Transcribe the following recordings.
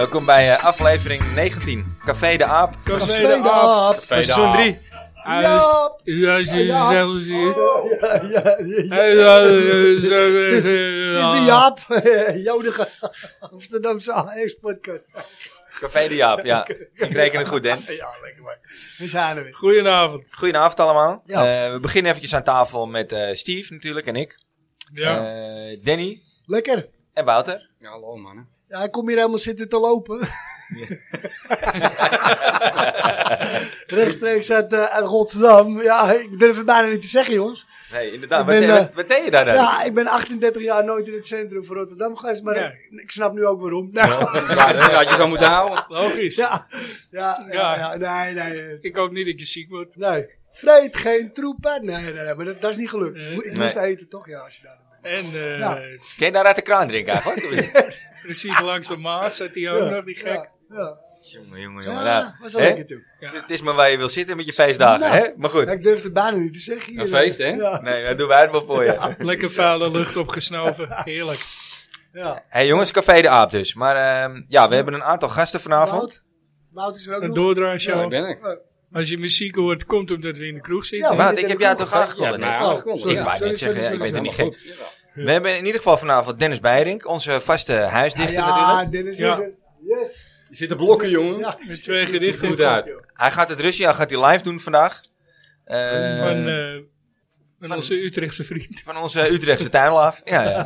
Welkom bij aflevering 19. Café de Aap. Café de Aap. Van seizoen 3. Ja, Het is die Jaap, jodige Amsterdamse Ajax-podcast. Café de Jaap, ja. Ik reken het goed, Den. Ja, lekker man. We zijn er weer. Goedenavond. Goedenavond allemaal. Ja. We beginnen eventjes aan tafel met Steve natuurlijk en ik. Ja. Danny Lekker. en Wouter. Ja, hallo man. Ja, ik kom hier helemaal zitten te lopen. Rechtstreeks uit Rotterdam. Ja, ik durf het bijna niet te zeggen, jongens. Nee, inderdaad. Ik ben, Wat deed je daar dan? Ja, ik ben 38 jaar nooit in het centrum van Rotterdam geweest, maar Ja. ik snap nu ook waarom. Ja, dat had je zo moeten houden. Logisch. Ja, nee. Ik hoop niet dat je ziek wordt. Nee. Vreet geen troepen. Nee, maar dat is niet gelukt. Nee. Ik moest eten, toch? Ja, als je daar bent. En Ja. Kun je daar uit de kraan drinken eigenlijk? precies langs de Maas zat hij ook nog, die gek. Ja. Jongen. Ja, Nou, was wel hè? lekker toe. Ja. Het is maar waar je wil zitten met je feestdagen, Nou. hè? Maar goed. Ja, ik durf het bijna niet te zeggen. Hier. Een feest, hè? Ja. Nee, dat doen wij het wel voor je. Lekker vuile lucht opgesnoven. Heerlijk. Ja. Hey jongens, Café de Aap dus. Maar ja, we hebben een aantal gasten vanavond. Wout is er ook Een nog. Ja, doordraaishow. daar ben ik. Als je muziek hoort, komt omdat we in de kroeg zitten. Ja, Maat, dit ik in heb de jou kroeg toch gehad. aangekondigd? Ja, hè? nou, aangekondigd. sorry. Ik wou net zeggen, sorry, ik ben er niet Maar gek. goed. We hebben in ieder geval vanavond Dennis Beiring, onze vaste huisdichter Ja, natuurlijk. Dennis Ja. is er. Yes. Je zit te blokken, jongen. Ja. Met twee Ziet er gedichten goed uit. Hij gaat het Russia gaat hij live doen vandaag. van onze Utrechtse vriend. Van onze Utrechtse tuinlaaf. Ja.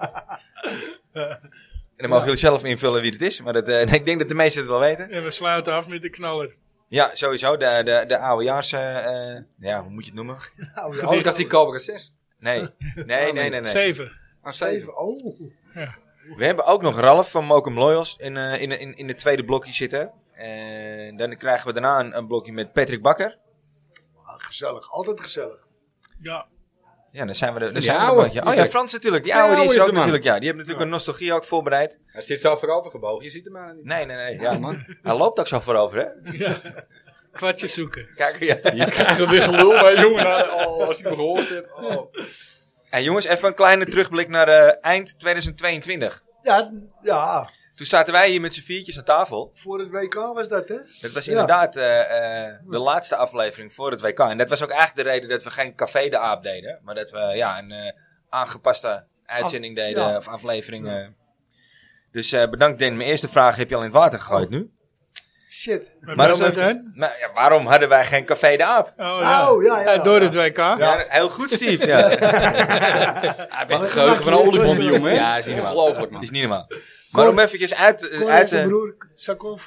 En dan mogen jullie zelf invullen wie het is. Maar dat, ik denk dat de meesten het wel weten. En we sluiten af met de knaller. Ja, sowieso. De oudejaars... ja, hoe moet je het noemen? Nou, ja. Oh, ik dacht die Cobra 6. Nee. 7. Ah, 7. Even. Oh. We hebben ook nog Ralf van Mokum Loyals in het tweede blokje zitten. En dan krijgen we daarna een blokje met Patrick Bakker. Ah, gezellig. Altijd gezellig. Ja. Ja, dan zijn we er. Die Zijn we oude. een beetje. Oh ja, Frans natuurlijk. Die oude die is er ook natuurlijk. Ja, die hebben natuurlijk een nostalgie ook voorbereid. Hij zit zo voorover gebogen, je ziet hem maar niet. Nee. Ja, Ja, man. hij loopt ook zo voorover, hè? Ja. Kwartjes zoeken. Kijk, ja. Je krijgt weer gelul bij jongen. Als ik hem gehoord heb. Oh. Hey, jongens, even een kleine terugblik naar eind 2022. Ja. Toen zaten wij hier met z'n viertjes aan tafel. Voor het WK was dat, hè? Dat was Ja. inderdaad de laatste aflevering voor het WK. En dat was ook eigenlijk de reden dat we geen Café de Aap deden. Maar dat we een aangepaste uitzending deden, ja. of aflevering. Dus bedankt Den. Mijn eerste vraag heb je al in het water gegooid nu. Shit. Maar was dat dan? Waarom hadden wij geen Café de Aap? Oh, ja. Door het WK. Ja, heel goed, Steve. Ja. Hij bent het geheugen van een olifant, die jongen. Hè? Ja, is niet normaal. Ongelooflijk, Dat man. is niet normaal. Maar om eventjes uit Zijn broer, Sakov.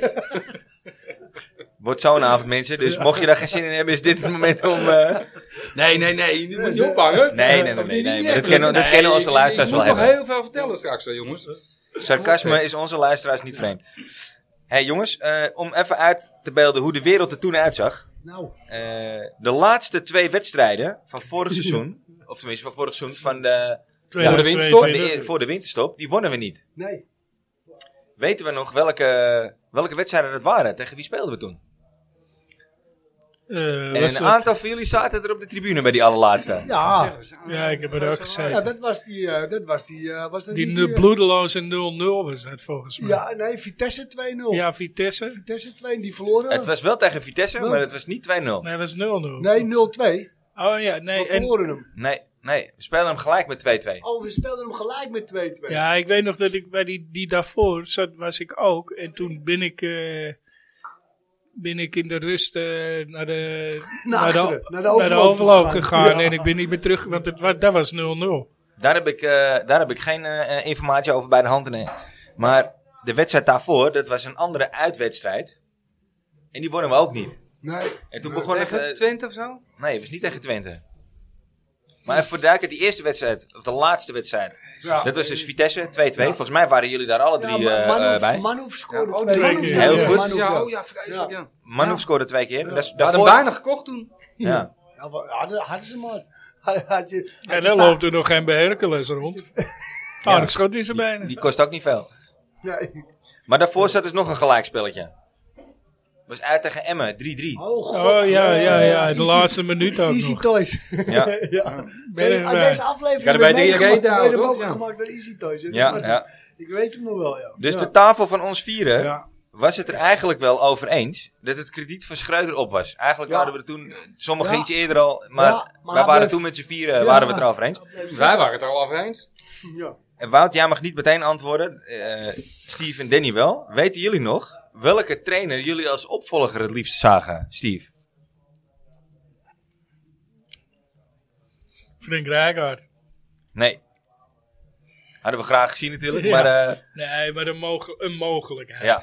wordt zo'n avond, mensen. Dus mocht je daar geen zin in hebben, is dit het moment om... Nee. Je moet niet ophangen. Nee. Maar dat kennen onze luisteraars Ik wel moet nog hebben. heel veel vertellen straks, hè, jongens. Sarcasme is onze luisteraars niet vreemd. Hey jongens, om even uit te beelden hoe de wereld er toen uitzag. Nou. De laatste 2 wedstrijden van vorig seizoen, of tenminste van vorig seizoen, van Voor de winterstop? voor de winterstop, die wonnen we niet. Nee. Weten we nog welke wedstrijden dat waren? Tegen wie speelden we toen? En een aantal van jullie zaten er op de tribune bij die allerlaatste. Ja. Ja, ik heb er ook gezegd. Ja, dat was die... was dat Die niet bloedeloze 0-0 was dat volgens mij. Ja, nee, Vitesse 2-0. Ja, Vitesse. Vitesse 2, die verloren. Het was wel tegen Vitesse, maar het was niet 2-0. Nee, dat was 0-0. Nee, 0-2. Oh ja, nee. We verloren hem. Nee, we spelen hem gelijk met 2-2. Oh, we speelden hem gelijk met 2-2. Ja, ik weet nog dat ik bij die daarvoor zat, was ik ook. En toen ben ik in de rust naar de overloop gegaan. Ja. En ik ben niet meer terug, want dat was 0-0. Daar heb ik geen informatie over bij de hand. Nee. Maar de wedstrijd daarvoor, dat was een andere uitwedstrijd. En die wonnen we ook niet. Nee. En toen begon het... Tegen Twente of zo? nee, het was niet tegen Twente. Maar even voor de duidelijkheid, die eerste wedstrijd, of de laatste wedstrijd. Ja. Dat was dus Vitesse, 2-2. Volgens mij waren jullie daar alle drie bij. Manhoef scoorde Ja, 2 2 keer. Heel goed. Manhoef, Ja, oh ja, vreselijk, ja. Manhoef scoorde 2 keer. Ja. Dus We hadden daarvoor- bijna gekocht toen. Ja. Ja, hadden ze maar. Had je En dan loopt er nog geen bij Hercules rond. Aardig schot is er bijna. Die kost ook niet veel. Nee. Maar daarvoor zat dus nog een gelijkspelletje. Was uit tegen Emmen, 3-3. Oh, god. Oh ja, de Easy- laatste minuut ook Easy nog. Toys. Ja. Ja. Ben je Aan erbij? deze aflevering Ga er bij werd de reden houden, mede toch? mogelijk Ja. gemaakt door Easy Toys. hè? Ja, Dat was ja. Ik weet het nog wel, ja. Dus ja. de tafel van ons vieren Ja. was het er eigenlijk wel over eens dat het krediet van Schreuder op was. Eigenlijk waren we er toen, sommigen iets eerder al, maar wij waren toen met z'n vieren waren we het erover eens. Wij waren het er al over eens. Ja. En Wout, jij mag niet meteen antwoorden. Steve en Danny wel. Weten jullie nog welke trainer jullie als opvolger het liefst zagen, Steve? Frank Rijkaard. Nee. Hadden we graag gezien natuurlijk, Ja. maar... Nee, maar een mogelijkheid. ja.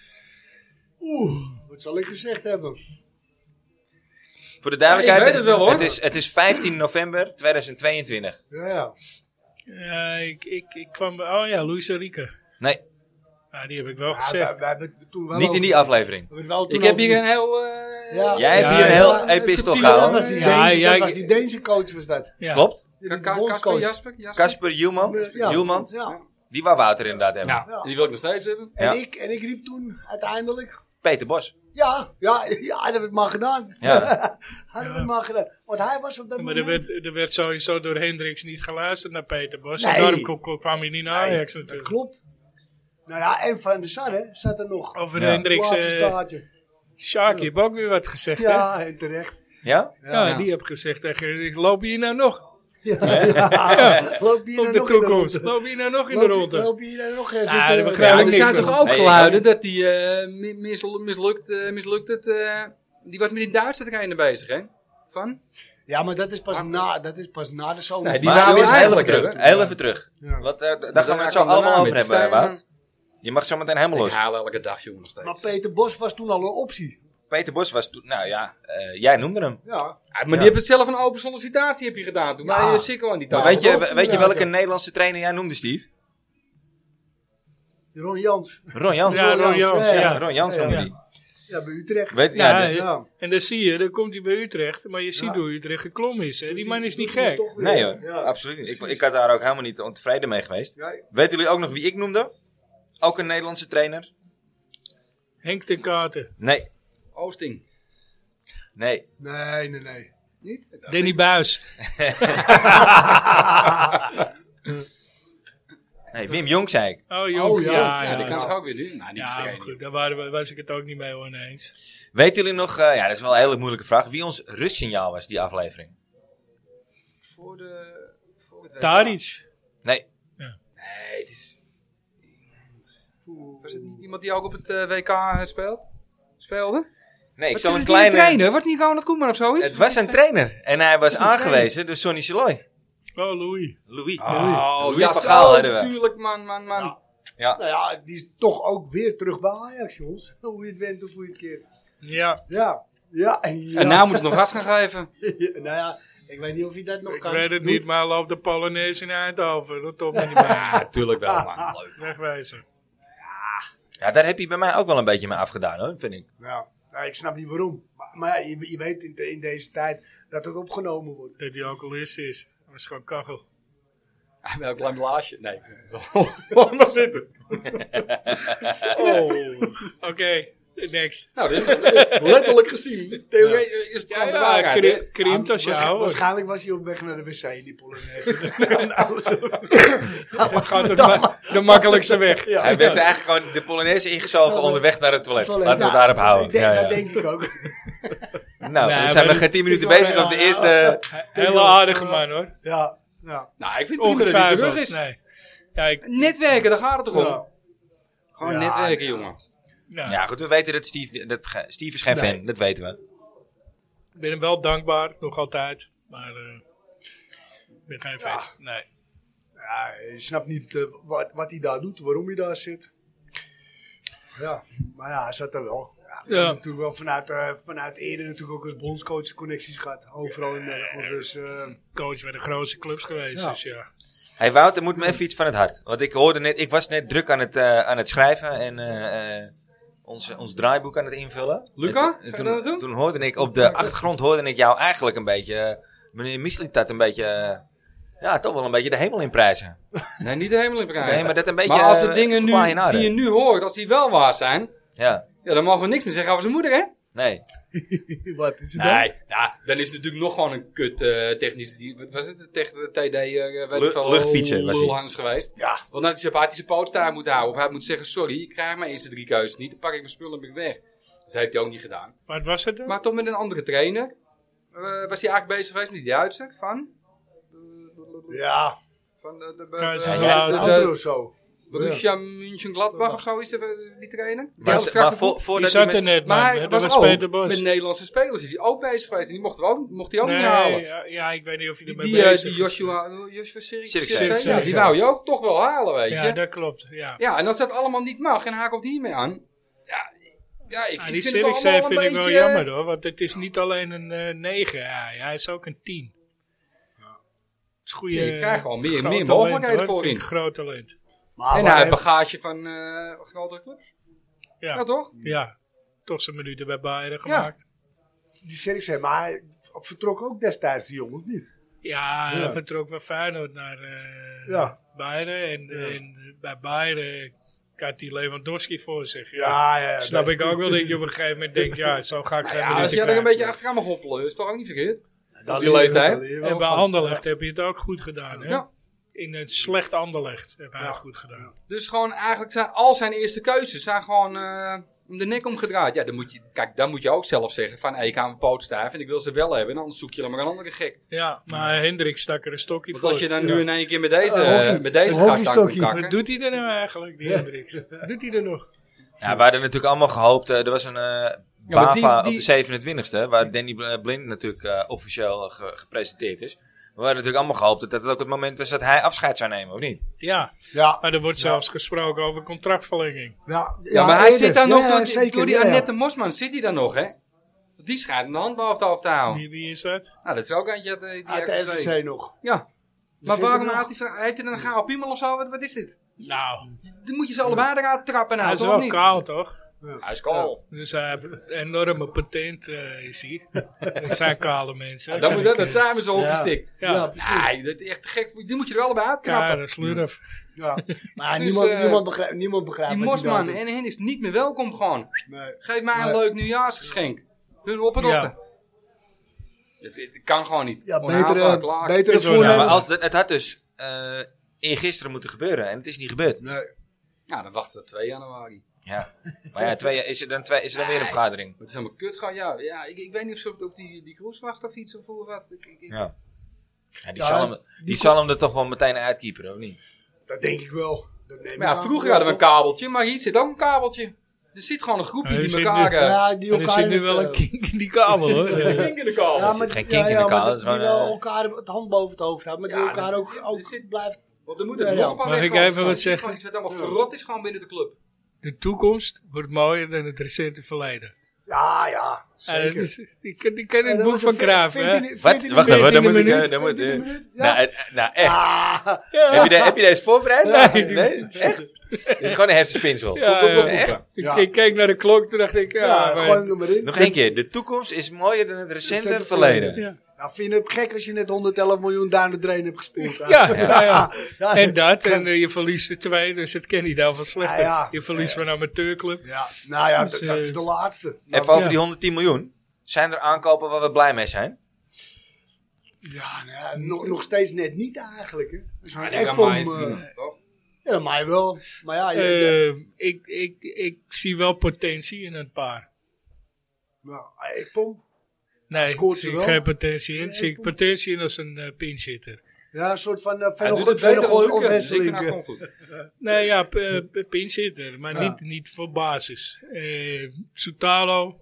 Wat zal ik gezegd hebben? Voor de duidelijkheid, Ja, ik weet het wel, hoor. het is 15 november 2022. Ja. Ja, ik kwam bij... Oh ja, Luis Enrique. Nee, Ja, die heb ik wel Ja, gezegd. wij hebben het toen wel niet in die aflevering. Ik heb hier een heel... Ja. Jij hebt Ja, hier een ja. heel epistel gehouden. Dat was die Ja, Deense, ja, dat was die Deense coach, was dat. Ja. Klopt. Die Kasper, bondscoach. Jasper? Kasper Hjulmand. Ja. Hjulmand. Ja. Die wou Wouter inderdaad hebben. Ja. Ja. Die wil ik nog steeds hebben. Ja. En ik riep toen uiteindelijk... Peter Bos. Ja, hadden we het maar gedaan. Ja. Hadden we het maar gedaan. Want hij was op dat Maar moment... er werd sowieso door Hendricks niet geluisterd naar Peter Bos. Nee. En daarom kwam hij niet naar Ajax dat natuurlijk. klopt. Nou ja, en Van der Sar, hè, zat er nog. Over Ja. Hendricks... Laatste staartje. Sjaak, je hebt ook weer wat gezegd, hè? Ja, en terecht. Ja? Ja, die heb gezegd tegen ik loop hier nou nog? Ja. Loop je Op nou de nog in toekomst. ronde? Loop hier nou nog in de ronde? Loop je nou nog eens? Ah, dat Ja, begrijp ik er niks zijn van. toch ook Nee, geluiden dat die mislukt het... die was met die Duitse trainer bezig, hè? Van? Ja, maar dat is pas na de zomer. Nee, die Maar waren jongens, weer heel even eigenlijk, terug. hè? Heel even terug. Ja. Want, daar gaan we daarna het zo kwam allemaal daarna over met hebben, Stijn, Wout. Je mag zo meteen helemaal Ik los. haal elke dag, jongen, nog steeds. Maar Peter Bos was toen al een optie. Peter Bos was toen... Nou ja, jij noemde hem. Ja. Ja, maar die heeft het zelf een open sollicitatie heb je gedaan. Toen Ja. waren je Sikko aan die Maar tafel. weet je welke Nederlandse trainer jij noemde, Steve? Ron Jans. Ron Jans. Ja, Ron Jans, ja. Ron Jans noemde Ja. die. Ja, bij Utrecht. Weet, Ja, Ja. En dan zie je, dan komt hij bij Utrecht. Maar je ziet hoe Utrecht geklommen is. Hè? Die man is niet gek. Toch weer. nee hoor, Ja. absoluut niet. Ik had daar ook helemaal niet ontevreden mee geweest. Ja. Weten jullie ook nog wie ik noemde? Ook een Nederlandse trainer? Henk ten Katen. Nee, Oosting. nee. Nee. Niet? Danny Buis. Nee, Wim Jong zei ik. Oh, Jonk. Oh, ja. ja, Ja, die kan ja. zich ook weer nu. Nou, die Ja, maar verstreken. goed, daar was ik het ook niet mee oneens. Weten jullie nog, ja dat is wel een hele moeilijke vraag, wie ons rustsignaal was die aflevering? Voor het WK. Tadic. Nee, Nee, het is... Was het niet iemand die ook op het WK speelde? nee, ik Was zal het een niet kleine... trainer? Was het niet Ronald Koeman of zoiets? Het was een trainer en hij was een aangewezen door Sonny Siloy. Oh, Louis. Louis. Oh, Louis ja, van Gaal zo, hadden we. natuurlijk, man. Ja. Nou ja, die is toch ook weer terug bij Ajax, jongens. Hoe je het went of hoe je het keert. Ja, Ja. En nou moeten ze nog gas gaan geven. Nou ja, ik weet niet of je dat nog ik kan. weet het Doet. niet, maar loopt de Polonaise in Eindhoven. Dat top me niet meer. Ja, natuurlijk wel, man. Leuk. Wegwezen. Ja, daar heb je bij mij ook wel een beetje mee afgedaan hoor, vind ik. Ja, ik snap niet waarom. Maar ja, je weet in deze tijd dat het opgenomen wordt. Dat hij alcoholist is. Dat was gewoon kachel. Wel een klein blaasje. Nee. Laat maar zitten. Oh. Oké, next. Nou, dit is letterlijk gezien. Theorie is het Ja, gewoon de waarheid. hè? krimpt als je houdt. Waarschijnlijk was hij op weg naar de wc, die Polonaise. Gaat de makkelijkste weg. Ja. Hij werd eigenlijk gewoon de Polonaise ingezogen onderweg naar het toilet. Laten we het Ja, daarop houden. Dat denk ik ook. Nou, Nee, we zijn maar nog geen 10 minuten ik- bezig op de eerste... Hele aardige man hoor. Ja. Nou, ik vind het prima dat hij terug is. Nee. Ja, Netwerken, daar gaat het toch om? Ja. Gewoon Ja, netwerken, ja. jongen. Ja goed, we weten dat Steve is geen Nee. fan, dat weten we. Ik ben hem wel dankbaar, nog altijd. Maar ik ben geen fan. Nee. Ja, je snapt niet wat hij daar doet, waarom hij daar zit. Ja, maar ja, hij zat er wel. Ja, we hebben natuurlijk wel vanuit eerder natuurlijk ook als bondscoach connecties gehad. Overal in Nederland. Dus, Coach bij de grootste clubs geweest, Ja. dus ja. Hey Wouter, moet me even iets van het hart. Want ik was net druk aan het schrijven en ons draaiboek aan het invullen. Luca, En ga je dat doen? toen hoorde ik op de achtergrond jou eigenlijk een beetje, meneer Mislintat een beetje, ja toch wel een beetje de hemel in prijzen. Nee, niet de hemel in prijzen. Nee, maar dat een beetje Maar als de dingen verklaar je nader. die je nu hoort, als die wel waar zijn, Ja. ja, dan mogen we niks meer zeggen over zijn moeder, hè? Nee. Wat is het dan? Nee, ja, dan is het natuurlijk nog gewoon een kut technische... Wat was het? De TD... weet ik veel, Luchtfietsen was hij. lulhans geweest. Ja. Want dan had hij zijn poot daar moeten houden. Of hij moet zeggen, sorry, ik krijg mijn eerste 3 keuzes niet. Dan pak ik mijn spullen en ben ik weg. Dus dat heeft hij ook niet gedaan. Wat was het dan? Maar toch met een andere trainer. Was hij eigenlijk bezig geweest met die Duitser van? Ja. Van Kaiserslautern. Andere of zo. Borussia Mönchengladbach of zo is die trainer. Die Maar, hele strakke maar voet. Die zat er net, Maar man. hij Dat was was Peter ook Bos. met Nederlandse spelers is hij ook bezig geweest. En die mocht hij ook niet Nee, halen. ja, ik weet niet of hij ermee Die bezig is. Joshua Zirkzee. ja, die wou je ook toch wel halen, weet je. Ja, dat klopt. Ja. Ja, en als dat allemaal niet mag en hij komt hiermee aan. Ja, ik Die vind het Zirkzee allemaal vind een ik wel beetje... jammer hoor, want het is niet alleen een 9, ja, hij is ook een 10. Is goeie, Ja, je krijgt gewoon meer groot mogelijkheden talent, hoor. voorin. Vind ik groot talent. Maar En waar hij heeft heeft- bagage van grotere clubs. Ja, Ja, toch? ja. Toch zijn minuten bij Bayern gemaakt. die Zirkzee, maar hij vertrok ook destijds die jongen, of niet? Ja, hij Ja. vertrok bij Feyenoord naar Ja. Bayern. En bij Bayern had hij Lewandowski voor zich. Ja. Snap ik ook wel dat je op een gegeven moment denkt, ja, zo ga ik geen Ja, als minuten jij er een krijgen. beetje achteraan mag hoppelen, is toch ook niet verkeerd? Dat die leeftijd. En bij Anderlecht heb je het ook goed gedaan. Hè? Ja. In een slecht Anderlecht heb hij het goed gedaan. Dus gewoon eigenlijk zijn al zijn eerste keuzes zijn gewoon om de nek omgedraaid. Ja, dan moet je ook zelf zeggen van, ik ga mijn poot stijf en ik wil ze wel hebben. En anders zoek je dan maar een andere gek. Ja, maar Hendrik stak er een stokje Want voor. als je dan nu in één keer met deze, hockey. met deze Een gast aan komt hockeystokje. kakken. Wat doet hij er nou eigenlijk, die Hendricks? Doet hij er nog? Ja, we hadden natuurlijk allemaal gehoopt. Er was een maar BAVA die- op de 27e, waar Danny Blind natuurlijk officieel gepresenteerd is. We hadden natuurlijk allemaal gehoopt dat het ook het moment was dat hij afscheid zou nemen, of niet? Ja, Ja. maar er wordt zelfs gesproken over contractverlenging. Ja, maar hij eerder. zit dan nog Ja, door, zeker, door die ja, ja. Annette Mosman, zit hij dan nog, hè? Die schijnt een hand boven het hoofd te houden. Wie is dat? Nou, dat is ook eentje uit die Uit de RKC. FVC nog. Ja. Maar Zit er waarom nog? heeft hij dan een gouden piemel of zo? Wat is dit? Nou, Dan moet je ze allebei eruit trappen hij nou, is toch wel niet? kaal, toch? Hij is kaal. Dus hij heeft een enorme patent, is hij. Dat zijn kale mensen. Dan moet dat zijn we zo opgestikt. Ja, Ja, precies. Nee, dat is echt te gek. Die moet je er allebei ja, uitknappen. dat is slurf. Ja. Maar Dus, niemand begrijpt Die wat hij Mosman daar en hen is niet meer welkom gewoon. doet. Nee. Geef mij een Nee. leuk nieuwjaarsgeschenk. Hun op en Ja. op. Het kan gewoon niet. Ja, Onhaalbaar, klaar. beter het Is wel Ja, maar voornemen. het had dus eergisteren moeten gebeuren en het is niet gebeurd. Nee. Nou, dan wachten ze 2 januari. Ja. Maar ja, is er dan weer een vergadering? Het is helemaal kut gaan. Ja, ik weet niet of ze op die cruise wachten of iets of wat. Ja. Ja, die Ja, zal hem er toch wel meteen uitkeeperen, of niet? Dat denk ik wel. Dat neem ik Maar ja, aan. vroeger hadden we een kabeltje, maar hier zit ook een kabeltje. Er zit gewoon een groepje Ja, er die zit elkaar... nu- Ja, die En er elkaar zit in nu het, wel een kink in die kabel, hoor. Kink in de kabel. Ja, zit geen kink in de kabel, maar dat is die gewoon, wel elkaar het hand boven het hoofd houden. Maar die Ja, elkaar dus ook er zit- blijft... Want er moet een Ja, ja. nog een Mag ik weg even wat zeggen? Gewoon, die zit allemaal verrot is gewoon binnen de club. De toekomst wordt mooier dan het recente verleden. Ja, zeker. Dus, die ken En het dan boek was van er Cruijff, hè? 14 Wat? 14 Wacht even, dan moet 14e ik... dan moet, 14e minuut? Ja. nou, echt. Ah, Ja. Heb je deze voorbereid? Nee, Nee? Echt? Dit is gewoon een hersenspinsel. Ja, Komt op ja. echt? Ja. Ik keek naar de klok, toen dacht ik, ja, maar- gooi hem er maar in. Nog één keer. De toekomst is mooier dan het recente Recente verleden. Ja. Nou, vind je het gek als je net 111 miljoen down the drain hebt gespeeld? hè? Ja, ja. Ja. En dat, en je verliest er 2, dus het kan niet heel veel slechter. Ja, ja. Je verliest van een amateurclub. Ja, nou ja, Dus, dat is de laatste. Even Nou, over die 110 miljoen. Zijn er aankopen waar we blij mee zijn? ja, nou ja, nog steeds net niet eigenlijk. Hè. Dus Maar een die Ekpom, Ramai is prima, toch? ja, dat mij wel. Maar ja, Ik zie wel potentie in een paar. nou, Ekpom. Nee, Scoort zie ze ik wel? geen potentie in. Nee, Zie ik potentie in als een pinchitter. Ja, een soort van Hij verder doet goed het beter dan of Luca, dus ik vind Wesseling. dat gewoon goed. Nee, ja, pinchitter, maar Ja. niet voor basis. Soutalo.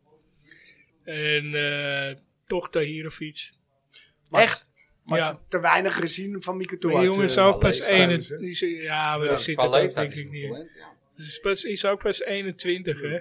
En toch Tahirovic. Echt? Maar Ja. te weinig gezien van Mieke Die Toorts. jongen is ook pas leeftijd, 21. Ja, maar daar zit Qua het ook leeftijd denk is ik het niet in. talent, ja. Dus is ook pas 21, hè.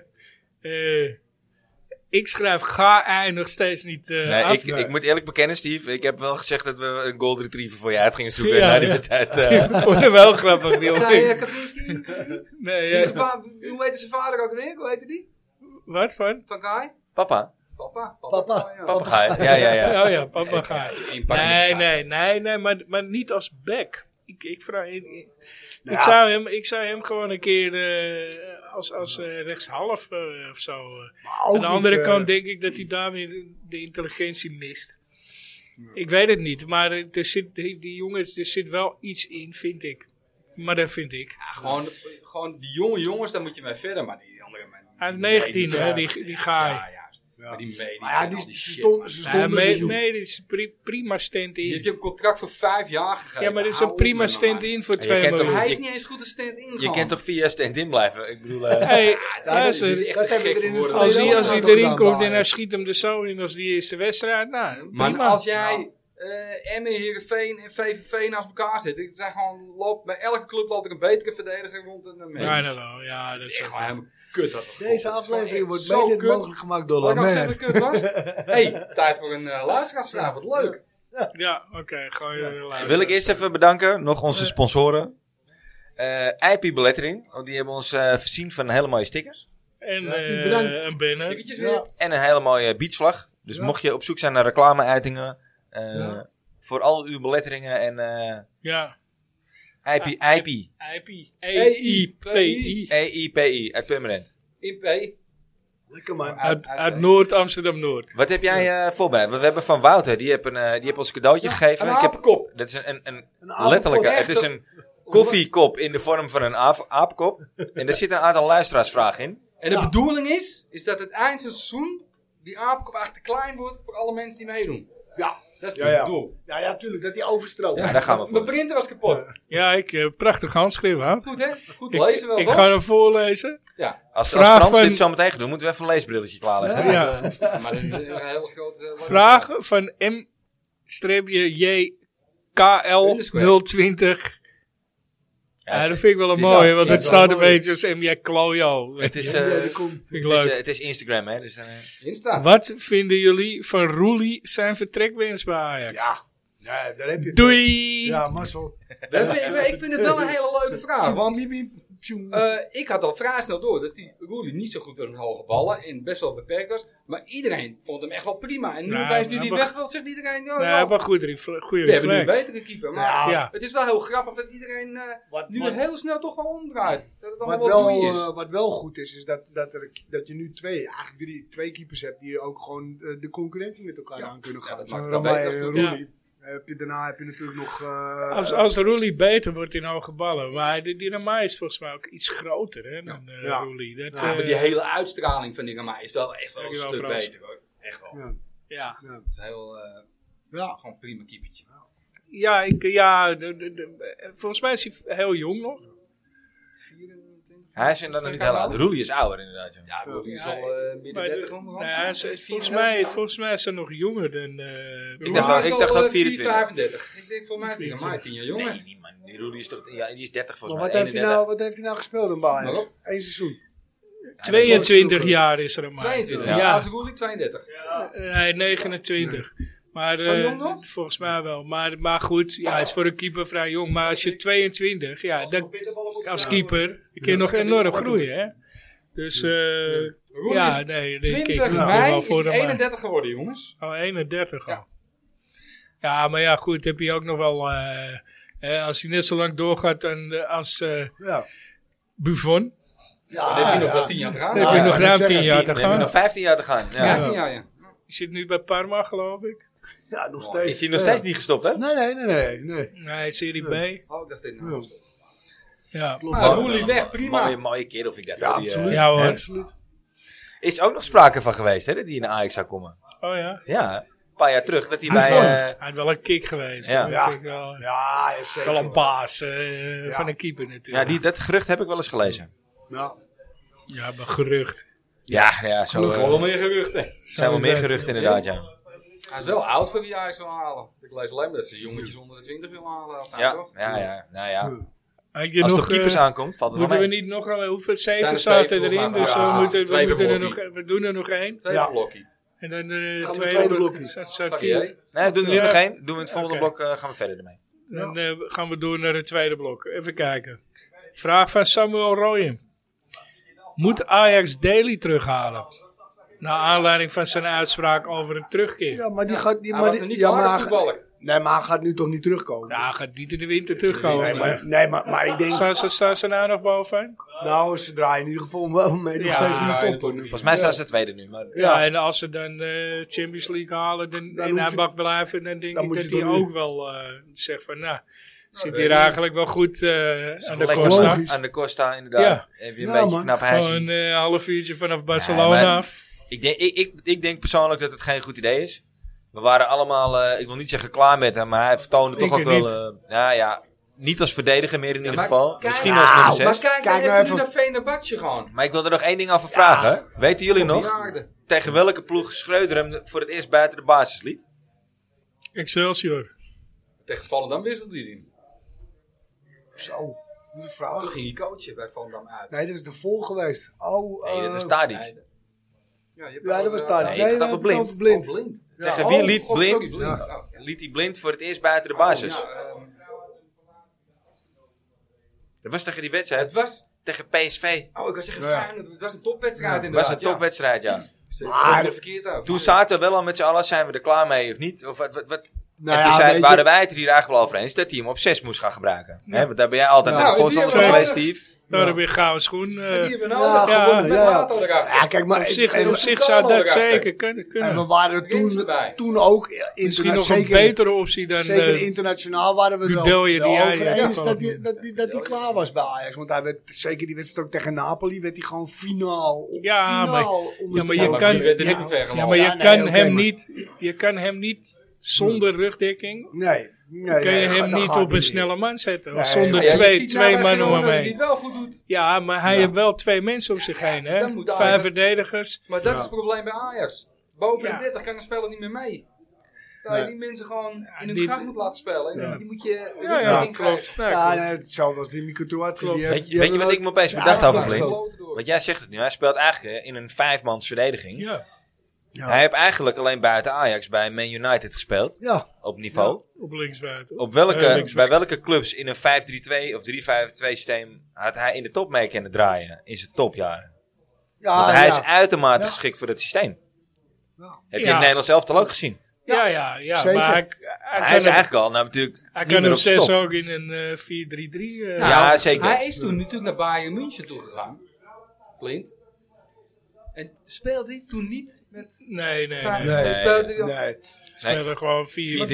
Ik schrijf ga nog steeds niet Nee, af. ik moet eerlijk bekennen, Steve. Ik heb wel gezegd dat we een gold retriever voor je uit gingen zoeken. Ja, na die ja. wedstrijd. Ik vond het wel grappig, die Zei jongen. Kavinski? Nee, Wie is ja. zijn va- Hoe heet zijn vader ook weer? Hoe heette die? Wat van? Van Kai? Papa. Papa. Papa. Ja. Papegaai. Ja. Oh ja, papa ga. Eén pak Nee, met nee, maar niet als back. Ik zou hem gewoon een keer als rechtshalf of zo. Aan de andere kant denk ik dat hij daar weer de intelligentie mist. Ik weet het niet, maar er zit wel iets in, vind ik. Maar dat vind ik. Ja, gewoon die jonge jongens, daar moet je mee verder. Maar die andere... Hij is 19, hè, die ga je. Ja, juist. Maar die medisch. Maar ja, ze stonden Medisch, prima stand-in. Je hebt je een contract voor 5 jaar gegeven. Ja, maar dit is een prima stand-in voor 2 miljoen. Hij is niet eens goed een stand-in. Je kent toch 4 jaar stand-in blijven? Ik bedoel... dat hebben we er in het verleden als hij ook erin gedaan, komt en maar- hij schiet hem er zo in als die eerste wedstrijd. Nou, Maar prima. als jij Emmen, Heerenveen en VVV naast elkaar zit. Het zijn gewoon, bij elke club loopt er een betere verdediger rond en een Ja, dat wel. Ja, dat dat is is echt wel. gewoon helemaal kut. Dat Deze aflevering wordt zo mede kut. mogelijk gemaakt door Wat ik nog Lamer. zeggen kut was? Hey, tijd voor een luisteraarsvraag. Wat leuk. Ja, oké. Gooi Wil ik eerst even bedanken, nog onze sponsoren. IP Belettering, want die hebben ons voorzien van hele mooie stickers. En bedankt. een banner. Stickertjes weer. En een hele mooie beachvlag. Dus mocht je op zoek zijn naar reclame-uitingen, voor al uw beletteringen en Ja. IP, EIPI. EIPI uit Purmerend. IP. Lekker man. Uit Noord, Amsterdam-Noord. Wat heb jij voorbereid? Want we hebben van Wouter, die heeft ons een cadeautje gegeven. Een Ik heb, apenkop. dat is een apenkop, letterlijke, echt het is een koffiekop in de vorm van een apenkop. En er zitten een aantal luisteraarsvragen in. En de bedoeling is dat het eind van het seizoen die apenkop eigenlijk te klein wordt voor alle mensen die meedoen. Ja. Dat is Ja, ja. het doel. Ja, tuurlijk, dat die overstroomt. Ja, daar gaan we Mijn voor. printer was kapot. Ja, prachtig handschrift, Hout. Goed hè? Goed lezen wel Ik toch? ga hem voorlezen. Ja. Als Vraag Frans van- dit zo meteen gaat doen, moeten we even een leesbrilletje klaarleggen. Ja. Maar dat is een heel groot... Vraag van M-JKL020. Ja, dat vind ik wel een het is mooie, al- want ja, het het is wel staat een mooi. beetje als MJ Klojo. Het is, Ja, die komt. Vind ik het is, leuk. het is Instagram, hè. Dus, Insta. Wat vinden jullie van Roelie zijn vertrekwens bij Ajax? Ja, daar heb je het. Doei! Ja, Marcel. Ik vind het wel een hele leuke vraag. Want Miep, miep, pjoem. ik had al vrij snel door dat die Roelie niet zo goed was met hoge ballen. En best wel beperkt was. Maar iedereen vond hem echt wel prima. En nu Nou, opeens nu hij die mag- weg wil, zegt iedereen... Oh, Nee, nou, maar goede we hebben nu een reflex. betere keeper. Maar Ja. het is wel heel grappig dat iedereen Wat- nu wat- heel snel toch wel omdraait. Dat het Wat allemaal wel doei is. wat wel goed is dat je nu twee keepers hebt die ook gewoon de concurrentie met elkaar aan kunnen gaan. dat Zo maakt het Ramai beter en als Roelie. Daarna heb je natuurlijk nog... Als Roelie beter wordt in hoge ballen. Maar die Ramai is volgens mij ook iets groter hè, dan Ja. Roelie. Dat, Ja, maar die hele uitstraling van die Ramai is wel echt wel een Dankjewel, stuk Frans. beter hoor. Echt wel. ja. ja. Het is heel, gewoon prima keepertje. Volgens mij is hij heel jong nog. 24? hij is inderdaad nog niet heel oud. Roelie is ouder, inderdaad. Joh. Ja, Roelie is Ja, al midden Maar 30 onderhand. nee, hij is- volgens mij is hij nog jonger dan... Ik dacht ook 24. 35. Ik denk voor mij is hij Ramai 10 jaar jonger. Nee, niet man. Die Roelie is toch... Ja, die is 30 Maar volgens wat mij. heeft, hij nou gespeeld in Bayern? Waarom? 1 seizoen. 22 jaar is er Ramai. 22. Ja. Ja, als Roelie 32. Nee, 29. Maar Zo jong nog? volgens mij wel. Maar goed, ja, het is voor een keeper vrij jong. Maar als je 22, ja, dan, als keeper, dan kun je nog enorm groeien, hè. Dus, Roelie ja, is nee. 20 wel mei voor is Ramai. 31 geworden, jongens. Oh, 31 al. Ja. Ja, maar ja, goed, heb je ook nog wel... als hij net zo lang doorgaat als Ja. Buffon, Ja, Dan heb je nog wel 10 jaar te gaan. dan heb je ja, nog dat ruim zeg 10 ik. jaar te Dan heb je gaan. nog 15 jaar te gaan. Ja. 15 jaar, ja. Die zit nu bij Parma, geloof ik. Ja, nog steeds. Is hij nog steeds niet gestopt, hè? Nee. Nee, Serie B. Oh, ik dacht dit nou. Ja. Klopt. Maar Roelie weg, prima. Mooie kerel vind ik dat. Ja, hoor. Die, absoluut. Ja, hoor. Absoluut. is ook nog sprake van geweest, hè? Dat hij in de Ajax zou komen. Oh ja. Ja, een paar jaar terug. Dat hij Buffon. bij... Hij had wel een kick geweest. Ja. Dat Ja. vind ik wel, Ja, is zeker. wel een baas van een keeper ja, natuurlijk. dat gerucht heb ik wel eens gelezen. Ja. Ja, maar gerucht. Ja, zo Nog wel meer geruchten. zijn wel meer geruchten inderdaad, ja. Hij is wel oud voor wie hij zal halen. Ik lees alleen maar dat ze jongetjes onder de 20 wil halen. Of nou, Ja, toch? nou ja. Had je Als nog, het op keepers aankomt, valt het wel moeten we mee. niet nog hoeveel Zijn 7 er zaten 7 erin, volgens dus mij. Ja, tweede we doen er nog één. Tweede Ja. blokkie. En dan de Kan tweede tweede blok. blokje. Staat Fuck 4. jij. Nee, we doen er nu Ja. nog één. Doen we in het volgende Oké. blok, gaan we verder ermee. Dan gaan we door naar het tweede blok. Even kijken. Vraag van Samuel Royen. Moet Ajax Daly terughalen? Naar aanleiding van zijn uitspraak over een terugkeer. Ja, maar die gaat... Hij was er niet klaar als voetballer. Nee, maar hij gaat nu toch niet terugkomen? Ja, gaat niet in de winter terugkomen. Nee, maar ik denk... Staan ze nou nog boven? Nou, ze draaien in ieder geval wel mee. Nog steeds in de top. Volgens mij staan ze tweede nu. Maar... Ja, en als ze dan Champions League halen en aan bak blijven, dan denk ik dat hij ook wel zegt van, nou, zit hier eigenlijk wel goed aan de Costa. Aan de Costa, inderdaad. Ja. Heb je een beetje knap huisje. Gewoon een half uurtje vanaf Barcelona af. Ik denk persoonlijk dat het geen goed idee is. We waren allemaal, ik wil niet zeggen klaar met hem, maar hij vertoonde toch ook wel, niet als verdediger meer in ieder geval. Misschien als nummer 6. Maar kijk nou even naar Fenerbahce gewoon. Maar ik wil er nog één ding over vragen. Weten jullie nog tegen welke ploeg Schreuder hem voor het eerst buiten de basis liet? Excelsior. Tegen Volendam wisselde hij die. Zo, dat is een vraag. Toen ging hij coachen bij Volendam uit. Nee, dat is de vol geweest. Nee, dat was Tadic. Ja, dat was Tadic. Nee, het gaat over Blind. Blind. Tegen wie liet Blind? Blind. Liet hij Blind voor het eerst buiten de basis? Dat was tegen die wedstrijd. Het was... Tegen PSV. Oh, ik was zeggen Feyenoord. Het was een topwedstrijd inderdaad. Het was een topwedstrijd, ja. Maar verkeerd ook. Toen zaten we wel al met z'n allen, zijn we er klaar mee of niet? Of wat? Nou en toen waren wij het hier eigenlijk wel over eens dat hij hem op 6 moest gaan gebruiken. Ja. Hè? Want daar ben jij altijd de voorstander van geweest, Steve. Daar heb je gouden schoen. Die hebben we nodig. Ja, kijk, maar op zich zou dat zeker kunnen. En we waren toen ook misschien nog een betere optie dan zeker internationaal waren we er Goudelje wel die over eens Ajax dat hij klaar was bij Ajax. Want hij werd, zeker die wedstrijd ook tegen Napoli, werd hij gewoon finaal. Je kan hem niet zonder rugdekking. Nee. Kun je hem niet op een snelle man zetten. Nee, zonder twee man om hem heen. Die het wel goed doet. Ja, maar hij heeft wel 2 mensen om zich heen. Hè? 5 verdedigers. Maar dat is het probleem bij Ajax. Boven de 30 kan een speler niet meer mee. Terwijl je die mensen gewoon in hun kracht moet laten spelen. En die moet je klopt. Hetzelfde als die Mikotouatsi. Weet je wat ik me opeens bedacht over Blind? Want jij zegt het nu. Hij speelt eigenlijk in een 5-mans verdediging. Ja. Ja. Hij heeft eigenlijk alleen buiten Ajax bij Man United gespeeld. Ja. Op niveau. Ja, op linksbuiten. Bij welke clubs in een 5-3-2 of 3-5-2 systeem had hij in de top mee kunnen draaien in zijn topjaren? Want hij is uitermate geschikt voor het systeem. Ja. Heb je in Nederland zelf al ook gezien? Ja. Zeker. Maar hij is eigenlijk al natuurlijk hij niet kan meer hem op zijn 6 top. ook in een 4-3-3. Ja, zeker. Hij is toen natuurlijk naar Bayern München toegegaan. Blind. En speelde hij toen niet met... Nee. Speelde gewoon 4-3-3.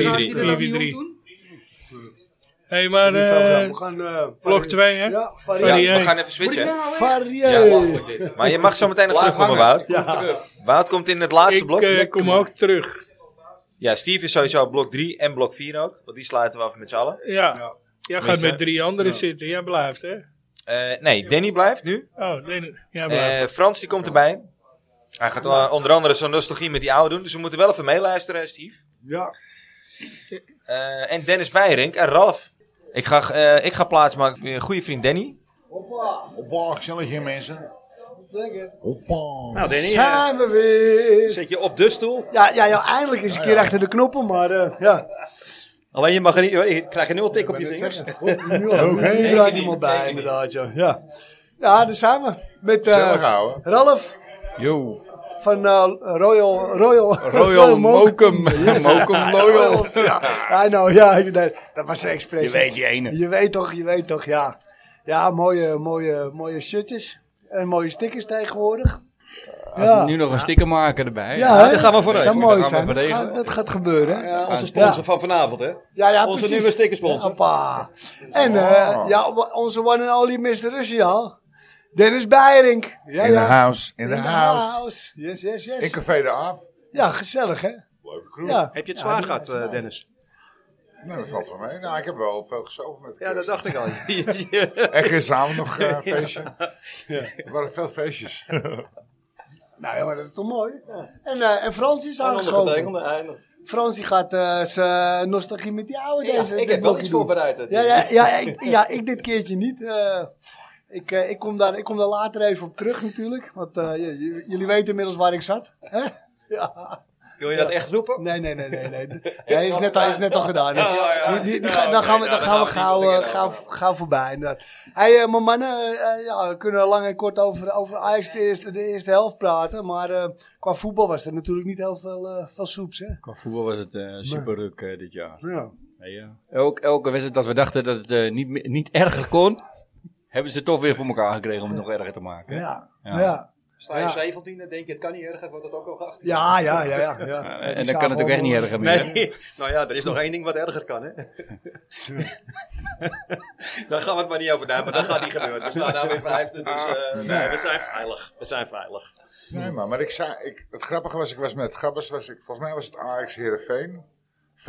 Hé, maar we gaan blok 2, hè? Ja, we gaan even switchen. Varië. Maar je mag zo meteen nog terugkomen, Wout. Wout komt in het laatste blok. Ik kom ook terug. Ja, Steve is sowieso blok 3 en blok 4 ook. Want die sluiten we af met z'n allen. Ja. Jij gaat met 3 anderen zitten. Jij blijft, hè? Nee, Danny blijft nu. Oh, Danny. Jij blijft. Frans die komt erbij. Hij gaat onder andere zo'n nostalgie met die oude doen. Dus we moeten wel even meeluisteren, Steve. Ja. En Dennis Beierink en Ralf. Ik ga plaatsmaken voor een goede vriend Danny. Hoppa, gezellig hier mensen. Zeker. Hoppa. Nou, Danny, Zijn we weer. zet je op de stoel. Ja, eindelijk eens een keer achter de knoppen, maar ja. Alleen je mag er niet, je krijgt een 0 tik op je vingers. Nu draait iemand bij, inderdaad, ja. Ja, daar zijn we. Met Ralf. Yo. Van Royal Mokum. Mokum Loyal. Ja, nou ja, dat was een expressie. Je weet die ene. Je weet toch, ja. Ja, mooie shirtjes. En mooie stickers tegenwoordig. Als we nu nog een sticker maken erbij. Ja, dat gaan we vooruit. Dat zou mooi Dat gaan we zijn. regelen. Dat gaat gebeuren. Hè? Ja, onze sponsor van vanavond, hè? Ja, Onze precies. nieuwe stickersponsor. Hoppa. En onze one and only Mr. Russiaal. Dennis Beierink. Ja, In the house. In the house. house. Yes. In Café de Aap. Ja, gezellig hè? Leuke kroeg. Ja. Heb je het zwaar gehad, Dennis? Nou, dat valt wel mee. Nou, ik heb wel veel gesopen met Ja, dat dacht ik al. En gisteravond nog een feestje. Er waren veel feestjes. Nou ja, maar dat is toch mooi? En Frans is aangeschoven. Frans die gaat zijn nostalgie met die oude deze. Ik heb wel iets voorbereid. Ik dit keertje niet. Ik kom daar later even op terug natuurlijk. Want jullie weten inmiddels waar ik zat. Hè? Ja. Wil je dat echt roepen? Nee. Hij is net al gedaan. Dus dan gaan we gauw voorbij. Hey, mijn mannen, we kunnen lang en kort over Ajax de eerste helft praten. Maar qua voetbal was er natuurlijk niet heel veel soeps. Hè? Qua voetbal was het super ruk dit jaar. Ja. Ja. Elke wedstrijd dat we dachten dat het niet erger kon, hebben ze toch weer voor elkaar gekregen om het nog erger te maken. Ja. Sta je 17e, denk je het kan niet erger, wordt het ook al 18. Ja. En dan kan het ook echt niet erger meer. Nee, nou ja, er is nog één ding wat erger kan, hè. Daar gaan we het maar niet over nadenken, maar dat gaat niet gebeuren. We staan nou weer 5e, dus nee, we zijn veilig. We zijn veilig. Nee, maar het grappige was, volgens mij was het Ajax Heerenveen, 25-11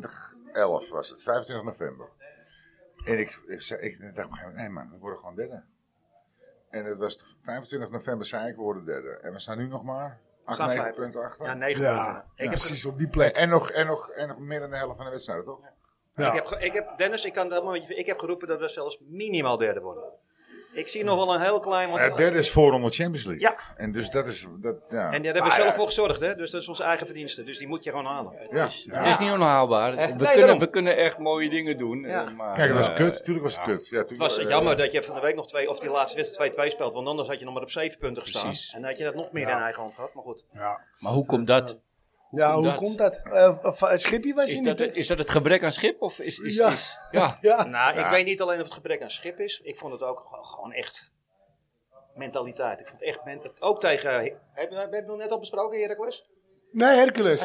was het, 25 november. En ik dacht op een gegeven moment, nee man, we worden gewoon derde. En het was 25 november zei ik, we worden derde. En we staan nu nog maar 8-9 punten achter. Ja, 9 punten. Precies op die plek. En nog meer dan de helft van de wedstrijd, toch? Ja. Ik heb Dennis, ik heb geroepen dat we zelfs minimaal derde worden. Ik zie nog wel een heel klein... Het derde is voorronde Champions League. Ja. En dus dat is... En daar hebben we zelf voor gezorgd, hè. Dus dat is onze eigen verdienste. Dus die moet je gewoon halen. Het is niet onhaalbaar. We kunnen echt mooie dingen doen. Maar, kijk, dat was kut. Tuurlijk was het kut. Ja, het was jammer dat je van de week nog die laatste wedstrijd 2-2 speelt. Want anders had je nog maar op 7 punten gestaan. Precies. En dan had je dat nog meer in eigen hand gehad. Maar goed. Ja. Maar hoe komt dat? Hoe komt dat? Schipje was je niet. Is dat het gebrek aan schip? Of Ja. Nou, ik weet niet alleen of het gebrek aan schip is. Ik vond het ook gewoon echt mentaliteit. Ik vond echt ook tegen... Heb je het net al besproken, Heracles? Nee, Hercules.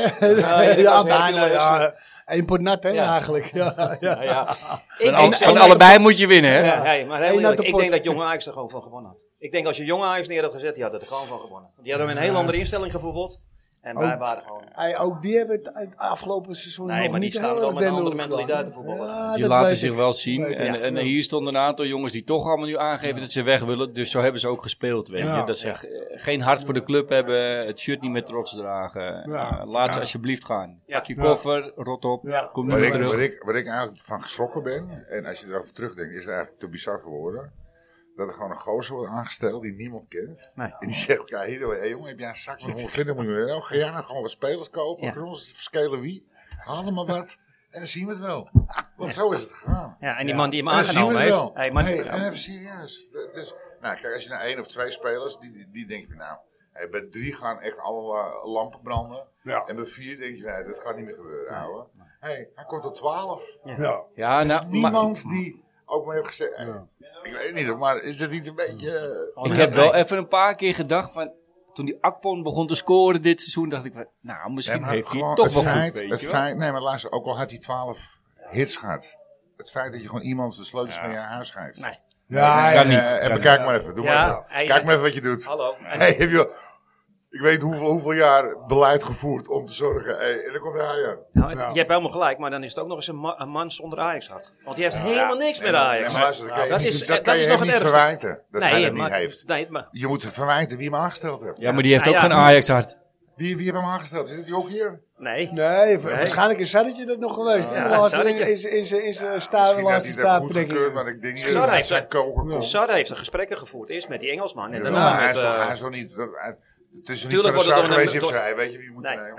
Bijna. Ja. Eén pot nat, hè, eigenlijk. Ja. Van allebei moet je winnen, hè? Ja, maar heel eerlijk, ik denk dat Jong Ajax er gewoon van gewonnen had. Ik denk als je Jong Ajax neer had gezet, die hadden er gewoon van gewonnen. Die hadden een heel andere instelling gevoetbald. En wij waren gewoon... Ook die hebben het afgelopen seizoen nog maar niet die staan wel met een andere mentaliteit gedaan. te voetballen. Ja, die laten zich wel zien. En hier stonden een aantal jongens die toch allemaal nu aangeven dat ze weg willen. Dus zo hebben ze ook gespeeld, weet je. Dat ze geen hart voor de club hebben, het shirt niet met trots dragen. Laat ze alsjeblieft gaan. Pak je koffer, rot op, kom niet meer terug. Waar ik eigenlijk van geschrokken ben, en als je erover terugdenkt, is het eigenlijk te bizar geworden. Dat er gewoon een gozer wordt aangesteld die niemand kent. Nee. En die zegt, hey jongen, heb jij een zak van 120 miljoen euro? Ga jij nou gewoon wat spelers kopen? Kunnen ons verschelen wie? Haal er maar wat. En dan zien we het wel. Want zo is het gegaan. Ja, en die man die hem aangenomen heeft. En even serieus. Dus, kijk, als je naar 1 of 2 spelers, die denk je nou, bij 3 gaan echt alle lampen branden. Ja. En bij 4 denk je, nee, dat gaat niet meer gebeuren, ouwe. Hij komt tot 12. Ja, er is niemand die ook maar heeft gezegd... Ik weet niet, maar is het niet een beetje... Ik heb wel even een paar keer gedacht van... Toen die Akpom begon te scoren dit seizoen, dacht ik van... Nou, misschien heeft hij toch wel goed, weet je wel. Nee, maar luister, ook al had hij 12 hits gehad. Het feit dat je gewoon iemand de sleutels van je huis geeft. Nee. Kan niet. Kijk maar even, doe maar even. Kijk maar even wat je doet. Hallo. Heb je... Ik weet hoeveel jaar beleid gevoerd om te zorgen. En dan komt hij aan. Nou, je hebt helemaal gelijk, maar dan is het ook nog eens een man zonder Ajax had. Want die heeft helemaal niks met Ajax. Dat kan je hem niet verwijten. Dat hij dat niet heeft. Nee, maar... Je moet verwijten wie hem aangesteld heeft. Ja, maar die heeft ook geen Ajax hart. Wie heeft hem aangesteld? Zit hij ook hier? Nee, waarschijnlijk is Sarretje dat nog geweest. In zijn laatste staartrekking. Sarre heeft er gesprekken gevoerd. Eerst met die Engelsman. En daarna met... Hij is nog niet... Het is niet van de zaak geweest, je zei, weet je wie je moet nemen?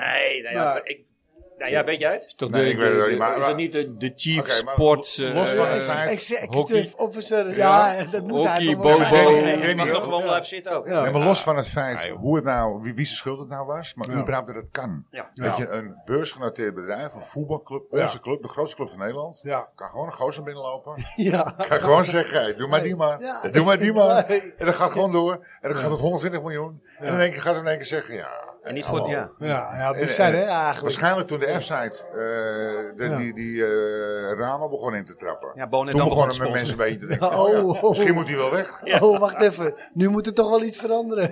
Nee, weet jij het? Ik weet het niet, maar... Is het niet de chief sports... executive officer, dat moet hij toch wel zijn. Je mag nog gewoon blijven zitten ook. Maar los van het feit hoe het nou, wie zijn schuld het nou was, maar überhaupt dat het kan. Dat je een beursgenoteerd bedrijf, een voetbalclub, onze club, de grootste club van Nederland, kan gewoon een gozer binnenlopen. Kan gewoon zeggen, doe maar die maar. Doe maar die maar. En dat gaat gewoon door. En dan gaat het 120 miljoen. En dan gaat het in één keer zeggen, en niet voor, bizar hè eigenlijk. Waarschijnlijk toen de F-site die ramen begon in te trappen. Ja, toen begonnen met mensen een beetje te denken, misschien moet hij wel weg. Wacht even, nu moet er toch wel iets veranderen.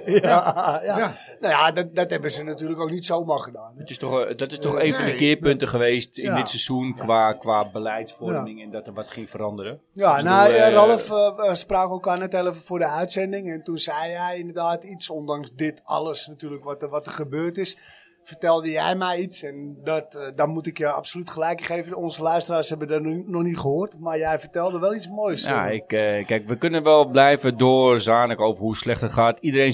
Nou ja, dat hebben ze natuurlijk ook niet zomaar gedaan. Dat is toch een van de keerpunten geweest in dit seizoen qua beleidsvorming en dat er wat ging veranderen. Ja, Ralf sprak elkaar net even voor de uitzending en toen zei hij inderdaad iets, ondanks dit alles natuurlijk wat er gebeurd is, vertelde jij mij iets en dan moet ik je absoluut gelijk geven. Onze luisteraars hebben dat nog niet gehoord, maar jij vertelde wel iets moois. Ja, kijk, we kunnen wel blijven doorzanen over hoe slecht het gaat. Iedereen ziet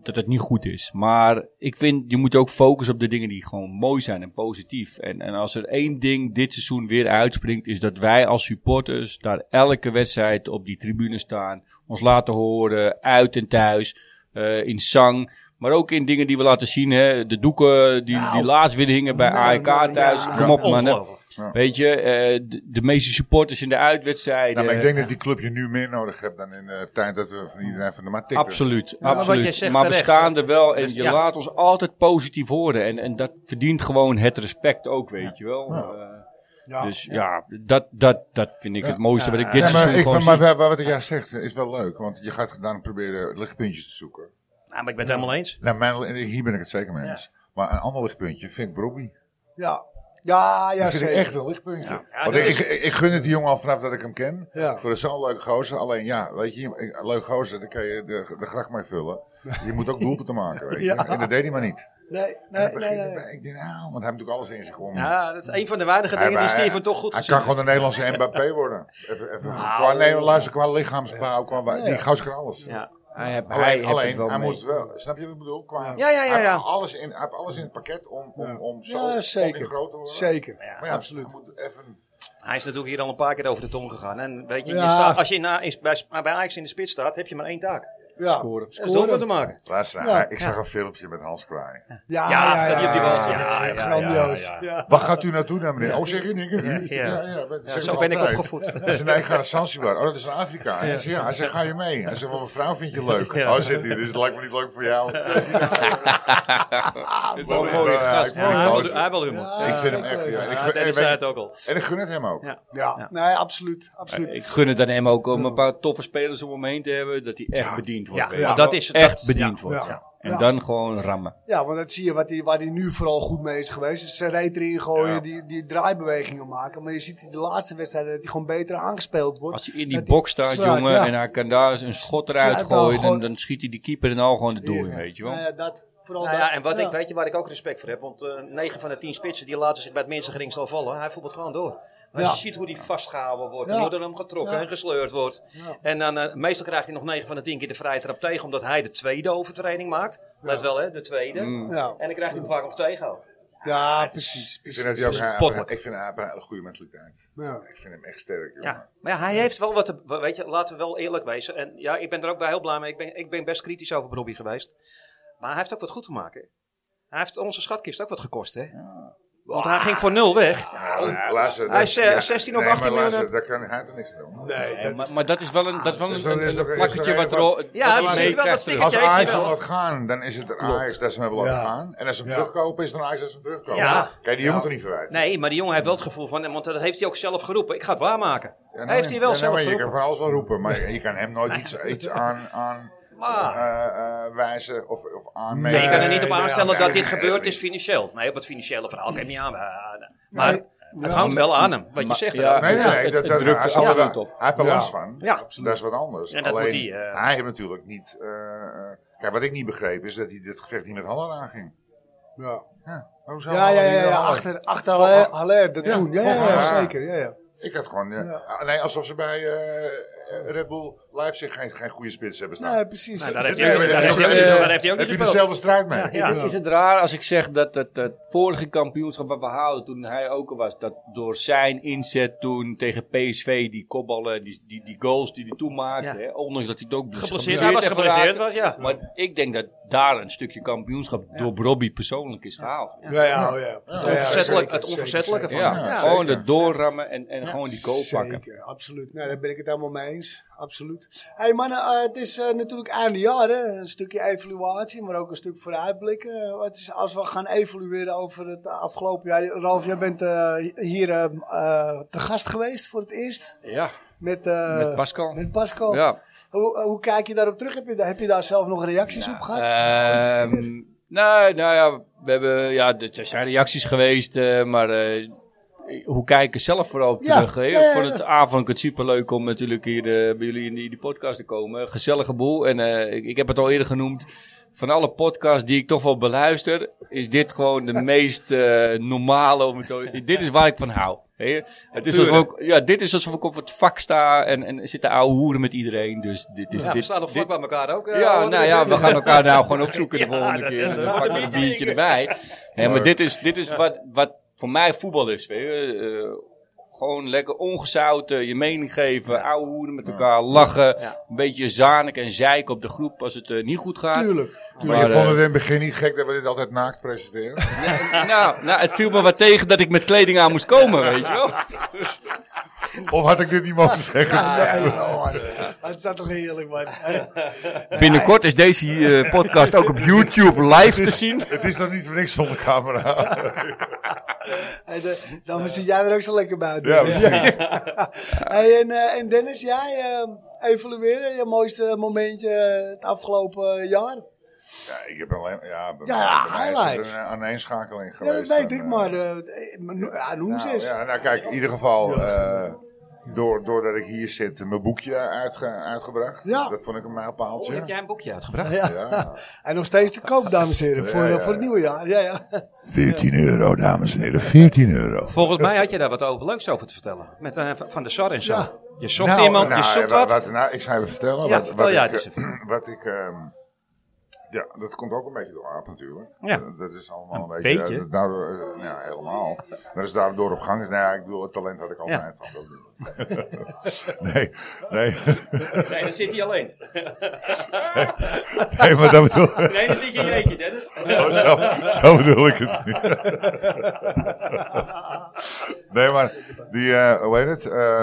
dat het niet goed is. Maar ik vind, je moet ook focussen op de dingen die gewoon mooi zijn en positief. En als er één ding dit seizoen weer uitspringt, is dat wij als supporters daar elke wedstrijd op die tribune staan. Ons laten horen, uit en thuis, in zang. Maar ook in dingen die we laten zien, hè. De doeken die laatst weer hingen bij AEK thuis. Kom op, man. Weet je, de meeste supporters in de uitwedstrijden. Nou, maar ik denk dat die club je nu meer nodig hebt dan in de tijd dat we van iedereen van de mat tikken. Absoluut. Maar we staan er wel en je laat ons altijd positief horen. En dat verdient gewoon het respect ook, weet je wel. Dus ja, dat vind ik het mooiste wat ik dit seizoen gewoon zie. Maar wat jij zegt is wel leuk, want je gaat dan proberen lichtpuntjes te zoeken. Ja, maar ik ben het helemaal eens. Nou, hier ben ik het zeker mee eens. Maar een ander lichtpuntje vind ik Brobby. Ja, ik vind het echt een lichtpuntje. Ja, want ik gun het die jongen al vanaf dat ik hem ken. Ja. Ik vind het zo'n leuke gozer. Alleen weet je, een leuk gozer, daar kan je de gracht mee vullen. Je moet ook doelpunten maken, weet je. En dat deed hij maar niet. Nee. Ik denk, want hij heeft natuurlijk alles in zich gewoon. Ja, dat is een van de weinige dingen die Steven toch goed Hij kan gewoon de Nederlandse Mbappé worden. Qua lichaamsbouw, die gozer kan alles. Ja. Hij moet wel, snap je wat ik bedoel? Ja. Hij heeft alles in het pakket om zo groot te worden. Zeker, maar absoluut. Hij is natuurlijk hier al een paar keer over de tong gegaan. En weet je, als je bij Ajax in de spits staat, heb je maar één taak. Scoren. Doelpunt te maken. Luister, ik zag een filmpje met Hans Kraai. Grandioos. Waar gaat u naartoe dan, meneer? Zeg je niet? Zo ben ik opgevoed. Hij zei, nee, ik ga naar Zanzibar. Dat is in Afrika. Hij zei, ga je mee? Hij zei, mijn vrouw vind je leuk. Zit hij, dus het lijkt me niet leuk voor jou. Is dat een mooie gast? Hij wil humor. Ik vind hem echt, Dat zei het ook al. En ik gun het hem ook. Nee, absoluut. Ik gun het aan hem ook om een paar toffe spelers om hem heen te hebben, dat hij echt bediend wordt. Dat is echt bediend wordt. En dan gewoon rammen. Ja, want dat zie je waar hij nu vooral goed mee is geweest. Dus zijn reet erin gooien, die draaibewegingen maken. Maar je ziet in de laatste wedstrijden dat hij gewoon beter aangespeeld wordt. Als hij in die box staat, jongen, en hij kan daar een schot eruit gooien, dan schiet hij die keeper en al gewoon de doel in, weet je wel. En weet je waar ik ook respect voor heb? Want 9 van de 10 spitsen die laten zich bij het minste geringste vallen. Hij voetbalt gewoon door. Maar als je ziet hoe die vastgehouden wordt, en hoe er hem getrokken en gesleurd wordt. En dan meestal krijgt hij nog 9 van de 10 keer de vrije trap tegen, omdat hij de tweede overtreding maakt. Let wel, hè, de tweede. En dan krijgt hij hem vaak nog tegenhouden. Ja, precies. Ik vind hij een hele goede mentaliteit. Ik vind hem echt sterk. Ja. Maar hij heeft wel wat, weet je, laten we wel eerlijk wezen. En ja, ik ben er ook bij heel blij mee. Ik ben best kritisch over Brobby geweest. Maar hij heeft ook wat goed te maken. Hij heeft onze schatkist ook wat gekost, hè. Want hij ging voor 0 weg. Hij is 16 of 18 miljoen. Daar kan hij toch niks aan doen. Nee, maar dat is wel een plakketje wat er... Ja, dat is wel dat stickertje. Als Ajax hem laat gaan, dan is het Ajax dat ze hem hebben laten gaan. En als ze hem terugkopen, is het Ajax dat ze hem terugkopen. Ja. Kijk, die jongen toch niet verwijten. Nee, maar die jongen heeft wel het gevoel van... Want dat heeft hij ook zelf geroepen. Ik ga het waarmaken. Heeft hij wel zelf geroepen. Je kan van alles wel roepen, maar je kan hem nooit iets aan wijzen of aanmeten. Nee, je kan er niet op aanstellen dat dit gebeurd is financieel. Nee, op het financiële verhaal kan je niet aan. Maar het hangt wel aan hem, wat je zegt. Nee, dat drukt er absoluut op. Hij heeft er last van. Ja. Dat is wat anders. En dat alleen, moet hij heeft natuurlijk niet... kijk, wat ik niet begreep is dat hij dit gevecht niet met Haller aanging. Achter Haller, dat doen. Ja, zeker. Ja. Ik had gewoon... Nee, alsof ze bij Red Bull Leipzig geen goede spits hebben staan. Nee, precies. Nou, daar heeft hij ook niet gespeeld. Dezelfde strijd mee. Is het raar als ik zeg dat het vorige kampioenschap wat we haalden toen hij ook al was, dat door zijn inzet toen tegen PSV, die kopballen, die goals die hij toen maakte, ondanks dat hij het ook geblesseerd was, ja. Maar ik denk dat daar een stukje kampioenschap door Brobby persoonlijk is gehaald. Het onverzettelijke van gewoon het doorrammen en gewoon die goal pakken. Zeker, absoluut. Nou, daar ben ik het helemaal mee eens. Absoluut. Hey mannen, het is natuurlijk einde jaar, hè? Een stukje evaluatie, maar ook een stuk vooruitblikken. Wat is als we gaan evalueren over het afgelopen jaar? Ralf, jij bent hier te gast geweest voor het eerst. Ja. Met Pascal. Met Pascal. Ja. Hoe kijk je daarop terug? Heb je daar zelf nog reacties op gehad? Nou ja, we hebben, er zijn reacties geweest, maar hoe kijk ik zelf vooral op terug? Ik vond het avond superleuk om natuurlijk hier bij jullie in die podcast te komen. Gezellige boel. En ik heb het al eerder genoemd. Van alle podcasts die ik toch wel beluister, is dit gewoon de meest normale. Dit is waar ik van hou. Dit is alsof ik op het vak sta en zit te ouwe hoeren met iedereen. Dus we staan nog vlak bij elkaar ook. We gaan elkaar nou gewoon opzoeken de volgende keer. Dan pak ik een biertje erbij. Nee, maar dit is wat voor mij voetbal is. Weet je. Gewoon lekker ongezouten, je mening geven, ouwe hoeren met elkaar, lachen. Een beetje zanik en zeiken op de groep als het niet goed gaat. Tuurlijk. Maar je vond het in het begin niet gek dat we dit altijd naakt presenteren? Het viel me wat tegen dat ik met kleding aan moest komen, weet je wel. Of had ik dit niet mogen zeggen? Het staat toch heerlijk, man. Binnenkort is deze podcast ook op YouTube live te zien. Het is nog niet voor niks zonder camera. Dan zit jij er ook zo lekker bij. Ja, en Dennis, jij evalueren je mooiste momentje het afgelopen jaar? Ja, ik heb alleen... bij mij is het een aaneenschakeling geweest. Ja, dat weet ik, maar noem ze eens. Kijk, in ieder geval... Doordat ik hier zit, mijn boekje uitgebracht. Ja. Dat vond ik een mijlpaaltje. Heb jij een boekje uitgebracht? Ja. En nog steeds te koop, dames en heren, voor het nieuwe jaar. Ja. €14, dames en heren, €14. Volgens mij had je daar wat leuks over te vertellen. Met Van der Sar en zo. Ja. Je zocht iemand, je zoekt wat. Ik zou even vertellen. Ja, vertel jij het eens even. Ja, dat komt ook een beetje door Aap natuurlijk. Ja. Dat is allemaal een beetje. Daardoor, helemaal. Dat is daardoor op gang. Ik bedoel, het talent had ik altijd. Nee. Nee, dan zit hij alleen. Nee, maar dat bedoel ik. Nee, dan zit je in je eentje, Dennis. Zo bedoel ik het niet. Nee, maar die, hoe heet het?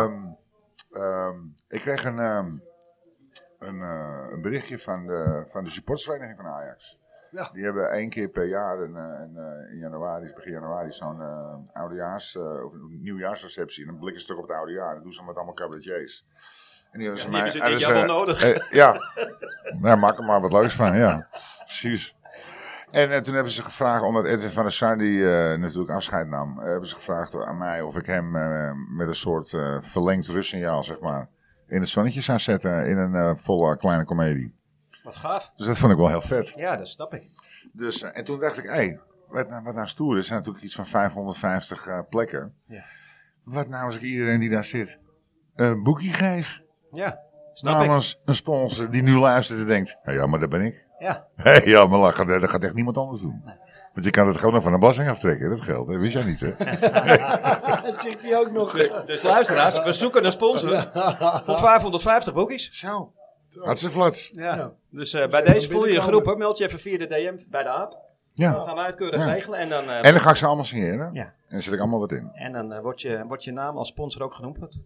Ik kreeg een berichtje van de supportersvereniging van Ajax. Ja. Die hebben 1 keer per jaar in januari, begin januari, zo'n oudejaars of nieuwjaarsreceptie. En dan blikken ze terug op het oude jaar. Dat doen ze met allemaal cabaretiers. En die hebben ze dit jaar wel nodig. Maak er maar wat leuks van, ja. Precies. En toen hebben ze gevraagd, omdat Edwin van der Sar die natuurlijk afscheid nam, hebben ze gevraagd aan mij of ik hem met een soort verlengd rustsignaal, zeg maar, in het zonnetje zou zetten in een volle kleine komedie. Wat gaaf. Dus dat vond ik wel heel vet. Ja, dat snap ik. Dus, en toen dacht ik, wat nou stoer is, er zijn natuurlijk iets van 550 plekken. Ja. Wat nou als ik iedereen die daar zit een boekje geef? Ja, snap ik. Namens een sponsor die nu luistert en denkt, ja, maar dat ben ik. Ja. Ja, maar dat gaat echt niemand anders doen. Nee. Want je kan het gewoon nog van de belasting aftrekken, dat geld. Dat wist jij niet, hè? Dat zegt hij ook nog. Dus luisteraars, we zoeken een sponsor voor 550 boekjes. Zo. Hartstikke flats. Ja. Dus bij deze voel je je groepen, meld je even via de DM bij de Aap. Ja. Dan gaan wij het keurig regelen. En dan ga ik ze allemaal signeren. Ja. En dan zet ik allemaal wat in. En dan wordt je naam als sponsor ook genoemd. Op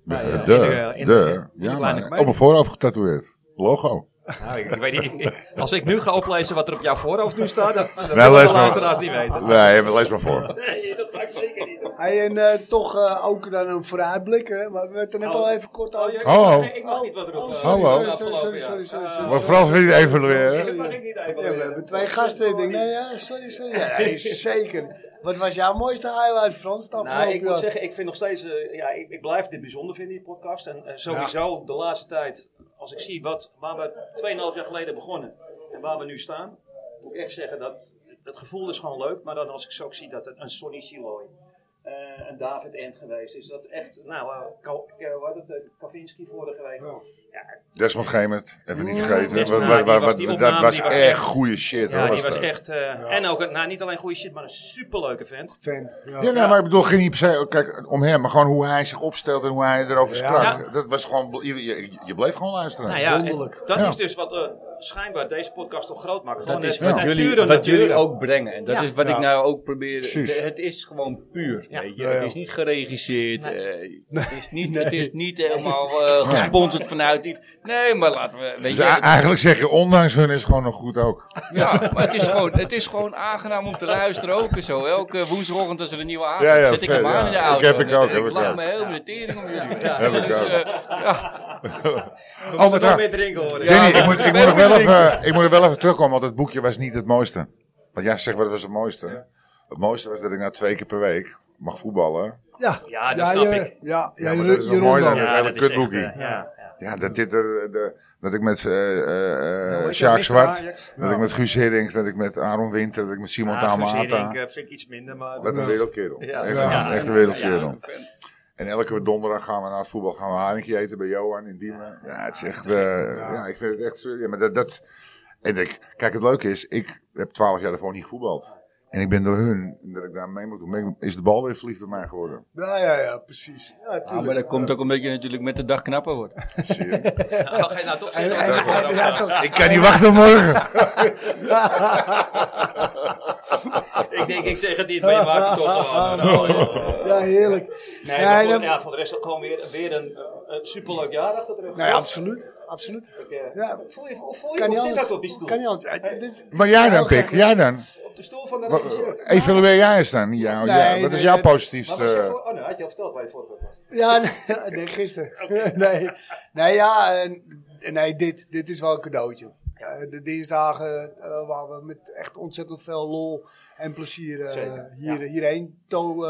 mijn voorhoofd getatoeëerd. Logo. Nou, ik weet niet. Als ik nu ga oplezen wat er op jouw voorhoofd nu staat, dat wil de luisteraars niet weten. Nee, maar lees maar voor. Nee, dat maakt zeker niet. En toch ook dan een vooruitblik, hè? Maar we hebben het er net al even kort over. Ik mag niet wat erop. Sorry. Maar vooral wil je evalueren. Mag ik niet evalueren. Ja, we hebben 2 gasten. Ik denk, sorry. Ja, zeker. Wat was jouw mooiste highlight, Frans? Ik moet zeggen, ik vind nog steeds, ik blijf dit bijzonder vinden, die podcast. En sowieso de laatste tijd, als ik zie waar we 2,5 jaar geleden begonnen en waar we nu staan, moet ik echt zeggen dat het gevoel is gewoon leuk. Maar dan als ik zo zie dat een Sonny Siloy, een David End geweest is, dat echt, Kavinski vorige week. Ja. Desmond Gemert, even niet vergeten. Dat was echt goede shit. Ja, die was echt, en ook, niet alleen goede shit, maar een superleuke vent. Maar ik bedoel, geen per se, kijk, om hem, maar gewoon hoe hij zich opstelt en hoe hij erover sprak. Ja. Dat was gewoon, je bleef gewoon luisteren. Wonderlijk. Dat is dus wat schijnbaar deze podcast toch groot maakt. Dat is wat jullie ook brengen. En dat is wat ik nou ook probeer. Het is gewoon puur. Ja. Weet je? Het is niet geregisseerd. Het is niet helemaal gesponsord vanuit iets. Nee, maar laten we... Weet je, eigenlijk zeg je, ondanks hun is het gewoon nog goed ook. Ja, maar het is gewoon aangenaam om te luisteren ook en zo. Elke woensdagochtend als er een nieuwe avond zet ik hem aan in de auto. Ik lach me heel met de tering om jullie. We moeten nog meer drinken horen. Ik moet er wel even terugkomen, want het boekje was niet het mooiste. Want jij zegt, wat was het mooiste? Het mooiste was dat ik 2 keer per week mag voetballen. Ja, dat snap ik. Ja, dat is nog mooi dan, een hele kutboekje. Ja, dat ik met Sjaak Zwart, dat ik met Guus Hiddink, dat ik met Aaron Winter, dat ik met Simon Tamata. Guus Hiddink vind ik iets minder, maar... Wat een wereldkerel. Echt een wereldkerel. En elke donderdag gaan we naar het voetbal, gaan we haringje eten bij Johan in Diemen. Ja, het is echt, ik vind het echt, maar en kijk, het leuke is, ik heb 12 jaar daarvoor niet gevoetbald. En ik ben door hun, dat ik daar mee moet doen, is de bal weer verliefd op mij geworden. Ja, precies. Ja, maar dat komt ook omdat je natuurlijk met de dag knapper wordt. Ga je nou toch zeggen? Ik kan niet wachten op morgen. Ik zeg het niet, maar je maakt het toch gewoon. Ja, heerlijk. Nee, voor de rest gewoon weer een superleuk jaar achter de rug. Nee, absoluut. Kan niet anders. Op die stoel? Kan niet anders. Maar jij dan, Pik? Jij dan? Op de stoel van de regisseur. Evalueer jij eens dan? Wat is jouw positiefste? Had je al verteld waar je vorige week was? Ja, nee, gisteren. Nee, dit is wel een cadeautje. De dinsdagen waar we met echt ontzettend veel lol en plezier hierheen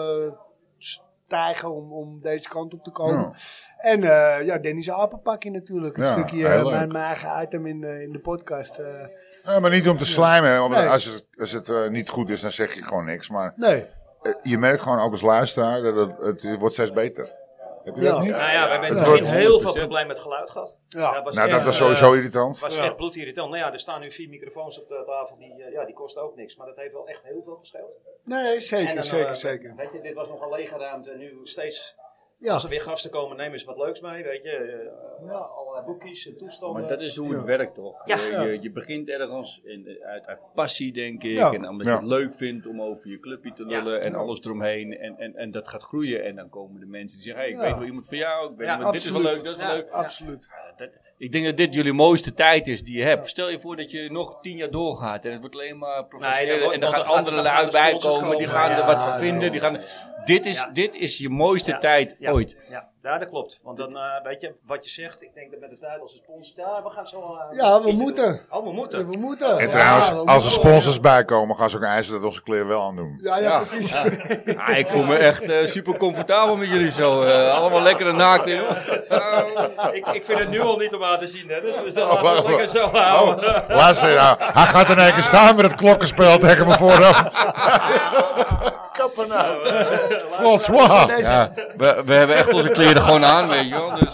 stijgen om deze kant op te komen. Ja. En Dennis apenpakje natuurlijk. Een stukje mijn eigen item in de podcast. Maar niet om te slijmen. Want als het niet goed is, dan zeg je gewoon niks. Maar je merkt gewoon ook als luisteraar dat het wordt steeds beter. Heb je dat niet? Nou ja, we hebben in het begin heel veel problemen met geluid gehad. Ja. Dat was sowieso irritant. Het was echt bloedirritant. Nou ja, er staan nu 4 microfoons op de tafel. Die kosten ook niks. Maar dat heeft wel echt heel veel gescheeld. Nee, zeker. Weet je, dit was nog een lege ruimte. En nu steeds... Als er weer gasten komen, nemen ze wat leuks mee, weet je. Allerlei boekjes en toestanden. Maar dat is hoe het werkt, toch? Ja. Je begint ergens uit passie, denk ik. Ja. En omdat je het leuk vindt om over je clubje te lullen en alles eromheen. En dat gaat groeien. En dan komen de mensen die zeggen, hey, ik weet wel iemand van jou. Ik weet dit is wel leuk, dat is wel leuk. Absoluut. Ik denk dat dit jullie mooiste tijd is die je hebt. Stel je voor dat je nog 10 jaar doorgaat. En het wordt alleen maar professioneel. En er gaan andere lui bij komen. Die gaan er wat van vinden. Dit is je mooiste tijd ooit. Ja, dat klopt. Want dan weet je wat je zegt. Ik denk dat met de Duitsers sponsors. Ja, we gaan zo. We moeten. We moeten. En trouwens, als er sponsors bijkomen, gaan ze ook eisen dat we onze kleren wel aandoen. Ja, precies. Ja, ik voel me echt super comfortabel met jullie zo. Allemaal lekkere naakten, joh. Ik vind het nu al niet om aan te zien, hè. Dus we zullen het lekker zo houden. Luister, hij gaat in één keer staan met het klokkenspel tegen me vooraf. Kappen nou. François. Ja, we hebben echt onze kleren gewoon aan, weet je wel. Dus.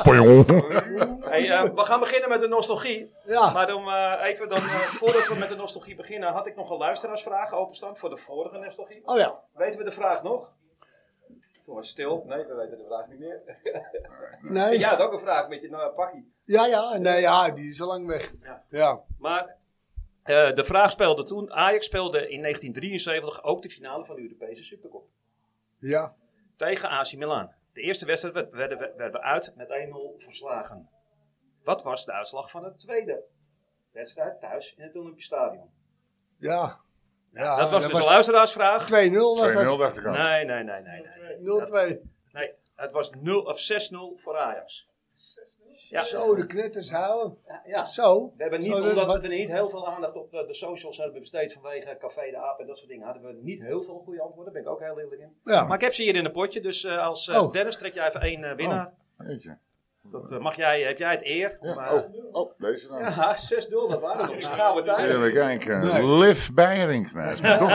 Hey, we gaan beginnen met de nostalgie. Ja. Maar voordat we met de nostalgie beginnen, had ik nog een luisteraarsvraag openstaan voor de vorige nostalgie. Oh ja. Weten we de vraag nog? Toen was stil. Nee, we weten de vraag niet meer. Nee. Jij had ook een vraag met je pakkie. Ja, die is al lang weg. Ja. Maar de vraag speelde toen. Ajax speelde in 1973 ook de finale van de Europese Supercup. Ja. Tegen AC Milan. De eerste wedstrijd werden we uit met 1-0 verslagen. Wat was de uitslag van de tweede wedstrijd thuis in het Olympisch Stadion? Ja. Dat was dus een luisteraarsvraag. 2-0 was 2-0 dat. dacht ik al. Nee. 0-2. Nee, het was 0 of 6-0 voor Ajax. Ja. Zo, de knetters houden. Ja. Zo. We hebben niet, omdat we niet heel veel aandacht op de socials hebben besteed vanwege Café de Aap en dat soort dingen, hadden we niet heel veel goede antwoorden. Daar ben ik ook heel eerlijk in. Ja. Maar ik heb ze hier in een potje, dus als Dennis trek jij even 1 winnaar. Dat heb jij het eer. Ja. Deze dan. Ja, 6-0, dat waren nog eens gouden tijden. Even kijken. Liv Beijerink. Nee, is maar toch.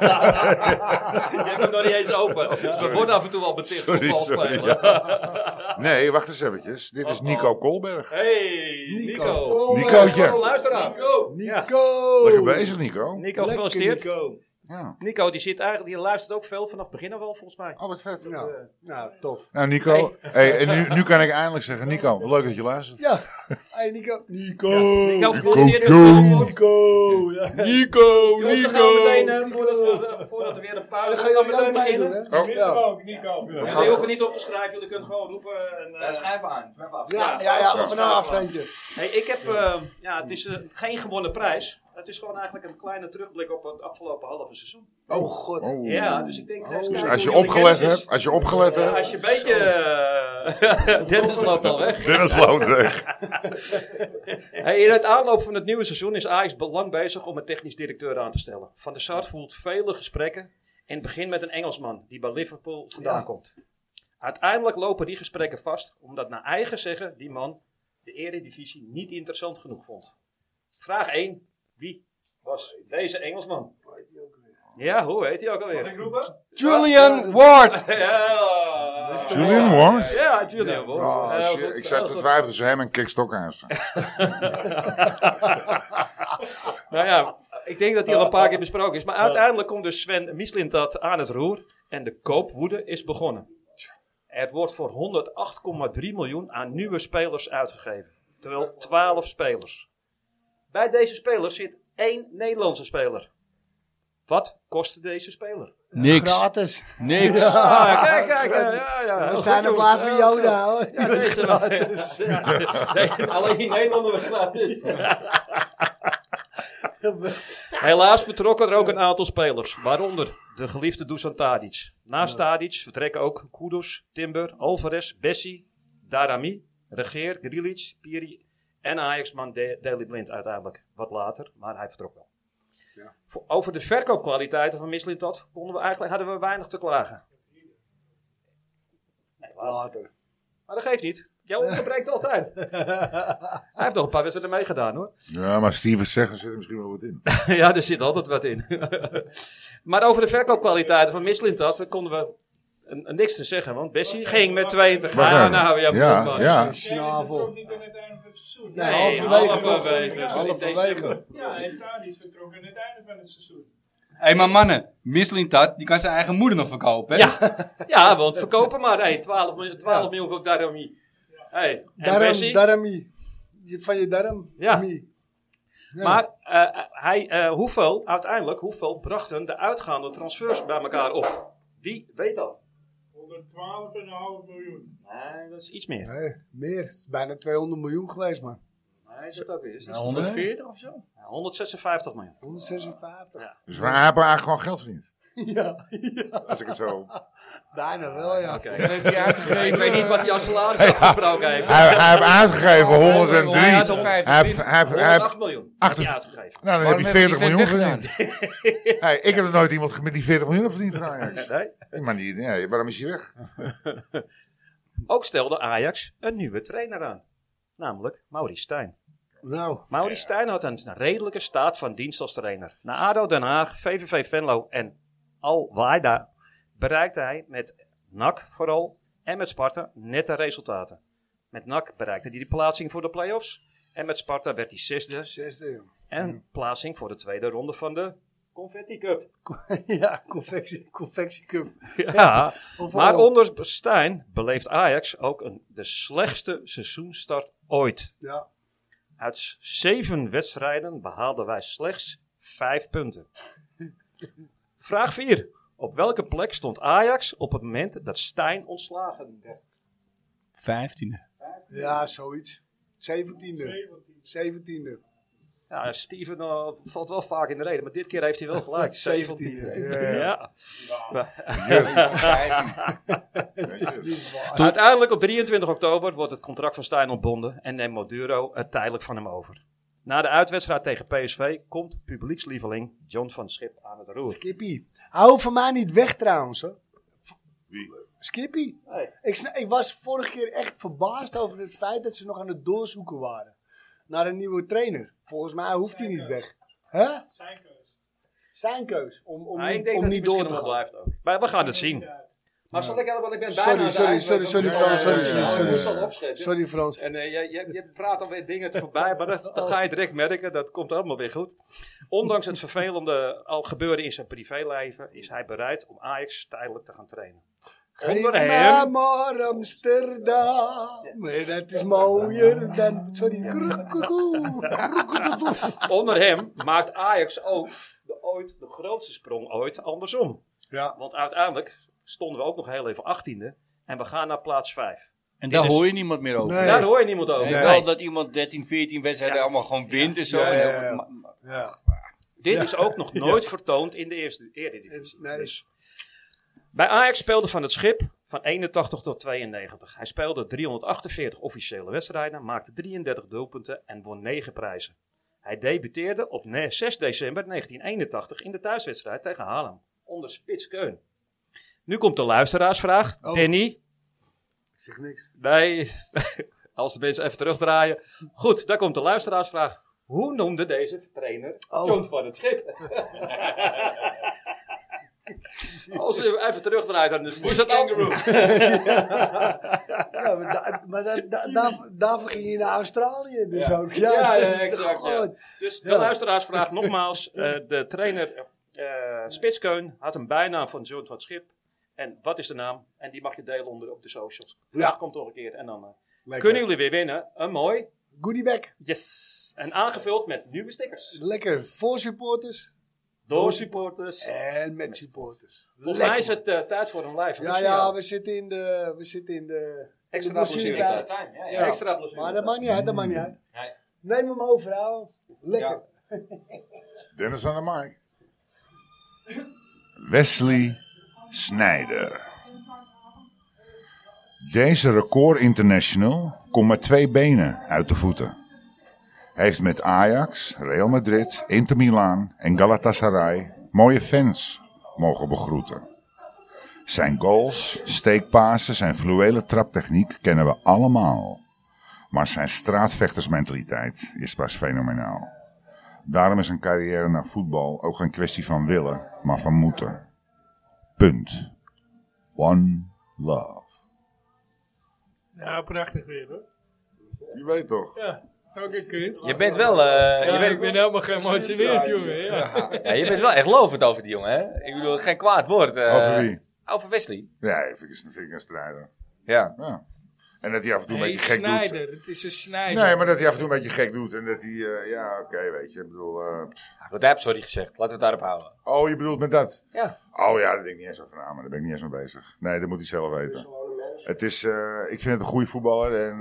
Je hebt hem nog niet eens open. We worden af en toe wel beticht voor vals spelen. Ja. Nee, wacht eens eventjes. Dit is Nico Koolberg. Hey, Nico. Nicootje. Luisteraar. Nico. Lekker bezig, Nico. Nico, gefeliciteerd. Ja. Nico, die luistert ook veel vanaf het begin al wel, volgens mij. Oh, wat vet. Nou, tof. Nou, Nico. En nu kan ik eindelijk zeggen, Nico, leuk dat je luistert. Ja. Hey, Nico. Nico. Ja. Dus dan gaan we meteen, voordat we weer een pauze... Dan ga je meteen beginnen, hè? Nico. Jullie hoeven niet op te schrijven, jullie kunnen gewoon roepen. Schrijf aan. Ja, van een afstandje. Hey, ik heb, het is geen gewonnen prijs. Het is gewoon eigenlijk een kleine terugblik op het afgelopen halve seizoen. Oh god. Ja, dus ik denk... Dus als je opgelet hebt... Als je een beetje... Dennis loopt al weg. Dennis loopt weg. Hey, in het aanloop van het nieuwe seizoen is Ajax lang bezig om een technisch directeur aan te stellen. Van der Sar voelt vele gesprekken en begint met een Engelsman die bij Liverpool vandaan komt. Uiteindelijk lopen die gesprekken vast, omdat naar eigen zeggen die man de Eredivisie niet interessant genoeg vond. Vraag 1. Wie was deze Engelsman? Ja, hoe heet hij ook alweer? Julian Ward! Julian Ward? Ja, Julian Ward. Oh, shit. Ik zat te twijfelen tussen hem en Kik Stokhuis. Nou ja, ik denk dat hij al een paar keer besproken is. Maar uiteindelijk komt dus Sven Mislintat aan het roer. En de koopwoede is begonnen. Er wordt voor 108,3 miljoen aan nieuwe spelers uitgegeven. Terwijl 12 spelers. Bij deze spelers zit 1 Nederlandse speler. Wat kostte deze speler? Niks. Gratis. Niks. Ah, kijk. Ja. We zijn er blij voor Joda, hoor. Ja, deze gratis. Nee, alleen die Nederlander was gratis. Helaas vertrokken er ook een aantal spelers, waaronder de geliefde Dusan Tadic. Naast Tadic vertrekken ook Kudus, Timber, Alvarez, Bessie, Darami, Regeer, Grilic, Piri en Ajax-man Daley Blind uiteindelijk. Wat later, maar hij vertrok wel. Ja. Over de verkoopkwaliteiten van Mislintat hadden we weinig te klagen. Nee, later. Maar dat geeft niet. Jou onderbreekt altijd. Hij heeft nog een paar wedstrijden meegedaan, hoor. Ja, maar Steven zegt, er zit er misschien wel wat in. Ja, er zit altijd wat in. Maar over de verkoopkwaliteiten van Mislintat konden we niks te zeggen. Want Bessie ging met 22. Ja. Snavel. Niet aan het einde van het seizoen. Nee, halverwege. Ja, en Tadic vertrok aan het einde van het seizoen. Hé, maar mannen, Mislintat, die kan zijn eigen moeder nog verkopen, hè? Ja, want verkopen maar. Hey, 12 miljoen voor Darami. Hey, Darami. Van je darm. Ja. Maar hoeveel brachten de uitgaande transfers bij elkaar op? Wie weet dat? 112,5 miljoen. Nee, dat is iets meer. Nee, meer. Het is bijna 200 miljoen geweest, man. Nee, dat ook weer. 140 of zo? 156 miljoen. 156. Ja. Dus wij hebben eigenlijk gewoon geld verdiend. Ja. Als ik het zo... Bijna wel, ja. Okay. Heeft hij uitgegeven? Ik weet niet wat hij als salaris afgesproken heeft. Hij heeft uitgegeven 103. Hij had al 50. Hij 108 miljoen heeft hij 8 uitgegeven. Nou, dan Waarom heb je 40 heeft die miljoen vent verdiend. Hey, ik heb er nooit iemand met die 40 miljoen verdiend van Ajax. Nee? Maar niet, nee, waarom is hij weg? Ook stelde Ajax een nieuwe trainer aan. Namelijk Maurice Stijn. Nou. Maurice Stijn had een redelijke staat van dienst als trainer. Na ADO Den Haag, VVV Venlo en Al Waida bereikte hij met NAC vooral en met Sparta nette resultaten. Met NAC bereikte hij de plaatsing voor de play-offs. En met Sparta werd hij zesde. En plaatsing voor de tweede ronde van de Confetti Cup. Ja, confectie cup. Ja, maar onder Stijn beleeft Ajax ook de slechtste seizoenstart ooit. Ja. Uit 7 wedstrijden behaalden wij slechts 5 punten. Vraag 4. Op welke plek stond Ajax op het moment dat Stijn ontslagen werd? 15e. Ja, zoiets. 17e. Ja, Steven valt wel vaak in de reden, maar dit keer heeft hij wel gelijk. 17e. Ja. Jezus. Uiteindelijk op 23 oktober wordt het contract van Stijn ontbonden en neemt Maduro het tijdelijk van hem over. Na de uitwedstrijd tegen PSV komt publiekslieveling John van Schip aan het roer. Skippy. Hou van mij niet weg trouwens, hoor. Wie? Skippy. Hey. Ik was vorige keer echt verbaasd over het feit dat ze nog aan het doorzoeken waren naar een nieuwe trainer. Volgens mij hoeft hij niet weg. Hè? Zijn keus. Om Ik denk om dat niet hij door misschien te nog gaan. blijft ook. Maar we gaan het zien. Maar zal ik helemaal, want ik ben Sorry, bijna sorry, Frans, sorry. Sorry Frans. En je praat alweer dingen voorbij, maar dat ga je direct merken. Dat komt allemaal weer goed. Ondanks het vervelende al gebeuren in zijn privéleven, is hij bereid om Ajax tijdelijk te gaan trainen. Onder Geef mij hem, maar Amsterdam. Nee, dat is mooier dan... Sorry. onder hem maakt Ajax ook de grootste sprong ooit andersom. Ja. Want uiteindelijk stonden we ook nog heel even 18e en we gaan naar plaats 5. En daar Dit is- hoor je niemand meer over. Nee. Daar hoor je niemand over. En Nee. wel dat iemand 13, 14 wedstrijden allemaal gewoon wint en zo. Ja. Ja. Dit is ook nog nooit vertoond in de eerste Eredivisie. Nee. Dus. Bij Ajax speelde Van het Schip van 81 tot 92. Hij speelde 348 officiële wedstrijden, maakte 33 doelpunten en won 9 prijzen. Hij debuteerde op 6 december 1981 in de thuiswedstrijd tegen Haarlem, onder Spits Keun. Nu komt de luisteraarsvraag. Oh. Danny. Ik zeg niks. Nee, als de mensen even terugdraaien. Goed, daar komt de luisteraarsvraag. Hoe noemde deze trainer John van het Schip? Als we even terugdraait aan de is dat kangaroo. Ja, maar daarvoor ging je naar Australië dus ook. Ja, exact. Ja. Dus de luisteraarsvraag nogmaals. De trainer Spitskeun had een bijnaam van John van het Schip. En wat is de naam? En die mag je delen op de socials. Ja. Dat komt toch een keer. En dan kunnen jullie weer winnen. Een mooi goodiebag. Yes. En aangevuld met nieuwe stickers. Lekker voor supporters. Door supporters. En met supporters. Volgens mij is het tijd voor een live. Ja, we zitten in de extra blessuretijd. Ja. Extra blessuretijd. Maar dat maakt niet uit, Nee. Neem hem over, ouwe. Lekker. Ja. Dennis aan de mic. Wesley Sneijder. Deze record international komt met 2 benen uit de voeten. Hij heeft met Ajax, Real Madrid, Inter Milaan en Galatasaray mooie fans mogen begroeten. Zijn goals, steekpasen, zijn fluwele traptechniek kennen we allemaal. Maar zijn straatvechtersmentaliteit is pas fenomenaal. Daarom is een carrière naar voetbal ook geen kwestie van willen, maar van moeten. Punt. One love. Ja, prachtig weer hoor. Je weet toch? Ja, dat is ook een kunst. Je bent wel... ik ben helemaal geëmotioneerd, jongen. Ja, je bent wel echt lovend over die jongen, hè? Ik bedoel, geen kwaad woord. Over wie? Over Wesley. Ja, vind ik een strijder. Ja. En dat hij af en toe een beetje gek doet. Het is een snijder. Nee, maar dat hij af en toe een beetje gek doet. En dat hij, weet je. Ik bedoel... Goed, hij heeft sorry gezegd. Laten we het daarop houden. Oh, je bedoelt met dat? Ja. Oh ja, daar denk ik niet eens over na, maar daar ben ik niet eens mee bezig. Nee, dat moet hij zelf weten. Het is, ik vind het een goede voetballer.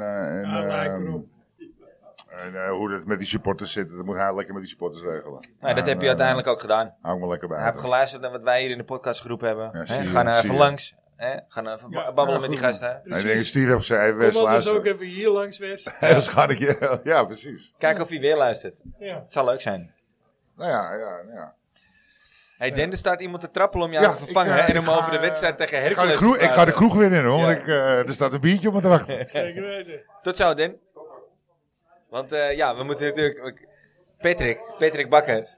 En hoe het met die supporters zit, dat moet hij lekker met die supporters regelen. Nou, dat heb je uiteindelijk ook gedaan. Hou ik me lekker bij. Hij heeft geluisterd naar wat wij hier in de podcastgroep hebben. Ja, ga nou even langs. Ga nou even babbelen met die gasten. Ik denk, Steve heeft zijn even kom anders ook even hier langs, Wes. Ja, precies. Kijk of hij weer luistert. Ja. Het zal leuk zijn. Nou ja. Hey, Den, er staat iemand te trappelen om jou te vervangen en om over de wedstrijd tegen Hercules te ik ga de kroeg weer in, hoor. Want er staat een biertje op me te wachten. Zeker weten. Tot zo, Den. Want we moeten natuurlijk... Patrick Bakker.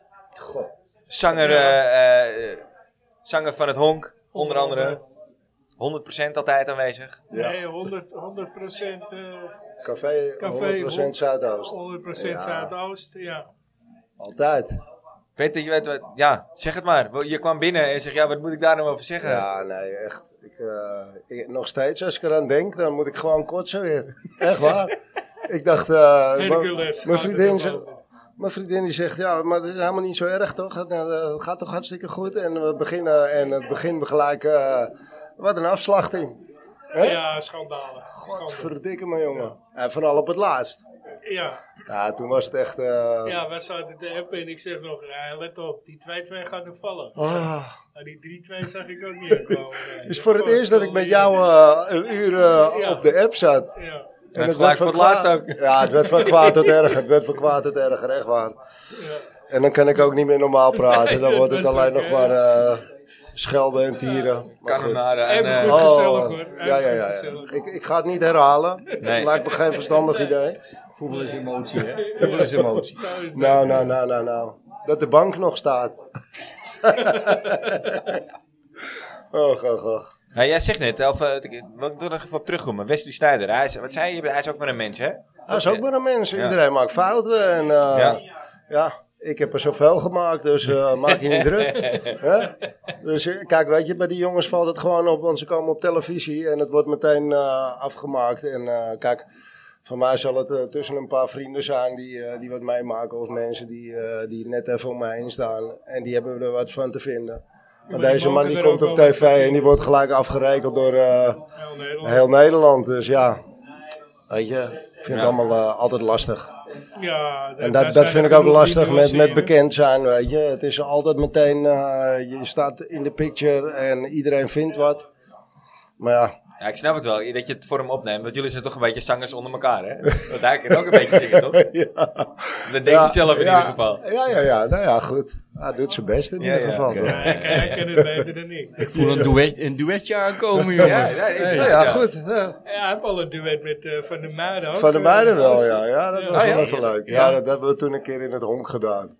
Zanger van het Honk, onder andere. 100% altijd aanwezig. Ja. Nee, 100% Café 100% Zuidoost. 100% Zuidoost, ja. Altijd. Peter, je weet wat, zeg het maar. Je kwam binnen en zegt, wat moet ik daar nou over zeggen? Ja, nee, echt. Ik nog steeds, als ik eraan denk, dan moet ik gewoon kotsen weer. Echt waar. Ik dacht, mijn vriendin die zegt, ja, maar dat is helemaal niet zo erg, toch? Het gaat toch hartstikke goed. En we beginnen, en het begin we gelijk, wat een afslachting. He? Ja, schandalig. Godverdikke me, jongen. Ja. En vooral op het laatst. Ja. Ja, toen was het echt... Ja, wij zaten te appen en ik zeg nog, let op, die 2-2 gaat nog vallen. Nou, die 3-2 zag ik ook niet aankomen. Het is voor het eerst dat ik met jou een uur op de app zat. Ja. En het werd van kwaad ook. Ja, het werd van kwaad tot erger. Het werd van kwaad tot erger, echt waar. Ja. En dan kan ik ook niet meer normaal praten. Dan wordt het alleen nog maar schelden en tieren. Kanonade. En goed gezellig hoor. Ja. Ik ga het niet herhalen. Nee. Het lijkt me geen verstandig idee. Voetbal is emotie, hè? Voetbal is emotie. Nou. Dat de bank nog staat. Och. Nou, jij zegt net, ik wil er nog even op terugkomen. Wesley Sneijder, wat zei je? Hij is ook maar een mens, hè? Hij is ook maar een mens. Iedereen maakt fouten. En ik heb er zoveel gemaakt, dus maak je niet druk. Dus kijk, weet je, bij die jongens valt het gewoon op, want ze komen op televisie en het wordt meteen afgemaakt. En kijk, voor mij zal het tussen een paar vrienden zijn die wat meemaken, of mensen die net even om mij heen staan. En die hebben er wat van te vinden. Maar deze man die komt op tv en die wordt gelijk afgerekend door heel Nederland. Dus ja, weet je, ik vind het allemaal altijd lastig. Ja, en dat vind ik ook lastig met bekend zijn, weet je. Het is altijd meteen, je staat in de picture en iedereen vindt wat. Maar ja. Ja, ik snap het wel, dat je het voor hem opneemt. Want jullie zijn toch een beetje zangers onder elkaar, hè? Want hij kan ook een beetje zingen, toch? Ja. Dat denk je zelf in ieder geval. Ja, nou ja, goed. Hij doet zijn best in ieder geval. Ja, hij kan het beter dan ik. Ik voel een duetje aankomen, jongens. Goed. Ja, hij heeft al een duet met Van der Meijden ook. Van der Meijden wel, ja. Ja, dat was wel even leuk. Ja, dat hebben we toen een keer in het Honk gedaan.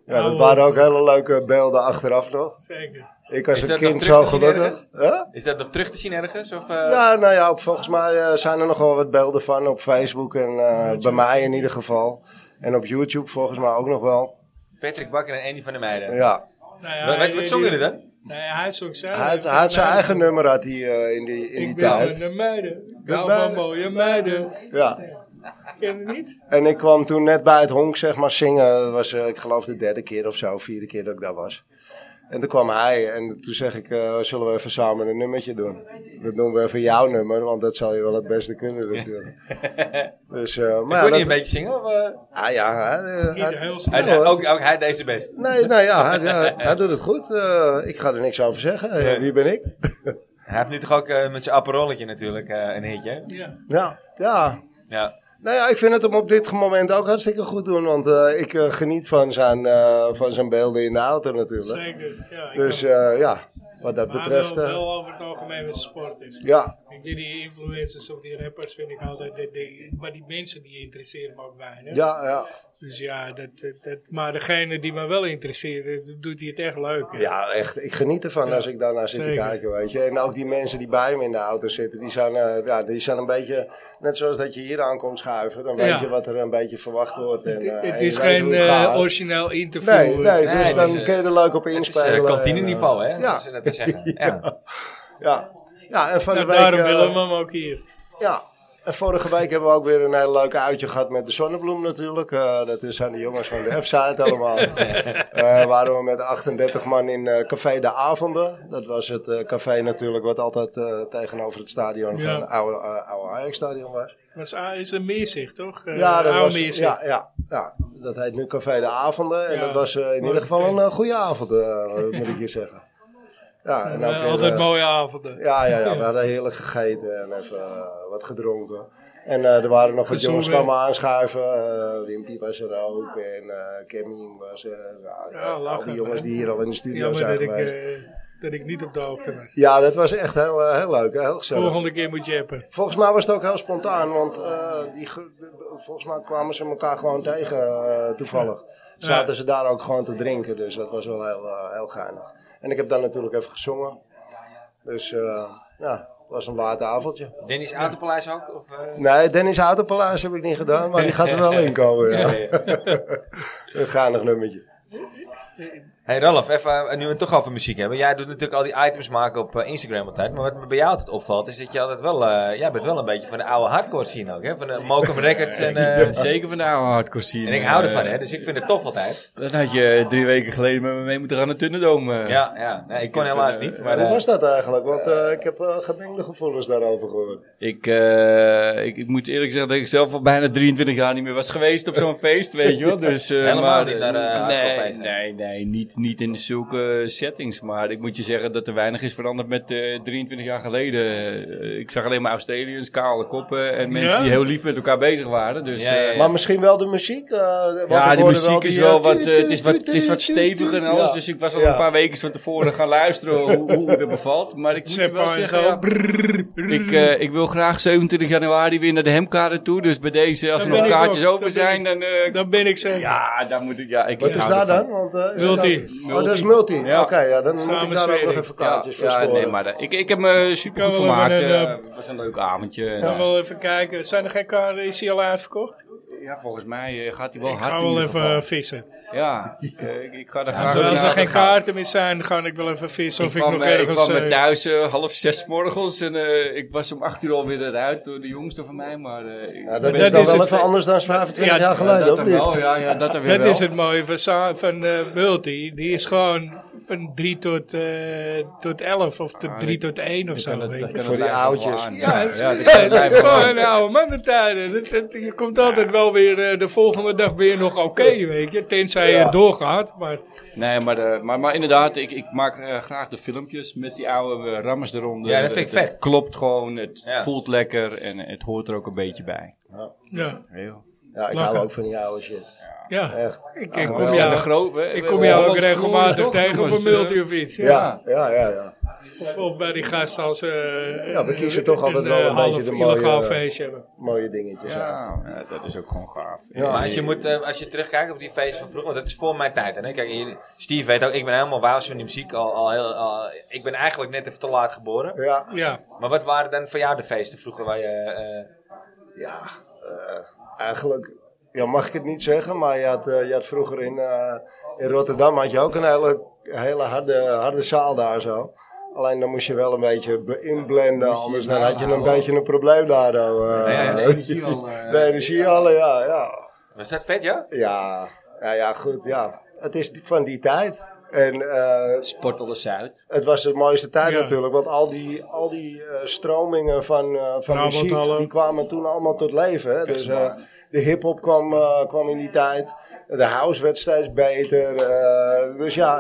Ja, dat waren ook hele leuke beelden achteraf nog. Zeker. Ik als een kind zo gelukkig. Is dat nog terug te zien ergens? Of, Ja, nou ja, volgens mij zijn er nog wel wat beelden van op Facebook. En bij mij in ieder geval. En op YouTube volgens mij ook nog wel. Patrick Bakker en Andy van der Meijden. Ja. Nou ja, wat zongen jullie dan? Nee, hij zong zijn. Hij had zijn eigen nummer had hij, in die tijd. Ik ben de meiden. Nou van mooie meiden. Ja. Ken je het niet? En ik kwam toen net bij het honk zeg maar zingen. Dat was ik geloof de 3e keer of zo, 4e keer dat ik daar was. En toen kwam hij en toen zeg ik, zullen we even samen een nummertje doen? Dat doen we even jouw nummer, want dat zal je wel het beste kunnen natuurlijk. Dus, maar kon hij een beetje zingen? Of, Ah ja, ook hij deed zijn best. Nee, nou ja, hij doet het goed. Ik ga er niks over zeggen. Wie ben ik? Hij heeft nu toch ook met zijn apparolletje natuurlijk een hitje? Ja. Nou ja, ik vind het hem op dit moment ook hartstikke goed doen. Want ik geniet van zijn beelden in de auto natuurlijk. Zeker, ja. Dus wat dat betreft... wel over het algemeen met sport is. Ja. Die influencers of die rappers vind ik altijd... maar die mensen die interesseren me ook weinig. Ja. Dus ja, maar degene die me wel interesseren, doet hij het echt leuk. Hè? Ja, echt. Ik geniet ervan als ik daarnaar zit te kijken, weet je. En ook die mensen die bij me in de auto zitten, die zijn een beetje... Net zoals dat je hier aankomt schuiven, dan weet je wat er een beetje verwacht wordt. Het is geen origineel interview. Nee, dus dan kun je er leuk op inspelen. Het is kantineniveau, hè? Ja. Dat te zeggen. Ja, en van de week... Daarom willen we hem ook hier. Ja. En vorige week hebben we ook weer een heel leuk uitje gehad met de Zonnebloem natuurlijk. Dat zijn de jongens van de F-site allemaal. Waren we met 38 man in Café de Avonden. Dat was het café natuurlijk wat altijd tegenover het stadion van het oude Ajax-stadion was. Dat is een Meerzicht, toch? Ja, dat was, ja, dat heet nu Café de Avonden. En dat was in ieder geval een goede avond, moet ik je zeggen. Ja, en ook altijd mooie avonden. Ja, we hadden heerlijk gegeten en even wat gedronken. En er waren nog wat jongens kwamen aanschuiven. Wimpy was er ook en Kemming was er. Al die jongens die hier al in de studio zijn geweest. Dat ik niet op de hoogte was. Ja, dat was echt heel leuk, heel gezellig. Volgende keer moet je hebben. Volgens mij was het ook heel spontaan, want volgens mij kwamen ze elkaar gewoon tegen toevallig. Zaten ze daar ook gewoon te drinken, dus dat was wel heel geinig. En ik heb dan natuurlijk even gezongen. Dus het was een laat avondje. Dennis Autopaleis ook? Of, Nee, Dennis Autopaleis heb ik niet gedaan, maar die gaat er wel in komen. Ja. Een geinig nummertje. Hey Ralf, even, nu we het toch over muziek hebben. Jij doet natuurlijk al die items maken op Instagram altijd. Maar wat me bij jou altijd opvalt, is dat je altijd wel... jij bent wel een beetje van de oude hardcore scene ook, hè? Van de Mokum Records en... Zeker van de oude hardcore scene. En ik hou ervan, hè? Dus ik vind het tof altijd. Dat had je 3 weken geleden met me mee moeten gaan naar Thunderdome. Ja. Nee, ik kon helaas niet. Maar, hoe was dat eigenlijk? Want ik heb gemengde gevoelens daarover gehoord. Ik moet eerlijk zeggen dat ik zelf al bijna 23 jaar niet meer was geweest op zo'n feest, weet je wel. Dus, helemaal niet naar hardcore feesten? Nee, niet in zulke settings. Maar ik moet je zeggen dat er weinig is veranderd met 23 jaar geleden. Ik zag alleen maar Australiërs, kale koppen en mensen die heel lief met elkaar bezig waren. Dus, maar misschien wel de muziek? Die muziek is wel wat, het is wat steviger en alles. Dus ik was al een paar weken van tevoren gaan luisteren hoe het bevalt. Maar ik moet je wel zeggen, ik wil graag 27 januari weer naar de Hemkade toe. Dus bij deze, als er nog kaartjes over zijn, dan ben ik zeker. Ja, daar moet ik... Wat is daar dan? Multi. Oh, dat is Multi. Ja. Oké, dan moet ik daar ook nog even kaartjes voor scoren. Nee, maar ik heb me super goed vermaakt. Het was een leuk avondje. Gaan we wel even kijken. Zijn er geen kaarten? Is die al uitverkocht? Ja, volgens mij gaat hij wel ik hard. Ik ga wel even vissen. Ja, ik ga er graag als er geen kaarten meer zijn, dan ga ik wel even vissen. Ik kwam met thuis 5:30 morgens en ik was om 8 uur alweer eruit door de jongste van mij. Maar, dat is dan wel even anders dan 25 jaar geleden, of niet? Dat is het mooie van Multi. Die is gewoon van 3 tot 11 of 3 tot 1 of zo. Voor die oudjes. Ja, het is gewoon een oude mannentijden. Je komt altijd wel weer de volgende dag weer nog oké, weet je. Tenzij je doorgaat. Maar... Nee, maar inderdaad, ik maak graag de filmpjes met die oude rammers eronder. Ja, dat vind ik vet. Het klopt gewoon, het voelt lekker en het hoort er ook een beetje bij. Ja, ik hou ook van die oude shit. Ja, echt. Ik kom jou ook regelmatig tegen op een Multi of iets. Ja. Of bij die gasten als we kiezen toch altijd wel een beetje de illegaal feestje hebben. Mooie dingetjes. Ja, dat is ook gewoon gaaf. Ja. Maar als je terugkijkt op die feesten van vroeger, want dat is voor mijn tijd. Hè? Kijk, Steve weet ook, ik ben helemaal wauw van die muziek. Ik ben eigenlijk net even te laat geboren. Ja. Maar wat waren dan voor jou de feesten vroeger waar je... Eigenlijk, mag ik het niet zeggen, maar je had vroeger in Rotterdam had je ook een hele harde zaal daar zo. Alleen dan moest je wel een beetje inblenden, anders dan had je een beetje een probleem daar. De energiehallen, ja. Was dat vet, ja? Ja, goed, ja. Het is van die tijd. En Sportel de Zuid. Het was de mooiste tijd natuurlijk, want al die stromingen van muziek, die kwamen toen allemaal tot leven. Hè? Dus de hip-hop kwam in die tijd. De house werd steeds beter. Dus ja,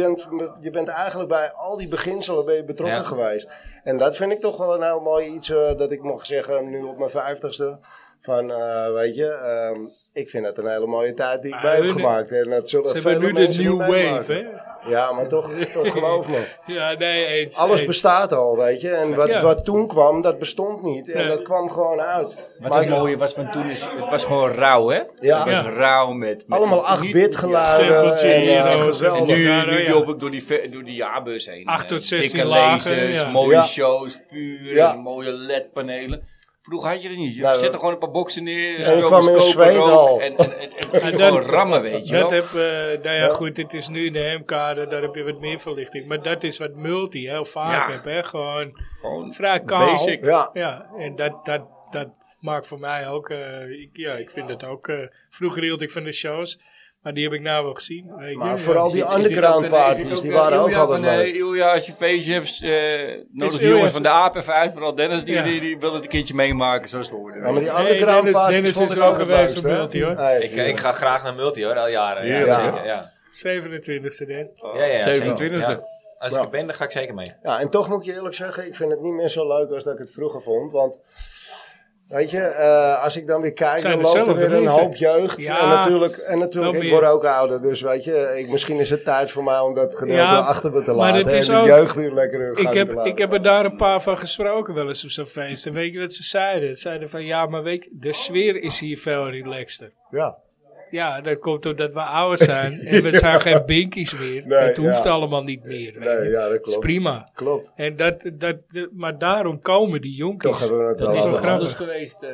je bent eigenlijk bij al die beginselen betrokken geweest. En dat vind ik toch wel een heel mooi iets dat ik mag zeggen nu op mijn 50ste. Van, weet je, ik vind het een hele mooie tijd die ik mee heb gemaakt. En dat zullen ze hebben nu de new wave, hè? Ja, maar toch geloof me. Ja, nee, eens. Alles bestaat al, weet je. En wat toen kwam, dat bestond niet. En dat kwam gewoon uit. Wat het mooie was van toen het was gewoon rauw, hè? Ja. Het was rauw met allemaal 8-bit geluiden. En nu loop ik door die jaarbus heen. 8 tot 16 dikke lagen. lasers, mooie shows, vuur, en mooie LED-panelen. Vroeger had je het niet. Je zette gewoon een paar boksen neer. En ik kwam in een zweethal. En gewoon rammen, weet je wel. Goed, dit is nu in de M-kade, daar heb je wat meer verlichting. Maar dat is wat Multi heel vaak heb, hè. Gewoon vrij kaal. Basic. Ja, en dat maakt voor mij ook, ik vind het ook, vroeger hield ik van de shows. Maar die heb ik nou wel gezien. Maar vooral die underground parties, die waren ook altijd leuk. Ilja, als je feestje hebt, nodig de jongens van de AAP even uit. Vooral Dennis, die wil het een keertje meemaken, zo is het hoorde. Ja, maar die underground parties vond ik ook geweest op Multi, hoor. Ik ga graag naar Multi, hoor, al jaren. Ja. 27e, hè? Ja, 27e. Ja. Als ik er ben, dan ga ik zeker mee. Ja, en toch moet ik je eerlijk zeggen, ik vind het niet meer zo leuk als dat ik het vroeger vond. Want... Weet je, als ik dan weer kijk, dan loopt er weer een hoop jeugd. Ja, en natuurlijk ik word ook ouder. Dus weet je, misschien is het tijd voor mij om dat gedeelte achter me te laten. En de jeugd weer lekker in gang te laten. Ik heb er daar een paar van gesproken wel eens op zo'n feest. En weet je wat ze zeiden? Ze zeiden van, maar weet je, de sfeer is hier veel relaxter. Ja. Ja, dat komt omdat we ouder zijn. En we zijn geen binkies meer. Het hoeft allemaal niet meer. Nee, ja, dat klopt. Dat is prima. Klopt. En maar daarom komen die jonkies. Toch hebben we het dat is wel grappig geweest.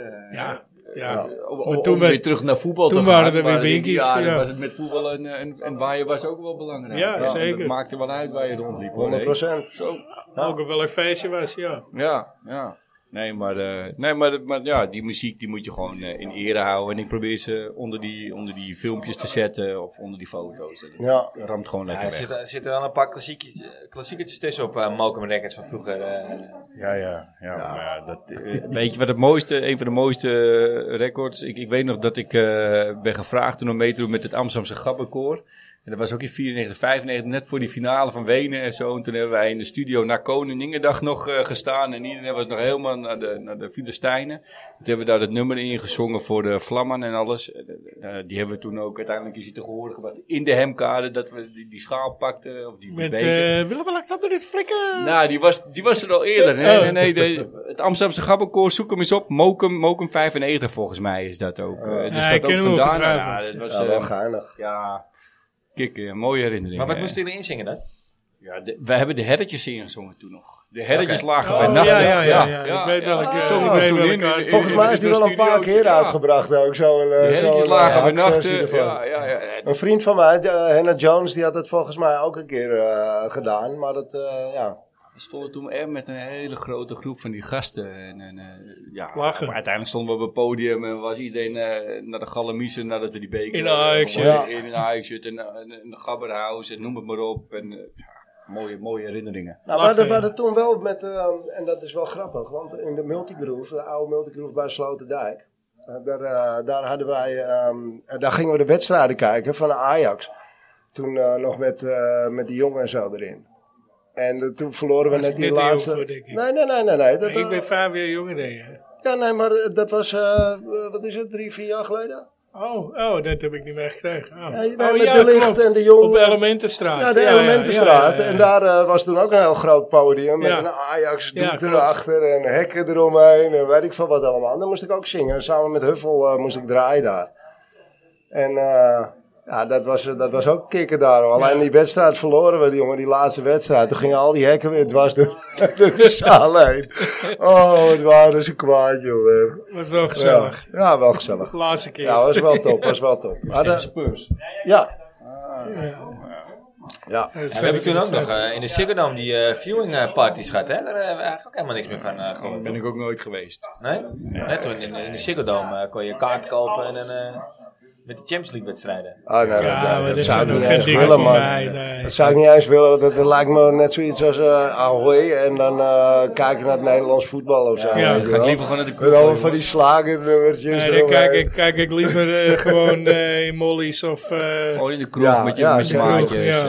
Om weer terug naar voetbal te gaan. Toen waren er weer binkies. Ja, was het met voetbal en waaien was ook wel belangrijk. Ja, zeker. Het maakte wel uit waar je rondliep. 100%. Zo. Ook op welk feestje was, Ja. Nee, maar ja, die muziek die moet je gewoon in ere houden. En ik probeer ze onder die filmpjes te zetten of onder die foto's. Ja. Dat ramt gewoon lekker weg. Er zitten wel een paar klassiekertjes tussen op Mokum Records van vroeger. Weet je wat een van de mooiste records? Ik weet nog dat ik ben gevraagd toen om mee te doen met het Amsterdamse Gabberkoor. En dat was ook in 94, 95, net voor die finale van Wenen en zo. En toen hebben wij in de studio naar Koninginnedag nog gestaan. En iedereen was nog helemaal naar de Filistijnen. Toen hebben we daar het nummer in gezongen voor de Vlammen en alles. Die hebben we toen ook uiteindelijk eens te horen gebracht. In de hemkade, dat we die schaal pakten. Of die met Willem-Alexander dit flikken. Nou, die was er al eerder. Nee, het Amsterdamse Gabberkoor, zoek hem eens op. Mokum 95 volgens mij is dat ook. Dus dat ook vandaan. Dat was wel geinig. Ja. Kijk, mooie herinneringen. Maar wat moesten jullie inzingen dan? Ja, we hebben de herretjes ingezongen toen nog. De herretjes lagen bij nacht. Ja. Ik weet welke. Volgens mij is die wel een paar keer uitgebracht ook. De herretjes lagen bij nacht. Een vriend van mij, Hannah Jones, die had het volgens mij ook een keer gedaan. Maar dat, We stonden toen met een hele grote groep van die gasten. Uiteindelijk stonden we op het podium en was iedereen naar de Galamiezen nadat we die beker... In de Ajax-shirt. In een Ajax-shirt en de Gabberhouse en noem het maar op. En mooie herinneringen. Nou, we hadden toen wel met, en dat is wel grappig, want in de Multigroove, de oude Multigroove bij Sloterdijk, daar hadden wij, daar gingen we de wedstrijden kijken van de Ajax. Toen nog met die jongen en zo erin. En toen verloren we net die laatste... Nee. Ik ben 5 jaar jonger dan je. Ja, nee, maar dat was, wat is het, 3-4 jaar geleden? Oh, dat heb ik niet meer gekregen. Oh. Met De Licht en de Jong. Op de Elementenstraat. Ja, de Elementenstraat. En daar was toen ook een heel groot podium met een Ajax-doek erachter en hekken eromheen en weet ik veel wat allemaal. Dan moest ik ook zingen. Samen met Huffel moest ik draaien daar. En dat was ook kicken daar. Alleen die wedstrijd verloren we, die jongen, die laatste wedstrijd. Toen gingen al die hekken weer dwars door de zaal heen. Oh, het waren ze kwaad, joh. Was wel gezellig. Ja, wel gezellig. Laatste keer. Ja, was wel top. Maar de Spurs. Ja. Ja, we hebben toen ook nog in de Ziggo Dome die viewing parties gehad, hè? Daar hebben we eigenlijk ook helemaal niks meer van gehoord. Daar ben ik ook nooit geweest. Nee? Ja, toen in de Ziggo Dome kon je kaart kopen en dan met de Champions League wedstrijden. Dat zou ik niet eens willen, man. Dat zou ik niet eens willen. Dat lijkt me net zoiets als Ahoy en dan kijken naar het Nederlands voetbal of zo. Ja, dan ga ik liever gewoon naar de kroeg. Met van die slagernummertjes. Nee, dan kijk ik liever gewoon in Molly's of... Gewoon in de kroeg met je maatjes.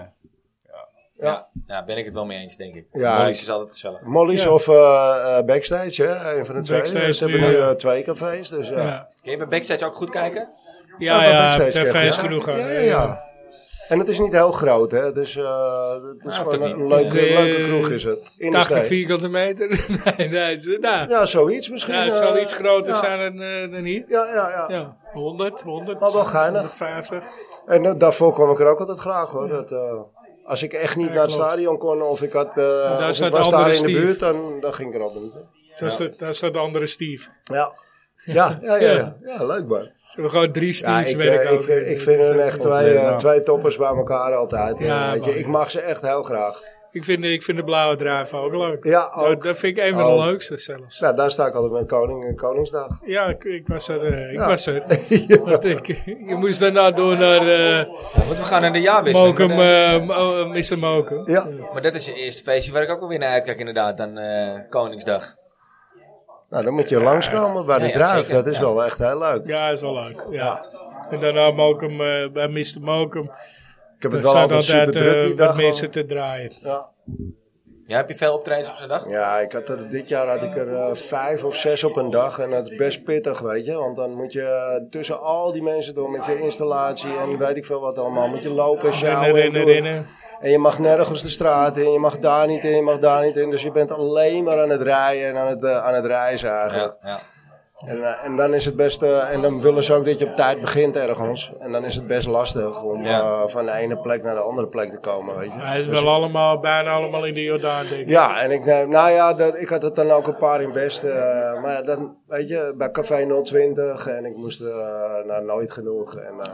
Ja, ben ik het wel mee eens, denk ik. Ja, Molly's is altijd gezellig. Molly's of Backstage, hè? Een van de twee. Ze hebben nu 2 cafés, dus ja. Kun je bij Backstage ook goed kijken? Ja, cafés genoeg. Ja. En het is niet heel groot, hè. Dus het is gewoon een leuke kroeg is het. 80 vierkante meter? nee. Ja, zoiets misschien. Ja, het zal iets groter zijn dan hier. Ja. 100. Maar wel geinig. 150. En daarvoor kwam ik er ook altijd graag, hoor. Als ik echt niet naar het stadion kon of ik had, was daar in de buurt, dan ging ik er altijd niet. Daar staat de andere Steve. Ja, leuk man. Ze hebben gewoon 3 Steves werken. Ik vind er echt twee toppers bij elkaar altijd. Ja, weet je, ik mag ze echt heel graag. Ik vind de blauwe druif ook leuk. Ja, ook. Dat vind ik een van de leukste zelfs. Ja, daar sta ik altijd met Koningsdag. Ja, ik was er. Want je moest daarna door naar... want we gaan naar de jaarwisseling. Mr. Mokum. Ja. Maar dat is je eerste feestje waar ik ook wel weer naar uitkijk inderdaad, dan Koningsdag. Nou, dan moet je langskomen bij de druif. Zeker. Dat is wel echt heel leuk. Ja, dat is wel leuk. Ja. En daarna Mokum, bij Mr. Mokum. Ik heb het wel altijd super druk die dag. Met mensen te draaien. Ja, heb je veel optredens op zo'n dag? Ja, dit jaar had ik er 5 of 6 op een dag. En dat is best pittig, weet je. Want dan moet je tussen al die mensen door met je installatie en weet ik veel wat allemaal. Moet je lopen en sjouwen. Rennen. En je mag nergens de straat in, je mag daar niet in, je mag daar niet in. Dus je bent alleen maar aan het rijden en aan het reizen eigenlijk. Ja. En dan is het best, en dan willen ze ook dat je op tijd begint ergens. En dan is het best lastig om van de ene plek naar de andere plek te komen, weet je. Hij is dus wel bijna allemaal in de Jordaan, denk ik. Ja, en ik had het dan ook een paar in best. Maar ja, dan, weet je, bij Café 020 en ik moest naar Nooit Genoeg.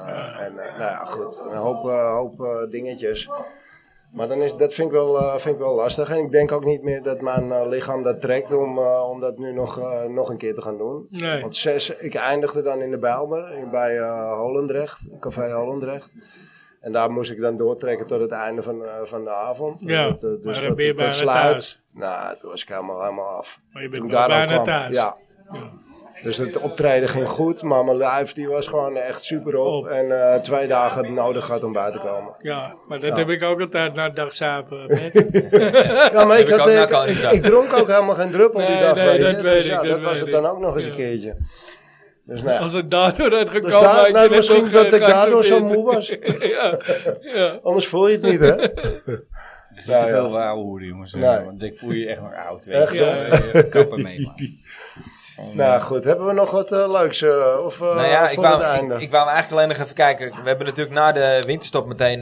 Goed, een hoop dingetjes. Maar dat vind ik wel lastig. En ik denk ook niet meer dat mijn lichaam dat trekt om dat nu nog een keer te gaan doen. Nee. Want ik eindigde dan in de Bijlmer, bij Holendrecht, Café Holendrecht. En daar moest ik dan doortrekken tot het einde van de avond. Ja, dus maar dan ben je bijna thuis. Nou, toen was ik helemaal af. Maar je bent bijna thuis. Ja. Dus het optreden ging goed, maar mijn lijf die was gewoon echt super op. En 2 dagen nodig had om buiten te komen. Ja, maar dat heb ik ook altijd na dagsapen. Ja, maar ik dronk ook helemaal geen druppel die dag. Dat was het dan ook nog eens een keertje. Dus, nou ja. Als het daardoor had gekomen... misschien dat ik daardoor zo moe was. Ja. Anders voel je het niet, hè? Niet te veel ouwe hoeren, jongens. Nee. Want ik voel je echt nog oud. Echt, je kappen mee, man. Nou goed, hebben we nog wat leuks voor het einde? Ik wou eigenlijk alleen nog even kijken. We hebben natuurlijk na de winterstop meteen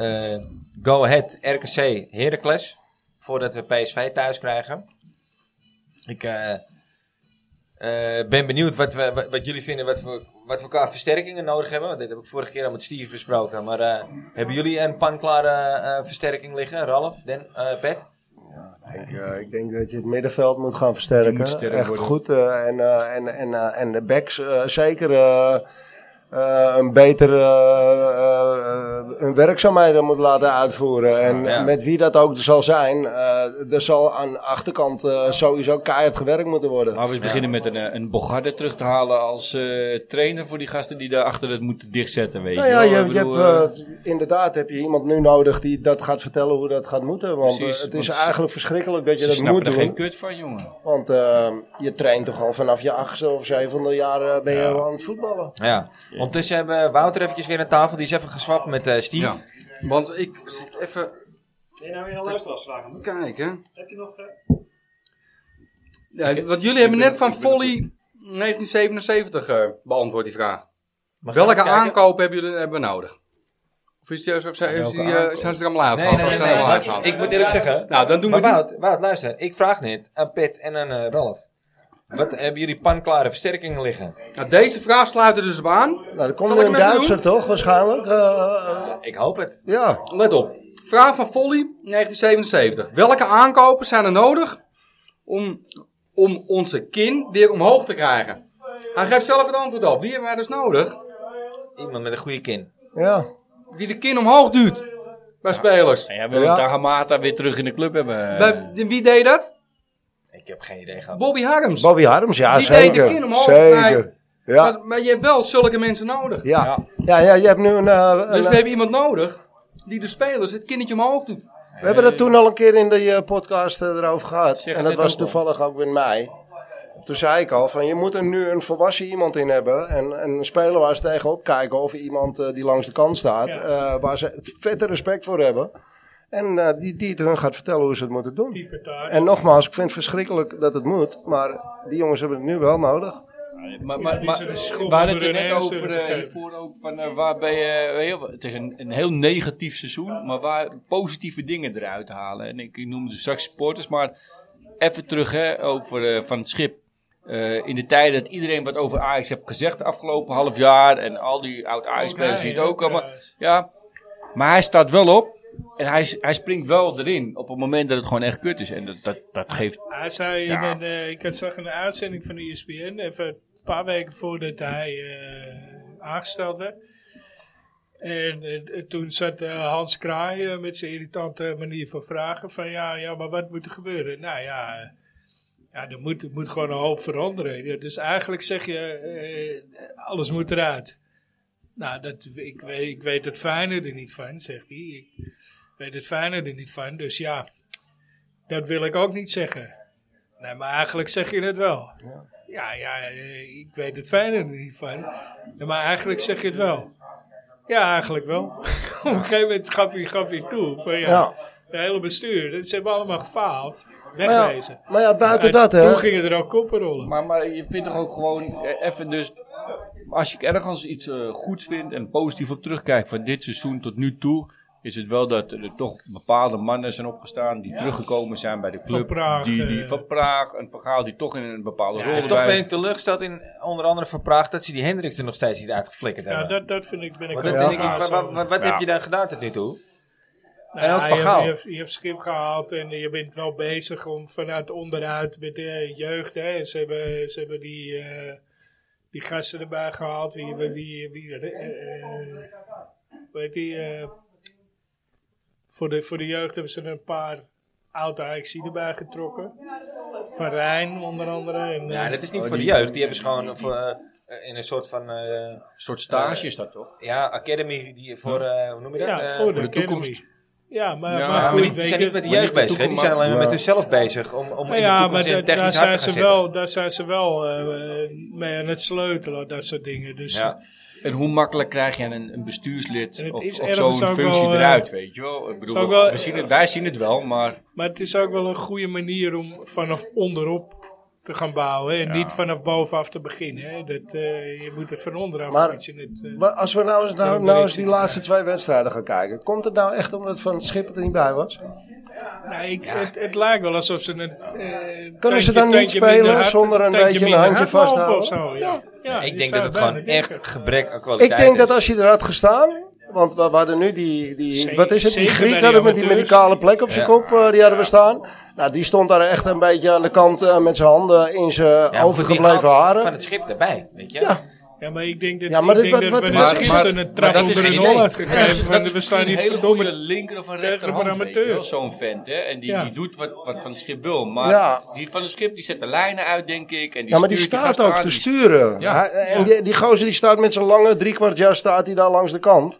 Go Ahead, RKC, Heracles. Voordat we PSV thuis krijgen. Ik ben benieuwd wat jullie vinden, wat we qua versterkingen nodig hebben. Want dit heb ik vorige keer al met Steve besproken. Maar hebben jullie een panklare versterking liggen? Ralf, Pet? Ja, ik denk dat je het middenveld moet gaan versterken. Echt worden. Goed. En de backs zeker een beter hun werkzaamheden moet laten uitvoeren. En met wie dat ook zal zijn, er zal aan de achterkant sowieso keihard gewerkt moeten worden. Laten we eens beginnen met een Bogarde terug te halen als trainer voor die gasten die daar achter het moeten dichtzetten. Weet Inderdaad heb je iemand nu nodig die dat gaat vertellen hoe dat gaat moeten. Want het is eigenlijk verschrikkelijk dat je dat moet doen. Ze snappen er geen kut van, jongen. Want je traint toch al vanaf je 8e of 7e jaar ben je al aan het voetballen. Ja. Ondertussen hebben Wouter eventjes weer aan tafel. Die is even geswapt met Steve. Ja. Want ik zit even... Kun je nou weer een luisteraarsvragen? Kijken. Heb je nog... Want jullie hebben net van Volley 1977 beantwoord die vraag. Welke aankopen hebben we nodig? Of zijn ze er allemaal uitgehaald? Nee. Ik moet eerlijk zeggen. Nou, dan doen we Wout, luister. Ik vraag net aan Pet en aan Ralf. Wat hebben jullie panklare versterkingen liggen? Nou, deze vraag sluit er dus op aan. Nou, dat komt weer een Duitser toch, waarschijnlijk? Ik hoop het. Ja. Let op. Vraag van Volley 1977. Welke aankopen zijn er nodig om onze kin weer omhoog te krijgen? Hij geeft zelf het antwoord op. Wie hebben wij dus nodig? Iemand met een goede kin. Ja. Die de kin omhoog duwt. Bij spelers. En jij wil Tahamata weer terug in de club hebben. Wie deed dat? Ik heb geen idee gehad. Bobby Harms. Bobby Harms, ja, die zeker. Die deed de kin omhoog. Zeker. Ja. Maar je hebt wel zulke mensen nodig. Ja, je hebt nu een... Dus we hebben iemand nodig die de spelers het kinnetje omhoog doet. We hebben dat toen al een keer in de podcast erover gehad. En dat was toevallig ook in mei. Toen zei ik al van je moet er nu een volwassen iemand in hebben. En een speler waar ze tegenop kijken of iemand die langs de kant staat. Waar ze vette respect voor hebben. En die het hun gaat vertellen hoe ze het moeten doen. En nogmaals, ik vind het verschrikkelijk dat het moet. Maar die jongens hebben het nu wel nodig. Maar we hadden het er net over, hiervoor ook, van waar ben je, het is een heel negatief seizoen, maar waar positieve dingen eruit halen. En ik noemde straks supporters, maar even terug over van het schip. In de tijd dat iedereen wat over Ajax heeft gezegd de afgelopen half jaar en al die oud-Ajax-spelers die het ook allemaal. Ja, maar hij staat wel op. En hij springt wel erin op het moment dat het gewoon echt kut is. En dat geeft... Hij zei, ik zag een uitzending van de ESPN, even een paar weken voordat hij aangesteld werd. En toen zat Hans Kraai met zijn irritante manier van vragen van ja, maar wat moet er gebeuren? Nou ja, er moet gewoon een hoop veranderen. Ja, dus eigenlijk zeg je, alles moet eruit. Nou, ik weet het Feyenoord er niet van, zegt hij. Ik weet het Feyenoord er niet van, dus ja, dat wil ik ook niet zeggen. Nee, maar eigenlijk zeg je het wel. Ja, ik weet het Feyenoord er niet van. Nee, maar eigenlijk zeg je het wel. Ja, eigenlijk wel. Op een gegeven moment gaf hij toe. Van de hele bestuur, ze hebben allemaal gefaald. Wegwezen. Maar ja, buiten dat hè. Toen gingen er ook koppen rollen. Maar je vindt toch ook gewoon even dus... Als je ergens iets goeds vindt en positief op terugkijkt van dit seizoen tot nu toe... Is het wel dat er toch bepaalde mannen zijn opgestaan die teruggekomen zijn bij de club. Van Praag. Die van Praag, een Vergaal die toch in een bepaalde rol erbij. Toch ben ik teleurgesteld in onder andere van Praag dat ze die Hendricks er nog steeds niet uitgeflikkerd hebben. Ja, dat vind ik, ben ik ook. Wat heb je dan gedaan tot nu toe? Je hebt schip gehaald en je bent wel bezig om vanuit onderuit met de jeugd. Hè. Ze hebben die gasten erbij gehaald. Wie weet die... Voor de jeugd hebben ze er een paar oude Ajaxie erbij getrokken. Van Rijn onder andere. En, dat is niet voor de jeugd. Die hebben ze gewoon in een soort van... een soort stage is dat toch? Ja, academy die voor... hoe noem je dat? Ja, voor de toekomst. Ja, maar die zijn niet met de jeugd bezig. Die zijn alleen maar met hunzelf bezig. Om in de toekomst in technisch hard te gaan zitten. Daar zijn ze wel mee aan het sleutelen. Dat soort dingen. Dus... Ja. En hoe makkelijk krijg je een bestuurslid of zo'n functie eruit, weet je wel? Ik bedoel, wij zien het wel, maar... Maar het is ook wel een goede manier om vanaf onderop te gaan bouwen. En niet vanaf bovenaf te beginnen. Hè. Je moet het van onderaf... Maar als we nou eens die laatste 2 wedstrijden gaan kijken. Komt het nou echt omdat Van Schipper er niet bij was? Nee, het lijkt wel alsof ze een... Kunnen ze dan niet spelen zonder een beetje een handje vasthouden? Ja, ik denk dat het gewoon echt gebrek aan kwaliteit is. Ik denk dat als je er had gestaan... Want we hadden nu wat is het? Die Griek hadden met die kale plek op zijn kop. Die hadden we staan. Nou, die stond daar echt een beetje aan de kant met zijn handen in zijn overgebleven haren. Van het schip erbij, weet je? Ja. Ja, maar ik denk dat Ja, maar ik dit- denk wat- dat wat- we gisteren een trap dat is onder het de nul idee. uitgegeven. Dat is We staan een niet hele verdomme goede linker of een tegen rechterhand, de weet je amateurs. wel, zo'n vent, hè. En die, Ja. die doet wat Van het Schip wil. Maar Ja. die Van het Schip, die zet de lijnen uit, denk ik. En die Ja, maar die stuurt staat gasten ook aan, te die- sturen. Ja. En die gozer die staat met zijn lange 3/4 jaar staat hij daar langs de kant.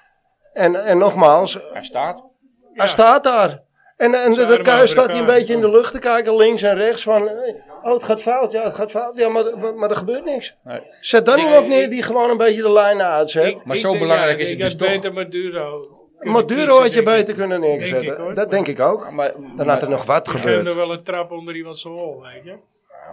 En nogmaals, Hij staat. hij staat daar. En Zijn de armen kuis over staat hij een elkaar. beetje in de lucht te kijken, links en rechts. Van, oh, het gaat fout. Ja, het gaat fout. Ja, maar er gebeurt niks. Nee. Zet dan Nee, iemand ik- neer die gewoon een beetje de lijnen uitzet. Maar zo belangrijk is het dus toch. beter Maduro. Maduro had je beter kunnen Denk ik, neerzetten. hoor. Dat denk ik ook. Maar, Dan had er nog wat Ik geef gebeurd. er wel een trap onder iemand zijn wol, weet je.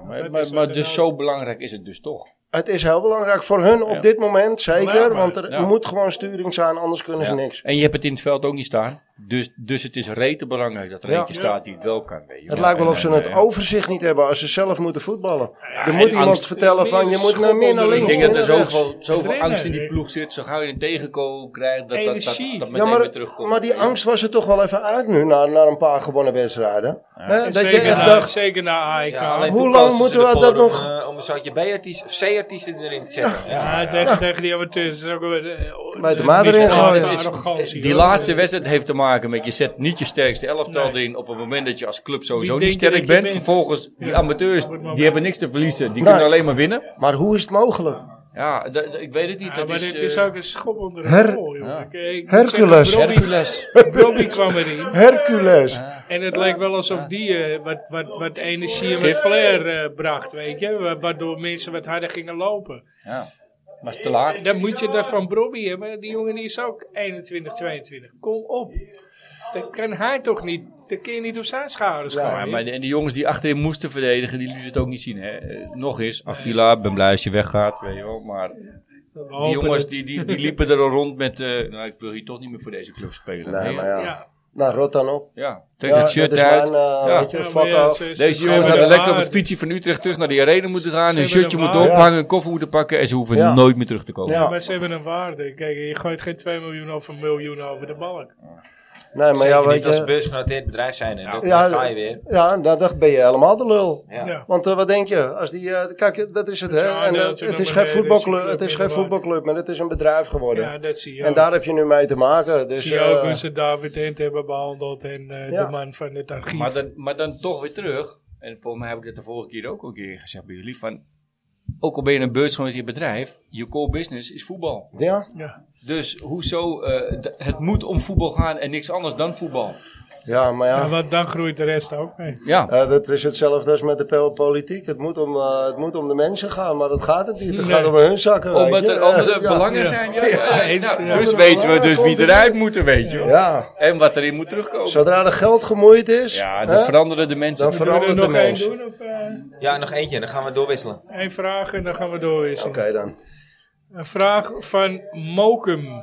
maar dus zo belangrijk is het dus toch. Het is heel belangrijk voor hun op Ja. dit moment, zeker. Blijkbaar. Want er Ja. moet gewoon sturing zijn, anders kunnen ze Ja. niks. En je hebt het in het veld ook niet staan. Dus het is rete belangrijk dat er Ja. eentje staat die het wel kan. Weet je Het wel. lijkt wel En, of ze en, het ja. overzicht niet hebben als ze zelf moeten voetballen. er moet en iemand angst. vertellen van je moet meer naar Ik links. denk dat er meer naar rechts. zoveel Rennen. angst in die ploeg zit. Zo gauw je een tegengoal krijgt, dat Energie. meteen Ja, weer terugkomt. maar die angst was er toch wel even uit nu, na een paar gewonnen wedstrijden. Hè, dat je Zeker echt na- dacht, Zeker na AEK. Ja, alleen Hoe toen lang kozen ze moeten we ervoor dat om, nog- om een soortje B-artiest of C-artiesten erin te zetten. Ja. Tegen die amateurs is ook wel... Bij de maat erin gooien. Arrogantie. Die hoor. laatste wedstrijd heeft te maken met je zet niet je sterkste elftal Nee. erin op het moment dat je als club sowieso Wie niet denk je sterk dat je bent. bent? Vervolgens, die Ja. amateurs, Wordt maar die hebben niks te verliezen. Die Nee. kunnen alleen maar winnen. maar hoe is het mogelijk? Ja, ik weet het niet. Ja, dat maar is, dit is ook een schop onder de Her- rol, joh. Ja. Ik moet Hercules. zeggen, Hercules. Robbie kwam erin. Hercules. En het leek wel alsof die wat energie en wat flair bracht, weet je. Waardoor mensen wat harder gingen lopen. Ja. Maar het is te laat. Dan moet je dat van Robbie hebben. Die jongen die is ook 21, 22. Kom op. Dat kan hij toch niet. Dat kun je niet op zijn schouders Ja, gooien. maar en die jongens die achterin moesten verdedigen, die lieten het ook niet zien. Hè. Nog eens, Avila, ik ben blij als je weggaat, weet je wel. Maar die jongens die liepen er al rond met, nou ik wil hier toch niet meer voor deze club spelen. Nee, maar ja. Ja. Nou, rot dan op. Ja, trek Ja, het shirt dat is uit. mijn, Ja. weet je, Ja, fuck maar ja, off. ze Deze jongens hebben hadden de lekker op het waarde. fietsje van Utrecht terug naar de arena moeten gaan. Ze Een hebben shirtje de moeten waarde. ophangen, een koffer moeten pakken en ze hoeven Ja. nooit meer terug te komen. Ja. Maar ze hebben een waarde. Kijk, je gooit geen 2 miljoen of 1 miljoen over de balk. Nee, maar Zeker ja, weet niet als ze je. beursgenoteerd bedrijf zijn. En Ja, dan ga je weer. Ja, dan ben je helemaal de lul. Ja. Ja. Want wat denk je? Als die, kijk, dat is het, hè? Ja, En, dat het is nog is een geen beetje voetbalclub, club het is geen inderdaad. voetbalclub, maar het is een bedrijf geworden. Ja, dat zie je En ook. daar heb je nu mee te maken. Dus, zie je ook hoe ze David Hent hebben behandeld en Ja. de man van het archief. Maar dan toch weer terug. En volgens mij heb ik dat de vorige keer ook al een keer gezegd bij jullie. Van, ook al ben je een beursgenoteerd bedrijf, je core business is voetbal. ja, Ja. Dus hoezo, het moet om voetbal gaan en niks anders dan voetbal. ja, maar Ja, ja. want dan groeit de rest ook mee. Ja, Dat is hetzelfde als met de politiek. Het moet om de mensen gaan, maar dat gaat het niet. Het Nee. gaat om hun zakken. omdat weet je. er Ja. belangen Ja. zijn. Ja, eens, nou, ja. dus weten we dus wie eruit moeten, weet je. Ja, En wat erin moet terugkomen. zodra er geld gemoeid is, Ja, hè, dan veranderen de mensen. dan Moeten we er verandert de nog één mens. doen? Of, Ja, nog eentje. Dan gaan we doorwisselen. één vraag en dan gaan we doorwisselen. Oké dan. Een vraag van Mokum.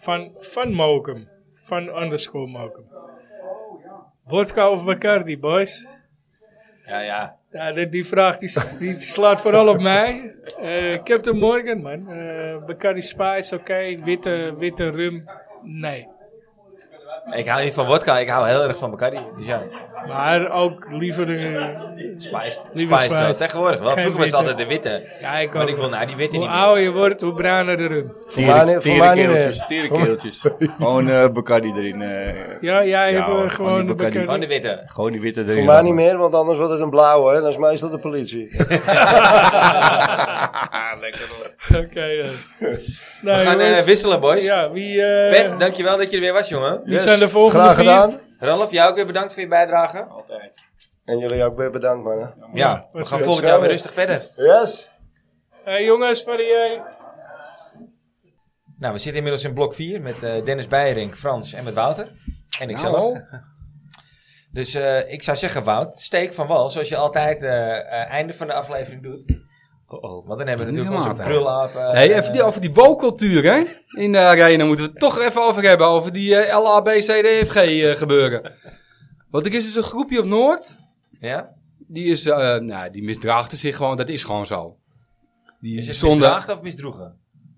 Van Mokum. Van _ Mokum. Vodka of Bacardi, boys? Ja. Ja, die vraag die slaat vooral op mij. Captain Morgan, man. Bacardi Spice, oké. Witte rum, nee. Ik hou niet van vodka. Ik hou heel erg van Bacardi. Dus ja, Maar ook liever... spiced. Liever Spiced wel. spiced. Tegenwoordig wel. Geen Vroeger was het witte. altijd de witte. Ja, ik Maar ook. ik wil nou die witte Hoe niet meer. ouder je wordt, hoe bruiner de rum. Voor mij niet meer. Terenkeeltjes. Gewoon Bacardi erin. Ja, jij Ja, hebt gewoon gewoon die de Bacardi. Gewoon de Bacardi. witte. Gewoon die witte erin. Voor mij niet meer, want anders wordt het een blauwe. Hè? Dat is meestal de politie. Lekker hoor. Oké dan. We Nou, gaan jongens, wisselen, boys. Ja, wie Pet, dankjewel dat je er weer was, jongen. wie zijn de volgende Graag 4? gedaan. Ralf, jou ook weer bedankt voor je bijdrage. Altijd. En jullie ook weer bedankt, man. Hè? Ja, we wat gaan is volgend het? jaar weer rustig verder. Yes. Jongens, van die... Nou, we zitten inmiddels in blok 4 met Dennis Beijering, Frans en met Wouter. En ikzelf. Nou. Dus ik zou zeggen, Wout, steek van wal, zoals je altijd einde van de aflevering doet. Want dan hebben we natuurlijk onze Niet brulaap. Nee, even over die woke-cultuur, hè? In de arena moeten we het toch even over hebben. Over die LABCDFG gebeuren. Want er is dus een groepje op Noord. Ja? Die is, die misdraagde zich gewoon. Dat is gewoon zo. Die Is het stonden- misdraagd of misdroegen?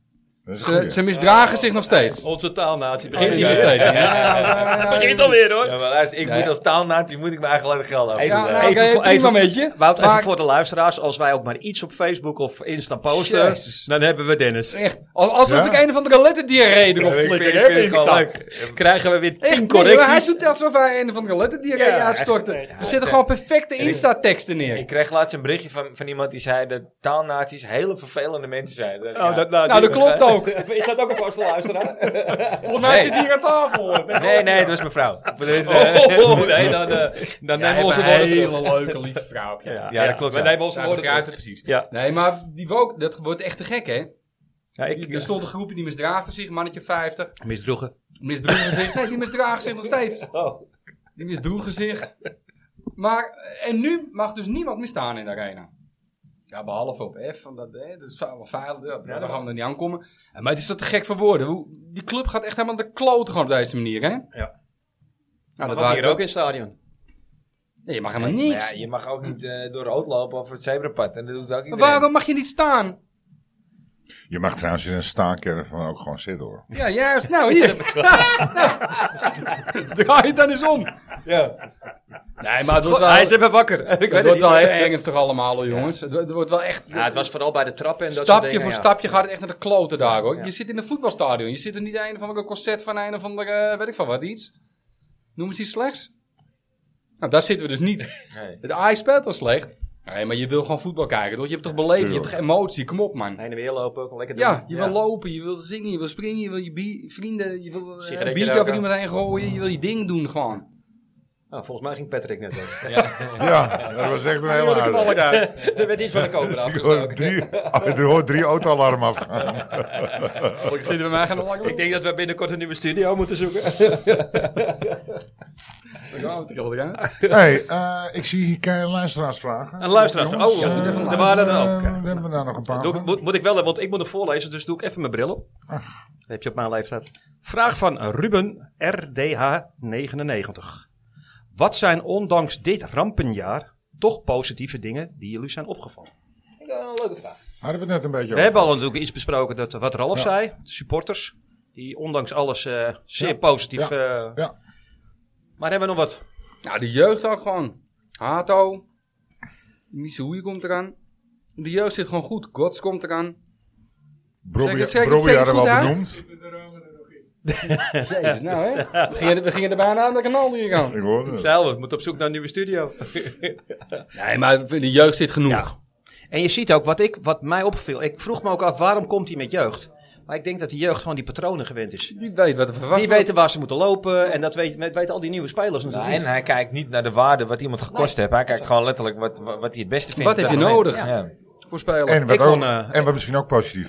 Ze misdragen zich nog steeds. Onze taalnatie Begint begint hier hier. steeds. Het begint alweer hoor. Ja, maar luister, ik moet als taalnatie moet ik mijn eigen laten geld af. Prima met je. Wout, even voor de luisteraars. Als wij ook maar iets op Facebook of Insta posten, dan hebben we Dennis. Echt. Alsof ik een of andere letterdiarree erop flikker. Krijgen we weer 10 Hij correcties. doet alsof hij een of andere letterdiarree uitstorten. Er zitten gewoon perfecte Insta-teksten neer. Ik kreeg laatst een berichtje van iemand die zei dat taalnaties hele vervelende mensen zijn. Dat klopt ook. Is dat ook een vaste luisteraar? Volgens mij zit hier aan tafel. Nee, het was mijn vrouw. Nee, dan nemen we onze een woorden hele terug. leuke, lieve vrouw. Ja, dat klopt. We nemen onze woorden terug. Precies. Ja. Nee, maar die woke, dat wordt echt te gek, hè? Ja, Er stond een groepje die misdraagde zich, mannetje 50. Misdroegen. Misdroegen zich. Nee, die misdragen zich nog steeds. Die misdroegen zich. Maar, en nu mag dus niemand meer staan in de arena. Ja, behalve op F, want dat is wel veilig, daar gaan we er niet aankomen. Maar het is toch te gek voor woorden. Die club gaat echt helemaal de kloten gewoon op deze manier, hè? Ja. Nou, Dat waren hier ook in het stadion. Nee, je mag helemaal niks. Ja, je mag ook niet door rood lopen of het zebrapad. En dat doet ook Maar iedereen. waarom mag je niet staan? Je mag trouwens in een staancaravan ook gewoon zitten hoor. Ja, juist. Nou, hier. Draai het dan eens om. Ja. Nee, maar het wordt wel... Hij is even wakker. Het wordt wel heel ernstig allemaal, hoor, jongens. Het wordt wel echt... Ja, het was vooral bij de trappen en dat soort Stapje dingen. voor stapje gaat het echt naar de kloten daar, hoor. Je zit in een voetbalstadion. Je zit er niet in een van een concert van een of andere, weet ik van wat, iets. Noem eens iets slechts. Nou, daar zitten we dus niet. Nee. De AI speelt wel slecht. Nee, maar je wil gewoon voetbal kijken, toch? Je hebt toch beleefd, je hebt toch emotie, kom op, man. Heen en weer lopen, ook lekker doen. Ja, je wil lopen, je wil zingen, je wil springen, je wil je vrienden, je wil Sigaretje een biertje roken. over iemand heen gooien, je wil je ding doen gewoon. Nou, volgens mij ging Patrick net ook. Ja, dat was echt een hele aardige. Er werd iets van de koper afgestoken. Er hoort 3 auto-alarmen afgaan. Ik zit bij mij gaan lang. Ik denk dat we binnenkort een nieuwe studio moeten zoeken. Hey, ik zie hier luisteraarsvragen. Een luisteraarsvraag. Oh, Jongens, er waren er ook. Dan hebben we daar nog een paar. Moet ik wel, want ik moet hem voorlezen, dus doe ik even mijn bril op. Dan heb je op mijn leeftijd. Vraag van Ruben RDH99. Wat zijn ondanks dit rampenjaar toch positieve dingen die jullie zijn opgevallen? Een leuke vraag. Hadden we het net een beetje We over. hebben al natuurlijk iets besproken, dat, wat Ralf zei. De supporters, die ondanks alles zeer positief... Ja. Maar hebben we nog wat? Nou, de jeugd ook gewoon. Hato. Missouri komt eraan. De jeugd zit gewoon goed. Gods komt eraan. Brobbey Zeg hadden we goed al uit? benoemd. Jezus, nou hè. We gingen er bijna aan de kanaal hier gaan. Ik hoorde het. Zelf, we moeten op zoek naar een nieuwe studio. Nee, maar de jeugd zit genoeg. Ja. En je ziet ook wat mij opviel. Ik vroeg me ook af, waarom komt hij met jeugd? Maar ik denk dat de jeugd gewoon die patronen gewend is. Die weet wat er verwacht Die weten waar ze moeten lopen. En dat weten al die nieuwe spelers natuurlijk En niet. hij kijkt niet naar de waarde wat iemand gekost heeft. Hij kijkt gewoon letterlijk wat hij het beste vindt. Wat heb je nodig? Ja. voor spelen. En wat misschien ook positief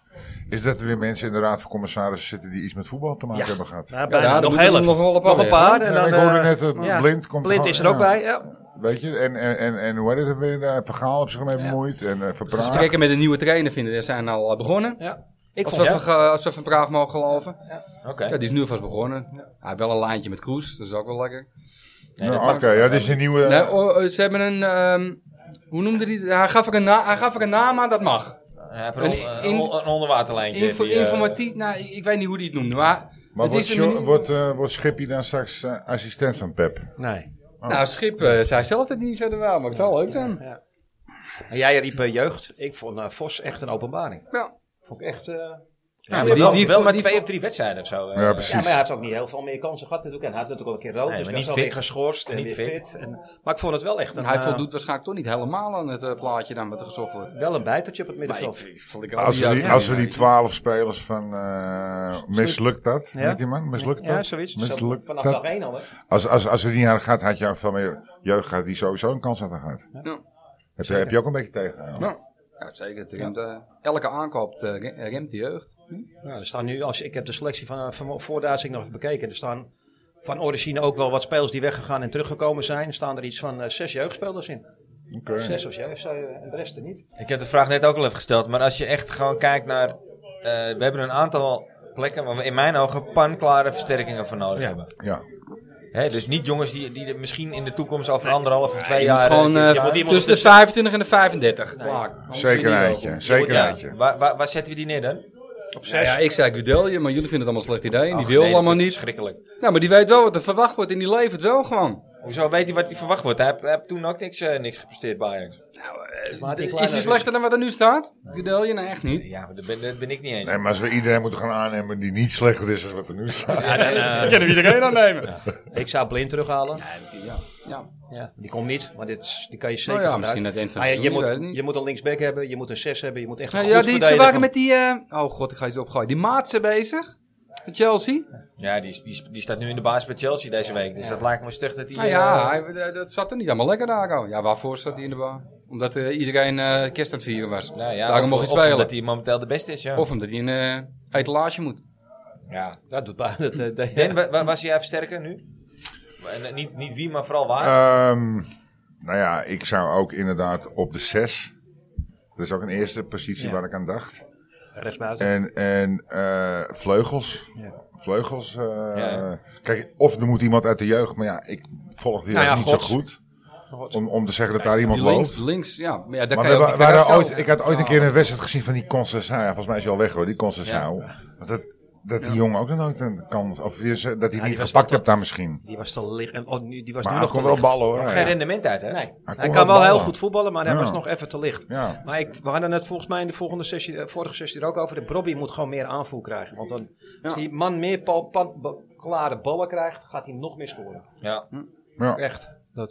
is dat er weer mensen in de raad van commissarissen zitten die iets met voetbal te maken hebben gehad. Ja, bijna. Nog moeten heel er even. nog een paar. En Ja, dan, ik hoorde net dat Blind komt. Blind is er ook bij, ja. Weet je, en hoe heet het weer? Vergaal heeft zich ermee bemoeid. En De Verpraag. gesprekken met een nieuwe trainer we zijn al begonnen. Ja. Ik Als vond we van Praag mogen geloven. Oké. Ja, die is nu vast begonnen. Hij heeft wel een lijntje met Kroes, dat is ook wel lekker. Oké, ja, dit is een nieuwe... Nee, ze hebben een, hoe noemde die? Hij gaf er een naam aan, dat mag. Hij heeft een onderwaterlijntje. Informatief, nou, ik weet niet hoe die het noemde, maar Maar het is een manier- wordt Schippy dan straks assistent van Pep? Nee. Nou, Schip zei zelf dat hij niet verder wel, maar het zal leuk zijn. Ja. En jij riep jeugd. Ik vond Vos echt een openbaring. Ja. Vond ik echt... Ja, maar wel met 2 of 3 wedstrijden of zo. Ja, precies. Ja, maar hij heeft ook niet heel veel meer kansen gehad natuurlijk. En hij had natuurlijk ook een keer rood, Nee, dus maar hij niet is alweer fit. geschorst en Niet weer fit. fit. Maar ik vond het wel echt een... Hij voldoet waarschijnlijk toch niet helemaal aan het plaatje dan wat er gezocht wordt. wel een bijtertje op het Maar middenveld. Als we die 12 spelers van... mislukt dat? Ja. Weet die man? Mislukt dat? Ja, zoiets. Mislukt Vanaf dat? dag 1 al, hè? Als we die hadden gehad, had je ook veel meer jeugd gehad die sowieso een kans hadden gehad. Ja. Heb je ook een beetje tegen? Ja, zeker. Het remt, elke aankoop remt de jeugd. Nou, er staan nu, ik heb de selectie van voor de uitzending nog even bekeken. Er staan van origine ook wel wat spelers die weggegaan en teruggekomen zijn. Er staan er iets van 6 jeugdspelers in. Oké. 6 of 7 en de rest er niet. Ik heb de vraag net ook al even gesteld. Maar als je echt gewoon kijkt naar... we hebben een aantal plekken waar we in mijn ogen panklare versterkingen voor nodig hebben. Ja. Hè, dus niet jongens die er misschien in de toekomst over 1,5 of 2 Je jaar... moet gewoon tussen de 25 en de 25. Klaar. Zekerheidje. Waar zetten we die neer dan? Op 6. Ja, ik zei Gudelje, maar jullie vinden het allemaal een slecht idee. En die wil allemaal niet. Verschrikkelijk. Nou, maar die weet wel wat er verwacht wordt en die levert wel gewoon. Hoezo weet hij wat hij verwacht wordt? Hij heeft toen ook niks gepresteerd bij Ajax. Is hij slechter dan wat er nu staat? Gudelje? Nee, echt niet. Ja, maar dat ben ik niet eens. Nee, maar als we iedereen moeten gaan aannemen die niet slechter is dan wat er nu staat. Dan kunnen we iedereen aannemen. Ja. Ik zou Blind terughalen. Ja. Ja, die komt niet, maar die kan je zeker Nou ja, misschien het eind van het seizoen, je moet een linksback hebben, je moet een 6 hebben, je moet echt een Ja, goed ze verdedigen. waren met die... oh god, ik ga iets opgooien. Die Maatsen bezig. Met Chelsea. Ja, die staat nu in de basis bij Chelsea deze week. Dus dat lijkt me stug dat hij... Nou ja, dat zat er niet allemaal lekker daar. Al. Ja, waarvoor zat hij in de baan? Omdat iedereen kerst aan het vieren was. Nou ja, daarom mocht hij spelen. Of omdat hij momenteel de beste is, ja. Of omdat hij een etalage moet. Ja. Dat doet Den, was hij even sterker nu? Niet wie, maar vooral waar? Nou ja, ik zou ook inderdaad op de 6. Dat is ook een eerste positie waar ik aan dacht. Rechtsbuiten. En vleugels. Ja. Vleugels. Kijk, of er moet iemand uit de jeugd. Maar ja, ik volg die niet zo goed. Om te zeggen dat daar iemand loopt. Links, ja. Maar ja, daar maar kan je ik had ooit een keer een wedstrijd gezien van die Conceição. Ja, volgens mij is hij al weg hoor, die Conceição. Ja. Dat die jongen ook nog nooit een kans... Of dat hij niet gepakt hebt daar misschien. Die was te licht. Die was maar nu hij nog kon te wel licht. ballen hoor. Geen rendement uit, hè? Nee. Hij kan wel heel goed voetballen, maar hij was nog even te licht. Ja. Maar we hadden het volgens mij in de vorige sessie er ook over. De Brobby moet gewoon meer aanvoer krijgen. Want dan als die man meer klare ballen krijgt, gaat hij nog meer scoren. Ja. Echt. Dat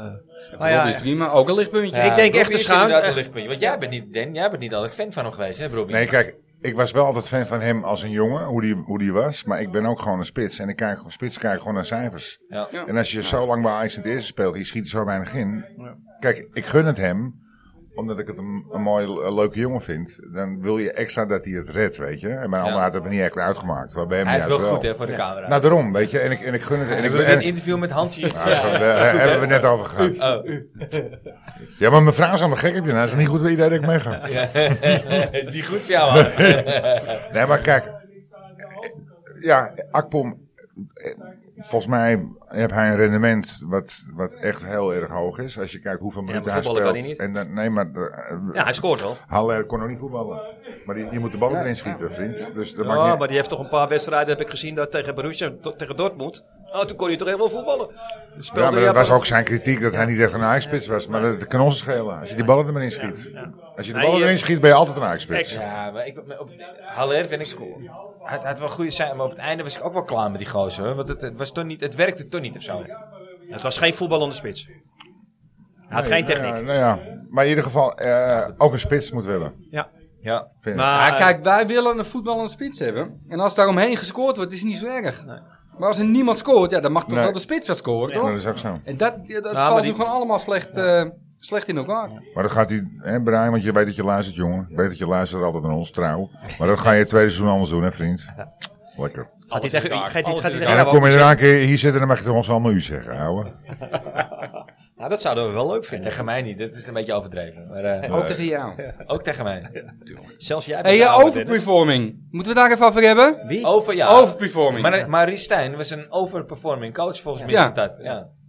is prima, ook een lichtpuntje. Ik denk echt te schuin. Een lichtpuntje. Want jij bent niet altijd fan van hem geweest, hè, Brobby? Nee, kijk, ik was wel altijd fan van hem als een jongen, hoe die was. Maar ik ben ook gewoon een spits. En ik kijk gewoon naar cijfers. Ja. En als je zo lang bij Ajax in het eerste speelt, je schiet er zo weinig in. Kijk, ik gun het hem, omdat ik het een mooie, leuke jongen vind. Dan wil je extra dat hij het redt, weet je. En bij anderen had het me niet echt uitgemaakt. Maar bij hem hij is wel juist goed, hè, voor de camera. Nou, daarom, weet je. En ik gun het. En een interview met Hansie. Daar hebben we net over gehad. Oh. Ja, maar mijn vrouw is allemaal gek op je. Nou, dat is niet goed bij idee dat ik meega. Die goed voor jou was. Nee, maar kijk. Ja, Akpom. Volgens mij heeft hij een rendement wat echt heel erg hoog is. Als je kijkt hoeveel minuten hij speelt. Kan hij niet. En hij scoort wel. Haller kon nog niet voetballen. Maar die moet de bal erin schieten, vriend. Dus dat maar die heeft toch een paar wedstrijden, heb ik gezien, dat tegen Borussia, tegen Dortmund. Oh, toen kon hij toch heel wel voetballen. Ja, maar dat was ook zijn kritiek, dat hij niet echt een Ajax-spits was. Maar dat kan ons schelen, als je die ballen er maar in schiet. Als je de ballen erin schiet, ben je altijd een Ajax-spits. Ja, maar Haller vind ik... Hij had wel goede zijn, maar op het einde was ik ook wel klaar met die gozer. Hoor. Want het werkte toch niet of zo. Het was geen voetballende spits. Hij had geen techniek. Maar in ieder geval, ook een spits moet willen. Ja. Maar kijk, wij willen een voetballende spits hebben. En als daar omheen gescoord wordt, is het niet zo erg. Nee. Maar als er niemand scoort, ja, dan mag toch wel de spits wat scoren, toch? Dat is ook zo. En dat valt nu gewoon allemaal slecht in elkaar. Maar dat gaat u, hè Brian, want je weet dat je luistert, jongen. Ik weet dat je luistert altijd naar ons, trouw. Maar dat ga je het tweede seizoen anders doen, hè, vriend. Lekker. En dan kom je eraan, hier zitten en dan mag je ons allemaal u zeggen, ouwe. Nou, dat zouden we wel leuk vinden. Tegen mij niet, dat is een beetje overdreven. Maar, ook tegen jou. Ook tegen mij. Zelfs jij. Hey, overperforming. Moeten we het daar even over hebben? Wie? Overperforming. Maar Ries Stijn was een overperforming coach volgens mij. Ja. Dat.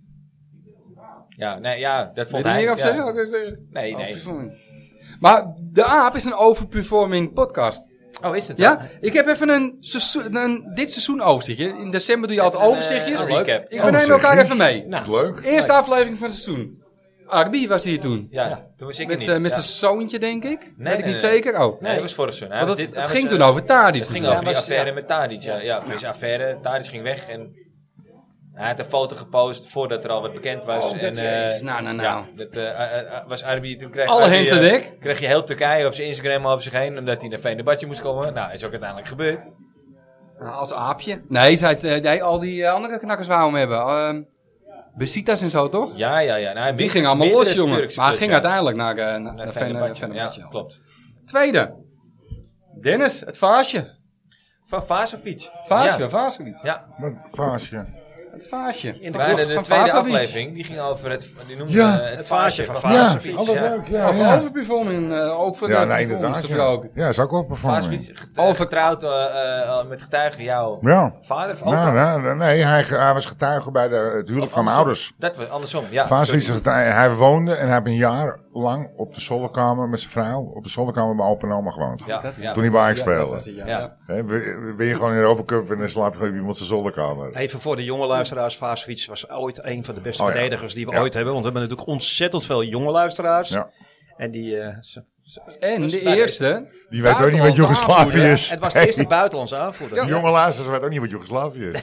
Ja, dat vond hij. Wil je er meer over zeggen? Nee. Maar de Aap is een overperforming podcast. Oh, is het zo? Ja, ik heb even dit seizoen overzichtje. In december doe je altijd overzichtjes. Recap. We nemen elkaar even mee. Leuk. Eerste aflevering van het seizoen. Arbi was hier toen. Ja, toen was ik met, niet. Met zijn zoontje, denk ik. Nee, weet ik niet zeker. Oh. Nee, dat was vorig seizoen. Het ging toen over Tadic. Het ging over die affaire met Tadic. Ja, deze affaire. Tadic ging weg en... Hij had een foto gepost voordat er al wat bekend was. Nou. Dat was Arbi. Toen kreeg alle hens aan dek. Kreeg je heel Turkije op zijn Instagram over zich heen. Omdat hij naar Fenerbahce moest komen. Nou, is ook uiteindelijk gebeurd. Als aapje. Nee, al die andere knakkers wou hem hebben. Besiktas en zo, toch? Ja. Nou, die ging allemaal los, jongen. Maar hij ging uiteindelijk naar Fenerbahce. Ja, klopt. Tweede. Dennis, het vaasje. Van Vazovic. Vazovic. Ja. Wat vaasje? Het vaasje. De tweede aflevering, die ging over het vaasje van Vazovic. Ja, altijd leuk. Over overperforming, over de performance gesproken. Ja, is ook wel performing. Overtrouwd met getuigen jouw vader of opa? Nee, hij was getuige bij het huwelijk van mijn ouders. Dat was andersom, ja. Vazovic, hij woonde en hij heeft een jaar lang op de zolderkamer met zijn vrouw. Op de zolderkamer bij opa en oma gewoond. Ja. Toen hij bij Ajax speelde. Ja. Ben je gewoon in de Europa Cup en dan slaap je gewoon op iemand zijn zolderkamer. Even voor de jonge luisteraars. Vasovic was ooit een van de beste verdedigers die we ooit hebben. Want we hebben natuurlijk ontzettend veel jonge luisteraars. Ja. En die... En de eerste... Die weet ook niet wat Joegoslavië is. Het was de eerste buitenlandse aanvoerder. De jonge luisteraars weet ook niet wat Joegoslavië is.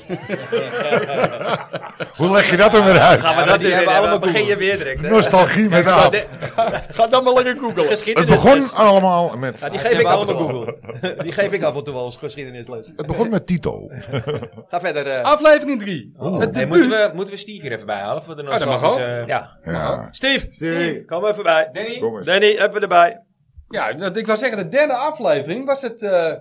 Hoe leg je dat dan weer uit? Gaan we dat hebben allemaal begin je weer direct. Hè? Nostalgie met af. Ga dan maar lekker googlen. Het begon allemaal met... Die geef ik af en toe. Die geef ik af en toe wel als geschiedenisles. Het begon met Tito. Ga verder. Aflevering 3. Moeten we Steve hier even bijhalen? Voor de dat mag ook. Ja. Steve, kom even bij. Danny? Danny, even erbij. Ja, ik wou zeggen, de derde aflevering was het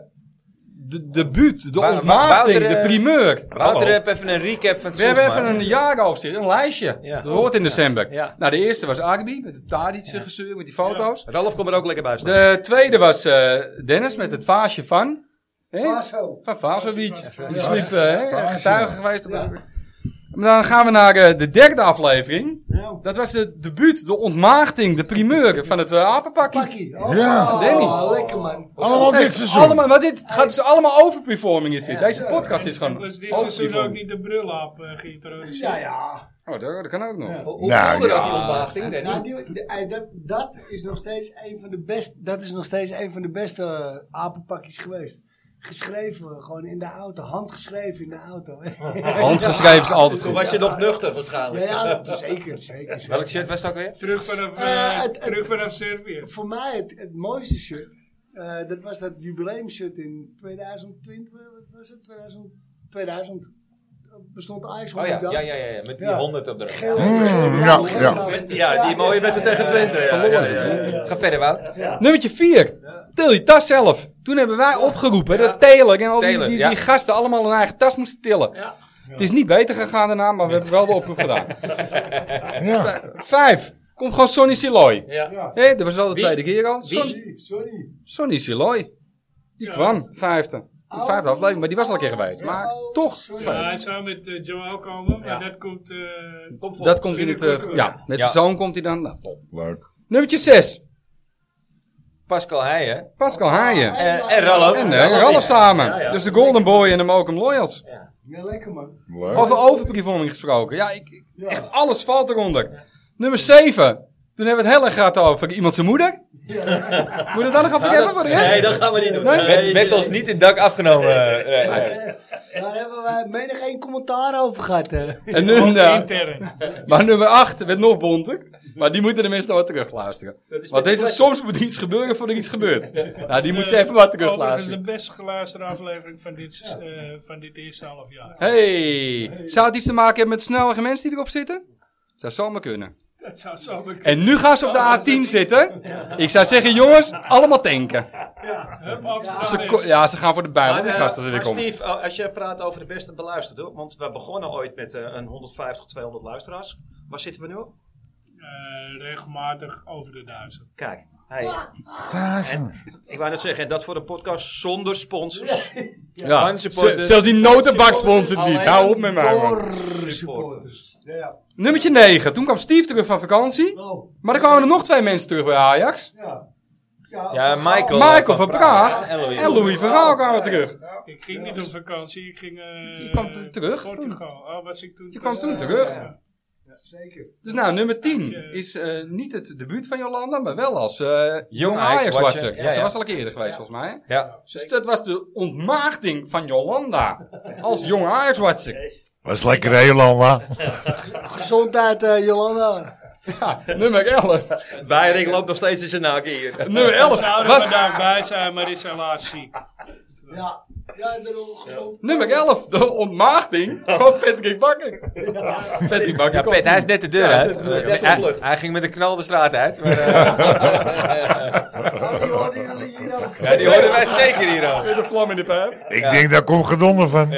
de debuut, de ontmaagding, de primeur. Wouter, heb even een recap van het We hebben even een jaaroverzicht, een lijstje. Ja. Dat hoort in december. Ja. Nou, de eerste was Arby, met de Tadic gezeur, met die foto's. Ralf komt er ook lekker bij staan. De tweede was Dennis, met het vaasje van... Vaso. Van Vasovic. Die sliep getuige geweest. Maar dan gaan we naar de derde aflevering. Ja. Dat was de debuut, de ontmaagding, de primeur van het apenpakkie. Pakkie. Ja. Danny. Lekker man. Allemaal dit seizoen. Allemaal, maar dit gaat dus allemaal overperforming is dit. Deze podcast is gewoon Was dit seizoen ook overperforming. niet de brulaap geïntroduceerd? Ja. Oh, dat kan ook nog. Hoe Nou, voelde dat ja. die ontmaagding, Danny? Nou, dat is nog steeds een van de beste. Dat is nog steeds een van de beste apenpakjes geweest. Geschreven, gewoon in de auto. Handgeschreven in de auto. Handgeschreven is altijd Toen goed. was je nog nuchter waarschijnlijk. Ja, zeker. Welk shirt was het ook weer? Terug vanaf Servië. Voor mij het mooiste shirt. Dat was dat jubileumshirt in 2020. Wat was het? 2000. Bestond Ajax Oh ja, 100 ja, jaar. met die Ja. 100 op de rug. Geel. Ja, die mooie wedstrijd tegen Twente. Ja. Ga verder, Wout. Nummertje 4. Til je tas zelf. Toen hebben wij opgeroepen dat Taylor en al Taylor, die ja. gasten allemaal hun eigen tas moesten tillen. Het is niet beter gegaan daarna, maar we hebben wel de oproep gedaan. Ja. 5. Komt gewoon Sonny Siloy. Ja. Dat was al de tweede keer al. Sorry. Sonny Siloy. Die kwam, vijfde. De vijfde aflevering, maar die was al een keer geweest. Maar toch. Ja, hij zou met Joel komen, maar dat komt... Dat komt in het... met zijn zoon komt hij dan. Nou, top. Leuk. Nummertje 6. Pascal Heijen. Pascal Haaien. En Ralf. En Ralf samen. Dus de Golden Boy en de Mokum Loyals. Ja, lekker man. Leuk. Over overperforming gesproken. Ja, echt alles valt eronder. Nummer 7. Toen hebben we het heel erg gehad over iemand zijn moeder. Moet je het dan nog over hebben voor de rest? Nee, dat gaan we niet doen. Werd ons niet in het dak afgenomen. Daar hebben wij menig één commentaar over gehad. En nu, intern. maar nummer 8 werd nog bonter. Maar die moeten de mensen nog wat terugluisteren. Want deze, soms moet iets gebeuren voordat er iets gebeurt. Nou, die moeten ze even wat Overigens terugluisteren. de best geluisterde aflevering van dit eerste half jaar. Hey, zou het iets te maken hebben met snelere mensen die erop zitten? Zou zomaar kunnen. Dat zou zo bekend. En nu gaan ze op de A10 zitten. Ik zou zeggen, jongens, allemaal tanken. Ze gaan voor de bijl, die gasten er weer Maar komen. Steve, als je praat over de beste beluisterde, want we begonnen ooit met een 150, 200 luisteraars. Waar zitten we nu op? Regelmatig over de 1000. Kijk, en ik wou net zeggen, en dat voor een podcast zonder sponsors. Ja, zelfs die notenbak sponsort niet. Hou op met mij, man. Door supporters. Ja. Nummertje 9. Toen kwam Steve terug van vakantie. Oh. Maar dan kwamen er nog 2 mensen terug bij Ajax. Ja, Michael. Michael van Praag En Louis. en Louis van Gaal kwamen terug. Ik ging niet op vakantie, ik ging Je kwam terug. Portugal. Oh, was ik toen? Je kwam toen terug. Ja. Zeker. Dus nou, nummer 10 is niet het debuut van Jolanda, maar wel als jong Ajax-watcher. Ajax-watcher. Ja, Ze ja. was al een keer eerder geweest, volgens mij. Ja. Dus dat was de ontmaagding van Jolanda als jong Ajax-watcher. Was lekker hè, Jolanda? Gezondheid, Jolanda. Ja, nummer 11. Beiring loopt nog steeds in zijn naken hier. Nummer 11 Zouden was... we daarbij zijn, maar is helaas ziek. Ja, daarom gezond. Nummer 11, de ontmaagding van Patrick Bakker. Patrick Bakker Ja, komt Pet, hij is net de deur uit. net zo vlug. Hij ging met een knal de straat uit. Maar, Die hoorden jullie hier ook. ja, die hoorden wij zeker hier ook. met een vlam in de pijp. Ik denk, daar komt gedonder van.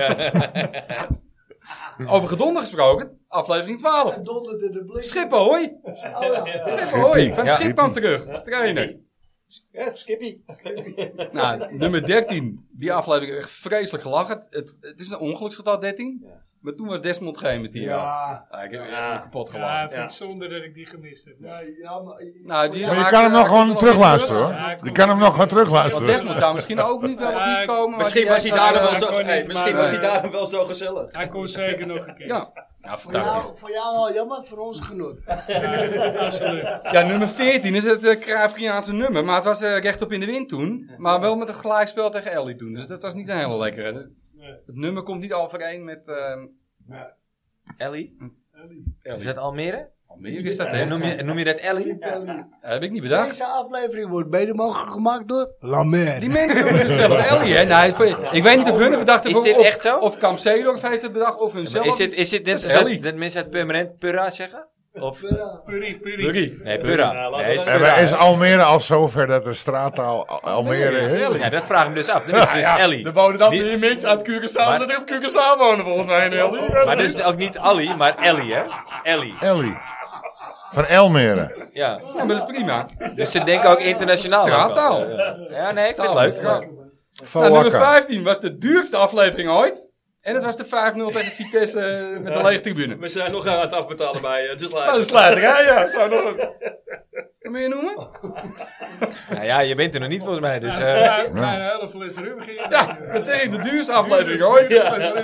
Over gedonder gesproken, aflevering 12. Donderde de blik. Schiphooi. Schiphooi, van Ja. Schip kwam terug als trainer. Ja, Skippy. Nou, nummer 13. Die aflevering echt vreselijk gelachen. Het is een ongeluksgetal 13. Maar toen was Desmond geen met die. Ja. Ik heb echt kapot Ja, gelachen. vind ik zonde dat ik die gemist heb. Nou, die Maar je kan hem nog gewoon terugluisteren hoor. Je kan hem nog gewoon Want terugluisteren. Desmond zou misschien ook niet wel of niet komen. maar Misschien die was hij heeft daarom wel, wel zo. kon niet, Hey, misschien maar, was hij daarom wel zo gezellig. Hij komt zeker nog een keer. Ja, fantastisch. Voor jou al jammer, voor ons genoeg. Absoluut. Ja, nummer 14 is het Cruyffiaanse nummer. Maar het was rechtop in de wind toen. Maar wel met het gelijkspel tegen Ellie toen. Dus dat was niet een hele lekkere. Het nummer komt niet overeen met... Ellie? Is dat Almere? Almere is dat, hè? Noem je dat Ellie? Heb ik niet bedacht. Deze aflevering wordt mede mogelijk gemaakt door Lamer. Die mensen noemen zichzelf Ellie, hè? Nee, ik weet niet of hun het bedacht hebben. Is dit echt zo? Of Kamp Zeedorf heeft het bedacht, of hun zelf. Is dit net Ellie. dat mensen uit Permanent Purra zeggen? Of Puri. Nee, Purra. Nee, is En Purra. is Almere al zover dat de straattaal Almere is? Ja, dat vraag ik me dus af. Dat is dus Ellie. Er wonen dan Niet- meer mensen uit Curaçao Maar- dat er op Curaçao wonen volgens mij in Ellie. Maar dus ook niet Ali, maar Ellie, hè? Ellie. Ellie. Van Elmere. Ja. Ja, maar dat is prima. Dus ze denken ook internationaal. Straattaal. ook wel. Ja, nee, ik vind het Taal, leuk. straat. maar- Nou, nummer Fawaka. 15 was de duurste aflevering ooit. En het was de 5-0 tegen Vitesse met de lege tribune. We zijn nog aan het afbetalen bij de Nou, de slijterij, ja. Zou nog een... Wat moet je noemen? Nou ja, je bent er nog niet volgens mij, dus... Bijna een hele fles rum ging. Ja, dat zeg ik, de duurste aflevering ooit.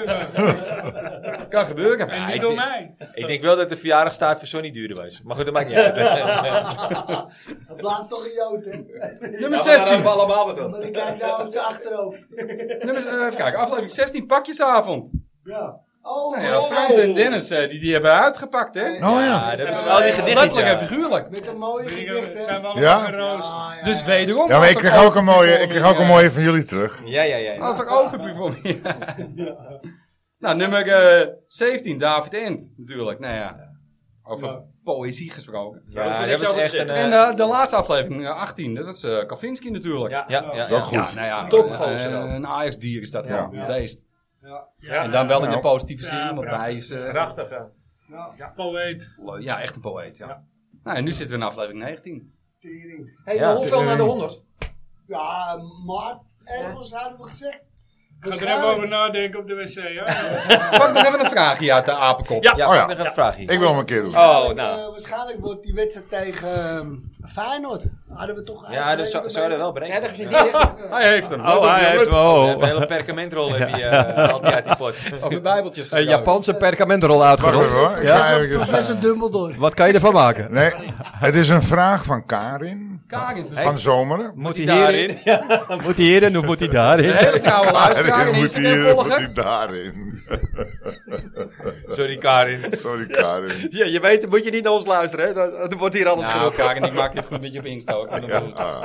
Kan gebeuren. En ik niet door denk- mij. Ik denk wel dat de verjaardag staat voor Sonny duurder was. Maar goed, dat maakt niet uit. Het blijft toch een jood, hè? Nummer Dat hebben 16. we allemaal bedoeld. Maar ik kijk nou op zijn achterhoofd. Even kijken, aflevering 16, pakjesavond. Ja. Oh, Nou ja, Frans en Dennis, die hebben uitgepakt, hè? Oh ja. Ja, dat is al die gedichtjes. Letterlijk en Ja. figuurlijk. Met een mooie gedicht, hè? Zijn we Ja? allemaal geroost. Dus wederom. Ja, maar ik kreeg ook een mooie van jullie terug. Ja. Over overview voor me. Nou, nummer 17, David Ent, natuurlijk. Nou ja, over poëzie gesproken. Ja, dat was echt een... En de laatste aflevering, 18, dat was Kavinski natuurlijk. Ja. ja. Wel goed. Ja, nou ja, Topgozer ook. een Ajax-dier is dat wel, Ja. beest. Ja. En dan wel in de Nou. positieve zin, Ja, want prachtig. hij is Prachtig, ja. Poëet. ja, echt een poëet, ja. Nou, en nu zitten we in aflevering 19. Tering. Hey, Ja. maar hoeveel naar de 100? Ja, maar ergens hadden we gezegd. Ga er even over nadenken op de wc, ja? Pak nog even een vraagje uit de apenkop. Ja, Oh ja. ik heb nog een vraagje. Ik wil hem een keer doen. Oh, nou. Waarschijnlijk wordt die wedstrijd tegen Feyenoord. Hadden we toch Ja, dat zou er wel brengen. Ergens in die richting. Hij heeft hem. Een hele perkamentrol heb je altijd uit die pot. Over bijbeltjes Een gesproken. Japanse perkamentrol Wacht uitgerold. even hoor. Ik Ja? ga even- Professor Dumbledore. Wat kan je ervan maken? Nee, het is een vraag van Karin Karin, van Zomeren. Moet hij Daarin. hierin? Moet hij hierin of moet hij daarin? een hele trouwe luisteraar en moet Instagram hij volgen. daarin. Sorry, Karin. Sorry Karin. Ja, je weet, moet je niet naar ons luisteren, hè? Dan wordt hier alles Nou, geroepen. Karin, ik maak dit goed met je op Insta ook. Ja.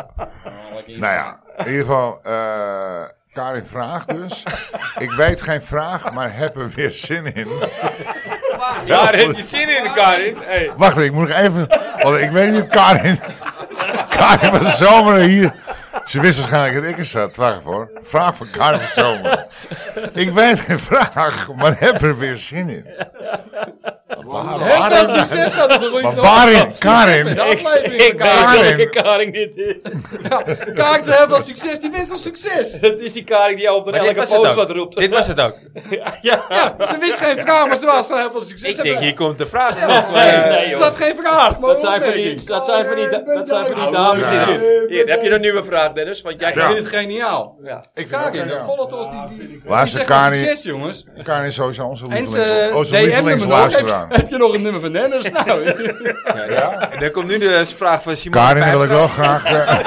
Nou ja, in ieder geval, Karin vraagt dus. Ik weet geen vraag, maar heb er weer zin in. Ja, daar heb je zin in, Karin. Hey. Wacht even, ik moet nog even. Want ik weet niet, Karin van Zomeren hier. Ze wist waarschijnlijk dat ik er zat. Wacht even hoor. Vraag van Karin van Zomeren. Ik weet geen vraag, maar heb er weer zin in. Heel veel succes dat het er Maar waarin, Karin? Ik Karin. weet welke Karing dit is. Karin, ze heel veel succes. Die wens al succes. Het is die Karing die op Maar dit elke was het post ook. wat roept. Dit was het ook. Ja, ze wist geen vraag, maar ze was van heel veel succes. Ik denk, hier komt de vraag nog. Nee, ze had geen vraag. Maar Dat zijn van die dames die erin. Hier, heb je een nieuwe vraag, Dennis? Want jij Ik vind het geniaal. Ik Karin, volgt ons die Luister, zegt wel Karin. succes, jongens. Karin is sowieso onze En ze onze DM me nog. lievelingsluisteraar. Heb je nog een nummer van Dennis? Nou, Ja. En dan komt nu de vraag van Simon. Karin wil ik wel graag.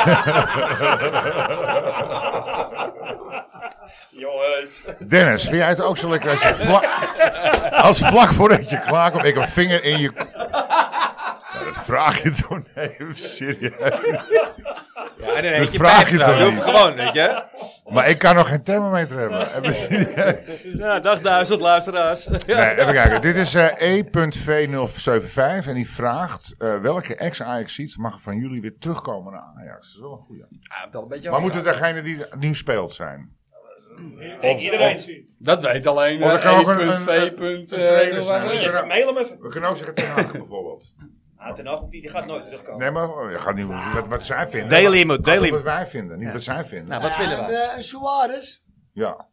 Jongens. Dennis, vind jij het ook zo lekker als vlak voordat je klaarkomt, ik een vinger in je. Nou, dat vraag je toch? Nee, serieus. Ja, en dan Dat heet je vraag je pijpstra. toch Doe niet? hem gewoon, weet je. Maar ik kan nog geen thermometer hebben. Heb je serieus? Ja, dag 1000 luisteraars. Nee, even kijken. Dit is E.V075 en die vraagt welke ex-Ajax-seats mag van jullie weer terugkomen naar Ajax? Dat is wel een goeie. dat een beetje Maar moet het degene die nu speelt zijn? Iedereen. Dat weet alleen Of er kan ook een E.V. trainer zijn. Mail hem even. We kunnen ook zeggen Ten Hag bijvoorbeeld. Nou, Ten Hag, die gaat nooit terugkomen. Nee, maar je gaat niet wat zij vinden. Deel hem, deel Wat hem. wij vinden, niet wat zij vinden. Nou, wat vinden wij? Suarez. Ja.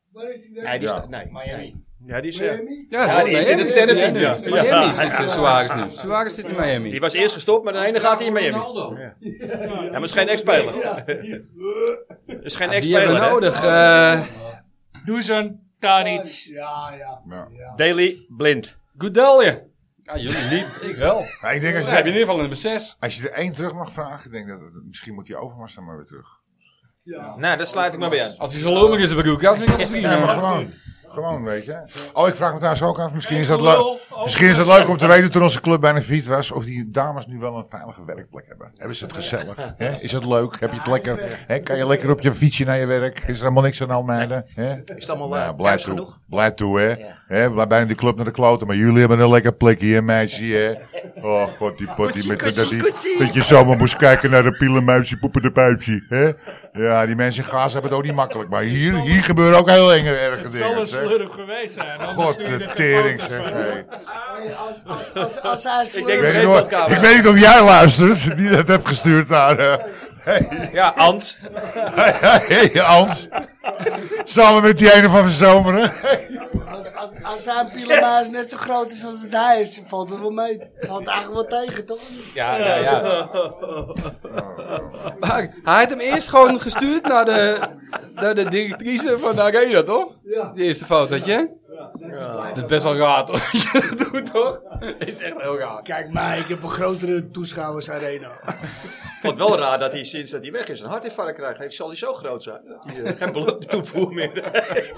Waar is die dan? Nee, die Ja. is... Nee, Miami. Ja, die is... Miami? Ja, die is in het zenderteam, ja. Miami zit Suarez nu. Suarez zit in Miami. Die was eerst gestopt, maar de ene gaat hij in Miami. Ja, maar het is geen ex-speler. Het is geen Die hebben we ex-speler, hè? nodig. Dusan Tadic. Ja. Daily Blind. Goedelje. Ja, jullie niet. Ik wel. Maar ik denk Dan heb je in ieder geval in de 6. als je er één terug mag vragen, ik denk dat misschien moet die Overmars dan maar weer terug. Nou, daar sluit ik maar bij aan. Als hij zo lomig is, broek. Ja, dan vind ik dat Ja, maar gewoon, weet je. Oh, ik vraag me trouwens ook af, misschien is dat leuk om te weten toen onze club bijna failliet was, of die dames nu wel een veilige werkplek hebben. Hebben ze het gezellig? Hè? Is het leuk? Heb je het lekker? Hè? Kan je lekker op je fietsje naar je werk? Is er helemaal niks aan de hand, meiden? Hè? Is het allemaal Nou, thuis toe. genoeg? Blijf toe, hè. Ja. Hè? Blijf bijna die club naar de kloten, maar jullie hebben een lekker plekje, hè, meisje, hè. Oh, god, die pottie met dat je zomaar moest kijken naar de pielenmuisje, poepende puipje, hè. Ja, die mensen in Gaza hebben het ook niet makkelijk, maar hier gebeuren ook heel erge Het zal dingen, een zeg. slurf geweest zijn. anders God, stuur je de er geen tering, foto's zeg. van. Hey. Als hij Ik denk Ik dat weet, geen niet, badkamer. ik weet niet of jij luistert, die dat hebt gestuurd naar... Ja, Ans. Hey, Ans. Samen met die ene van de zomer, hè. Als zijn pielenmuis net zo groot is als het hij is, valt het wel mee. Valt eigenlijk wel tegen, toch? Ja. Maar hij had hem eerst gewoon gestuurd naar de directrice van de Arena, toch? Ja. Die eerste fotootje. Dat is best wel raar, toch? Als je dat doet, toch? Dat is echt heel raar. Kijk maar, ik heb een grotere toeschouwersarena. Ik vond het wel raar dat hij sinds dat hij weg is een hartinfarct krijgt. Zal hij zo groot zijn dat hij geen bloedtoevoer meer heeft?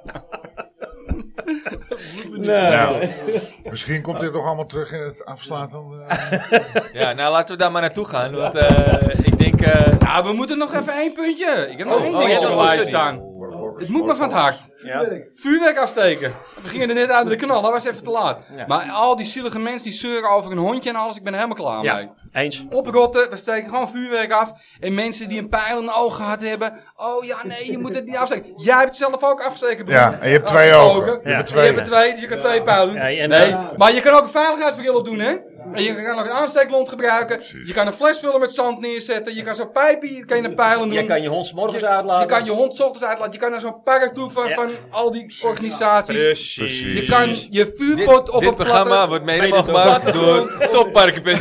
Nou, misschien komt dit nog allemaal terug in het afsluiten. Ja, nou laten we daar maar naartoe gaan. Want ik denk... Ja, we moeten nog even 1 puntje. Ik heb nog 1 ding ja, op de dat lijst was staan. Het moet me van het hart. Vuurwerk afsteken. We gingen er net uit met de knal, dat was even te laat. Ja. Maar al die zielige mensen die zeuren over een hondje en alles, ik ben er helemaal klaar mee. Ja, eens. Oprotten, we steken gewoon vuurwerk af. En mensen die een pijl in de oog gehad hebben. Oh ja, nee, je moet het niet afsteken. Jij hebt het zelf ook afgesteken, broer. Ja, en je hebt 2 Afgestoken. ogen. Je Ja. hebt En je hebt 2. er 2, dus je kan 2 pijlen doen. Ja, en, Nee, maar je kan ook een veiligheidsbril op doen, hè? En je kan ook een aansteeklont gebruiken. Precies. Je kan een fles vullen met zand neerzetten. Je kan zo'n pijpje, kan je naar pijlen doen. Je kan je hond 's morgens Je uitlaten. kan je hond 's ochtends uitlaten. Je kan naar zo'n park toe van al die organisaties. Precies. Je kan je vuurpot op dit een programma platte... wordt mede mogelijk gemaakt door topparken.nl.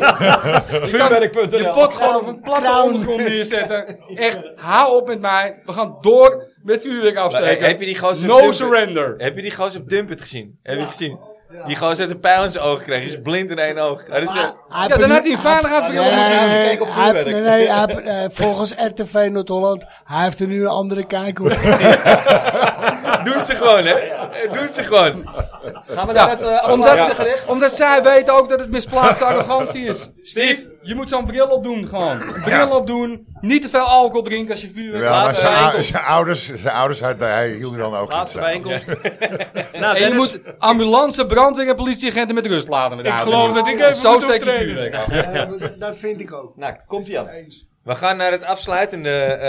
Je pot gewoon op een platte ondergrond neerzetten. Echt, hou op met mij. We gaan door met vuurwerk afsteken. Heb je die gozer No op Dumpet- surrender. Heb je die gozer op Dumpet gezien? Heb je gezien? Die gozer heeft een pijl in zijn ogen gekregen. Hij is blind in 1 oog. Dat is, Ja, dan had hij een veiligheidsbril op moeten doen. Kijk op vuurwerk. Volgens RTV Noord-Holland, hij heeft er nu een andere kijk op. doet ze gewoon, hè? Doet ze gewoon. Gaan we daar Ja, omdat zij weten ook dat het misplaatste arrogantie is. Steve, je moet zo'n bril opdoen gewoon. Een bril opdoen. Niet te veel alcohol drinken als je vuurwerk Ja, maar laat. zijn ouders hij hielden dan ook Laatste niet bijeenkomst. En je moet ambulance, brandweer en politieagenten met rust laten. Met de Ik auto. geloof dat ik even Zo moet steek je optreden. vuurwerk af. Dat vind ik ook. Nou, komt ie aan. We gaan naar het afsluitende...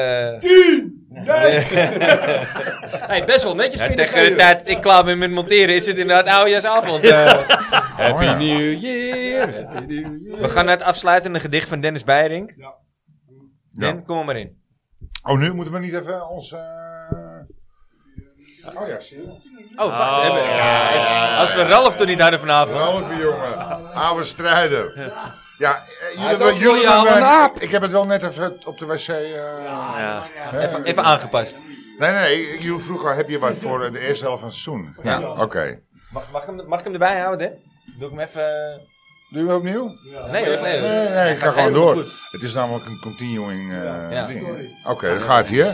Hey, best wel netjes Ja, binnen tegen de 2 uur. tijd dat ik klaar ben met monteren is het inderdaad oudejaarsavond. Happy ja. New Year. Happy New Year. We gaan naar het afsluitende gedicht van Dennis Beiring. Den, kom er maar in. Oh, nu moeten we niet even ons... Oh ja, zie je. Oh, wacht. Als we Ralf toch niet hadden vanavond. Ralfie, jongen. Oude strijder. Ja, is ook loyaal aan de aap. ik heb het wel net even op de wc... Even aangepast. Nee, jullie vroeger heb je wat voor de eerste helft van het seizoen. Ja. Oké. Mag ik hem erbij houden, Den? Doe ik hem even... Doe je hem opnieuw? Nee, hoor, nee. Nee, ik ga gewoon helemaal door. goed. Het is namelijk een continuing Ja. ding. Oké, dan gaat hij, hè.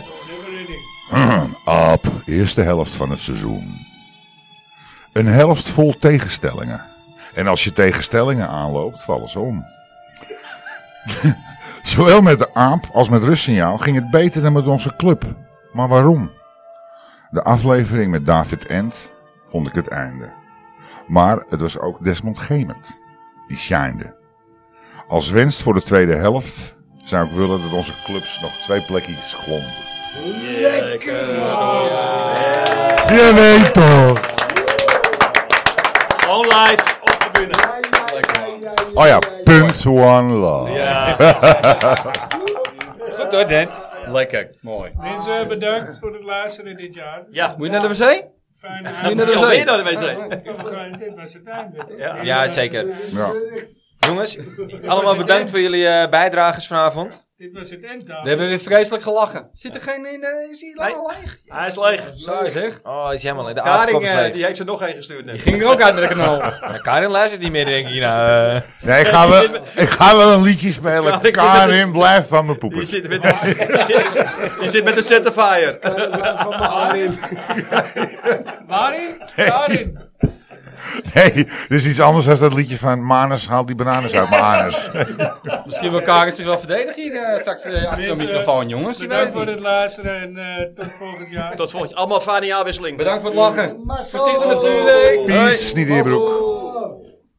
Aap, eerste helft van het seizoen. Een helft vol tegenstellingen. En als je tegenstellingen aanloopt, vallen ze om. Zowel met de aap als met rustsignaal ging het beter dan met onze club. Maar waarom? De aflevering met David Ent vond ik het einde. Maar het was ook Desmond Gemert. Die shinede. Als wenst voor de tweede helft zou ik willen dat onze clubs nog 2 plekjes glonden. Lekker man! Je weet toch. Gewoon live op de bühne. Oh ja, punt one love. Goed hoor, Den. Lekker, mooi. Mensen, bedankt voor het luisteren dit jaar. Ja. Moet je naar de wc? Fijne Moet je naar de wc? Weer naar de wc. Dit was het einde. Ja, zeker. Ja. Jongens, allemaal bedankt voor jullie bijdrages vanavond. Dit was het einddatum. We hebben weer vreselijk gelachen. Zit er geen in? Is hij leeg? Hij is leeg. Zo zeg. Oh, is helemaal in de Karing, aardkop is leeg. die heeft ze nog één gestuurd net. Die ging er ook uit met de knal. Ja, Karin luistert niet meer, denk ik. Nou, Nee, ik ga wel een liedje spelen. Karin, blijf van mijn poepen. Die zit met de Centerfire. Waarin? Waarin? Nee, dit is iets anders dan dat liedje van Manus, haal die bananen uit mijn anus. Misschien wil Karin zich wel verdedigen hier straks achter zo'n microfoon, jongens. Je weet Bedankt voor niet. het luisteren en tot volgend jaar. Tot volgend jaar. Allemaal fijne jaarwisseling. Bedankt voor het lachen. Voorzichtig met vuurwerk. Peace, niet in je broek.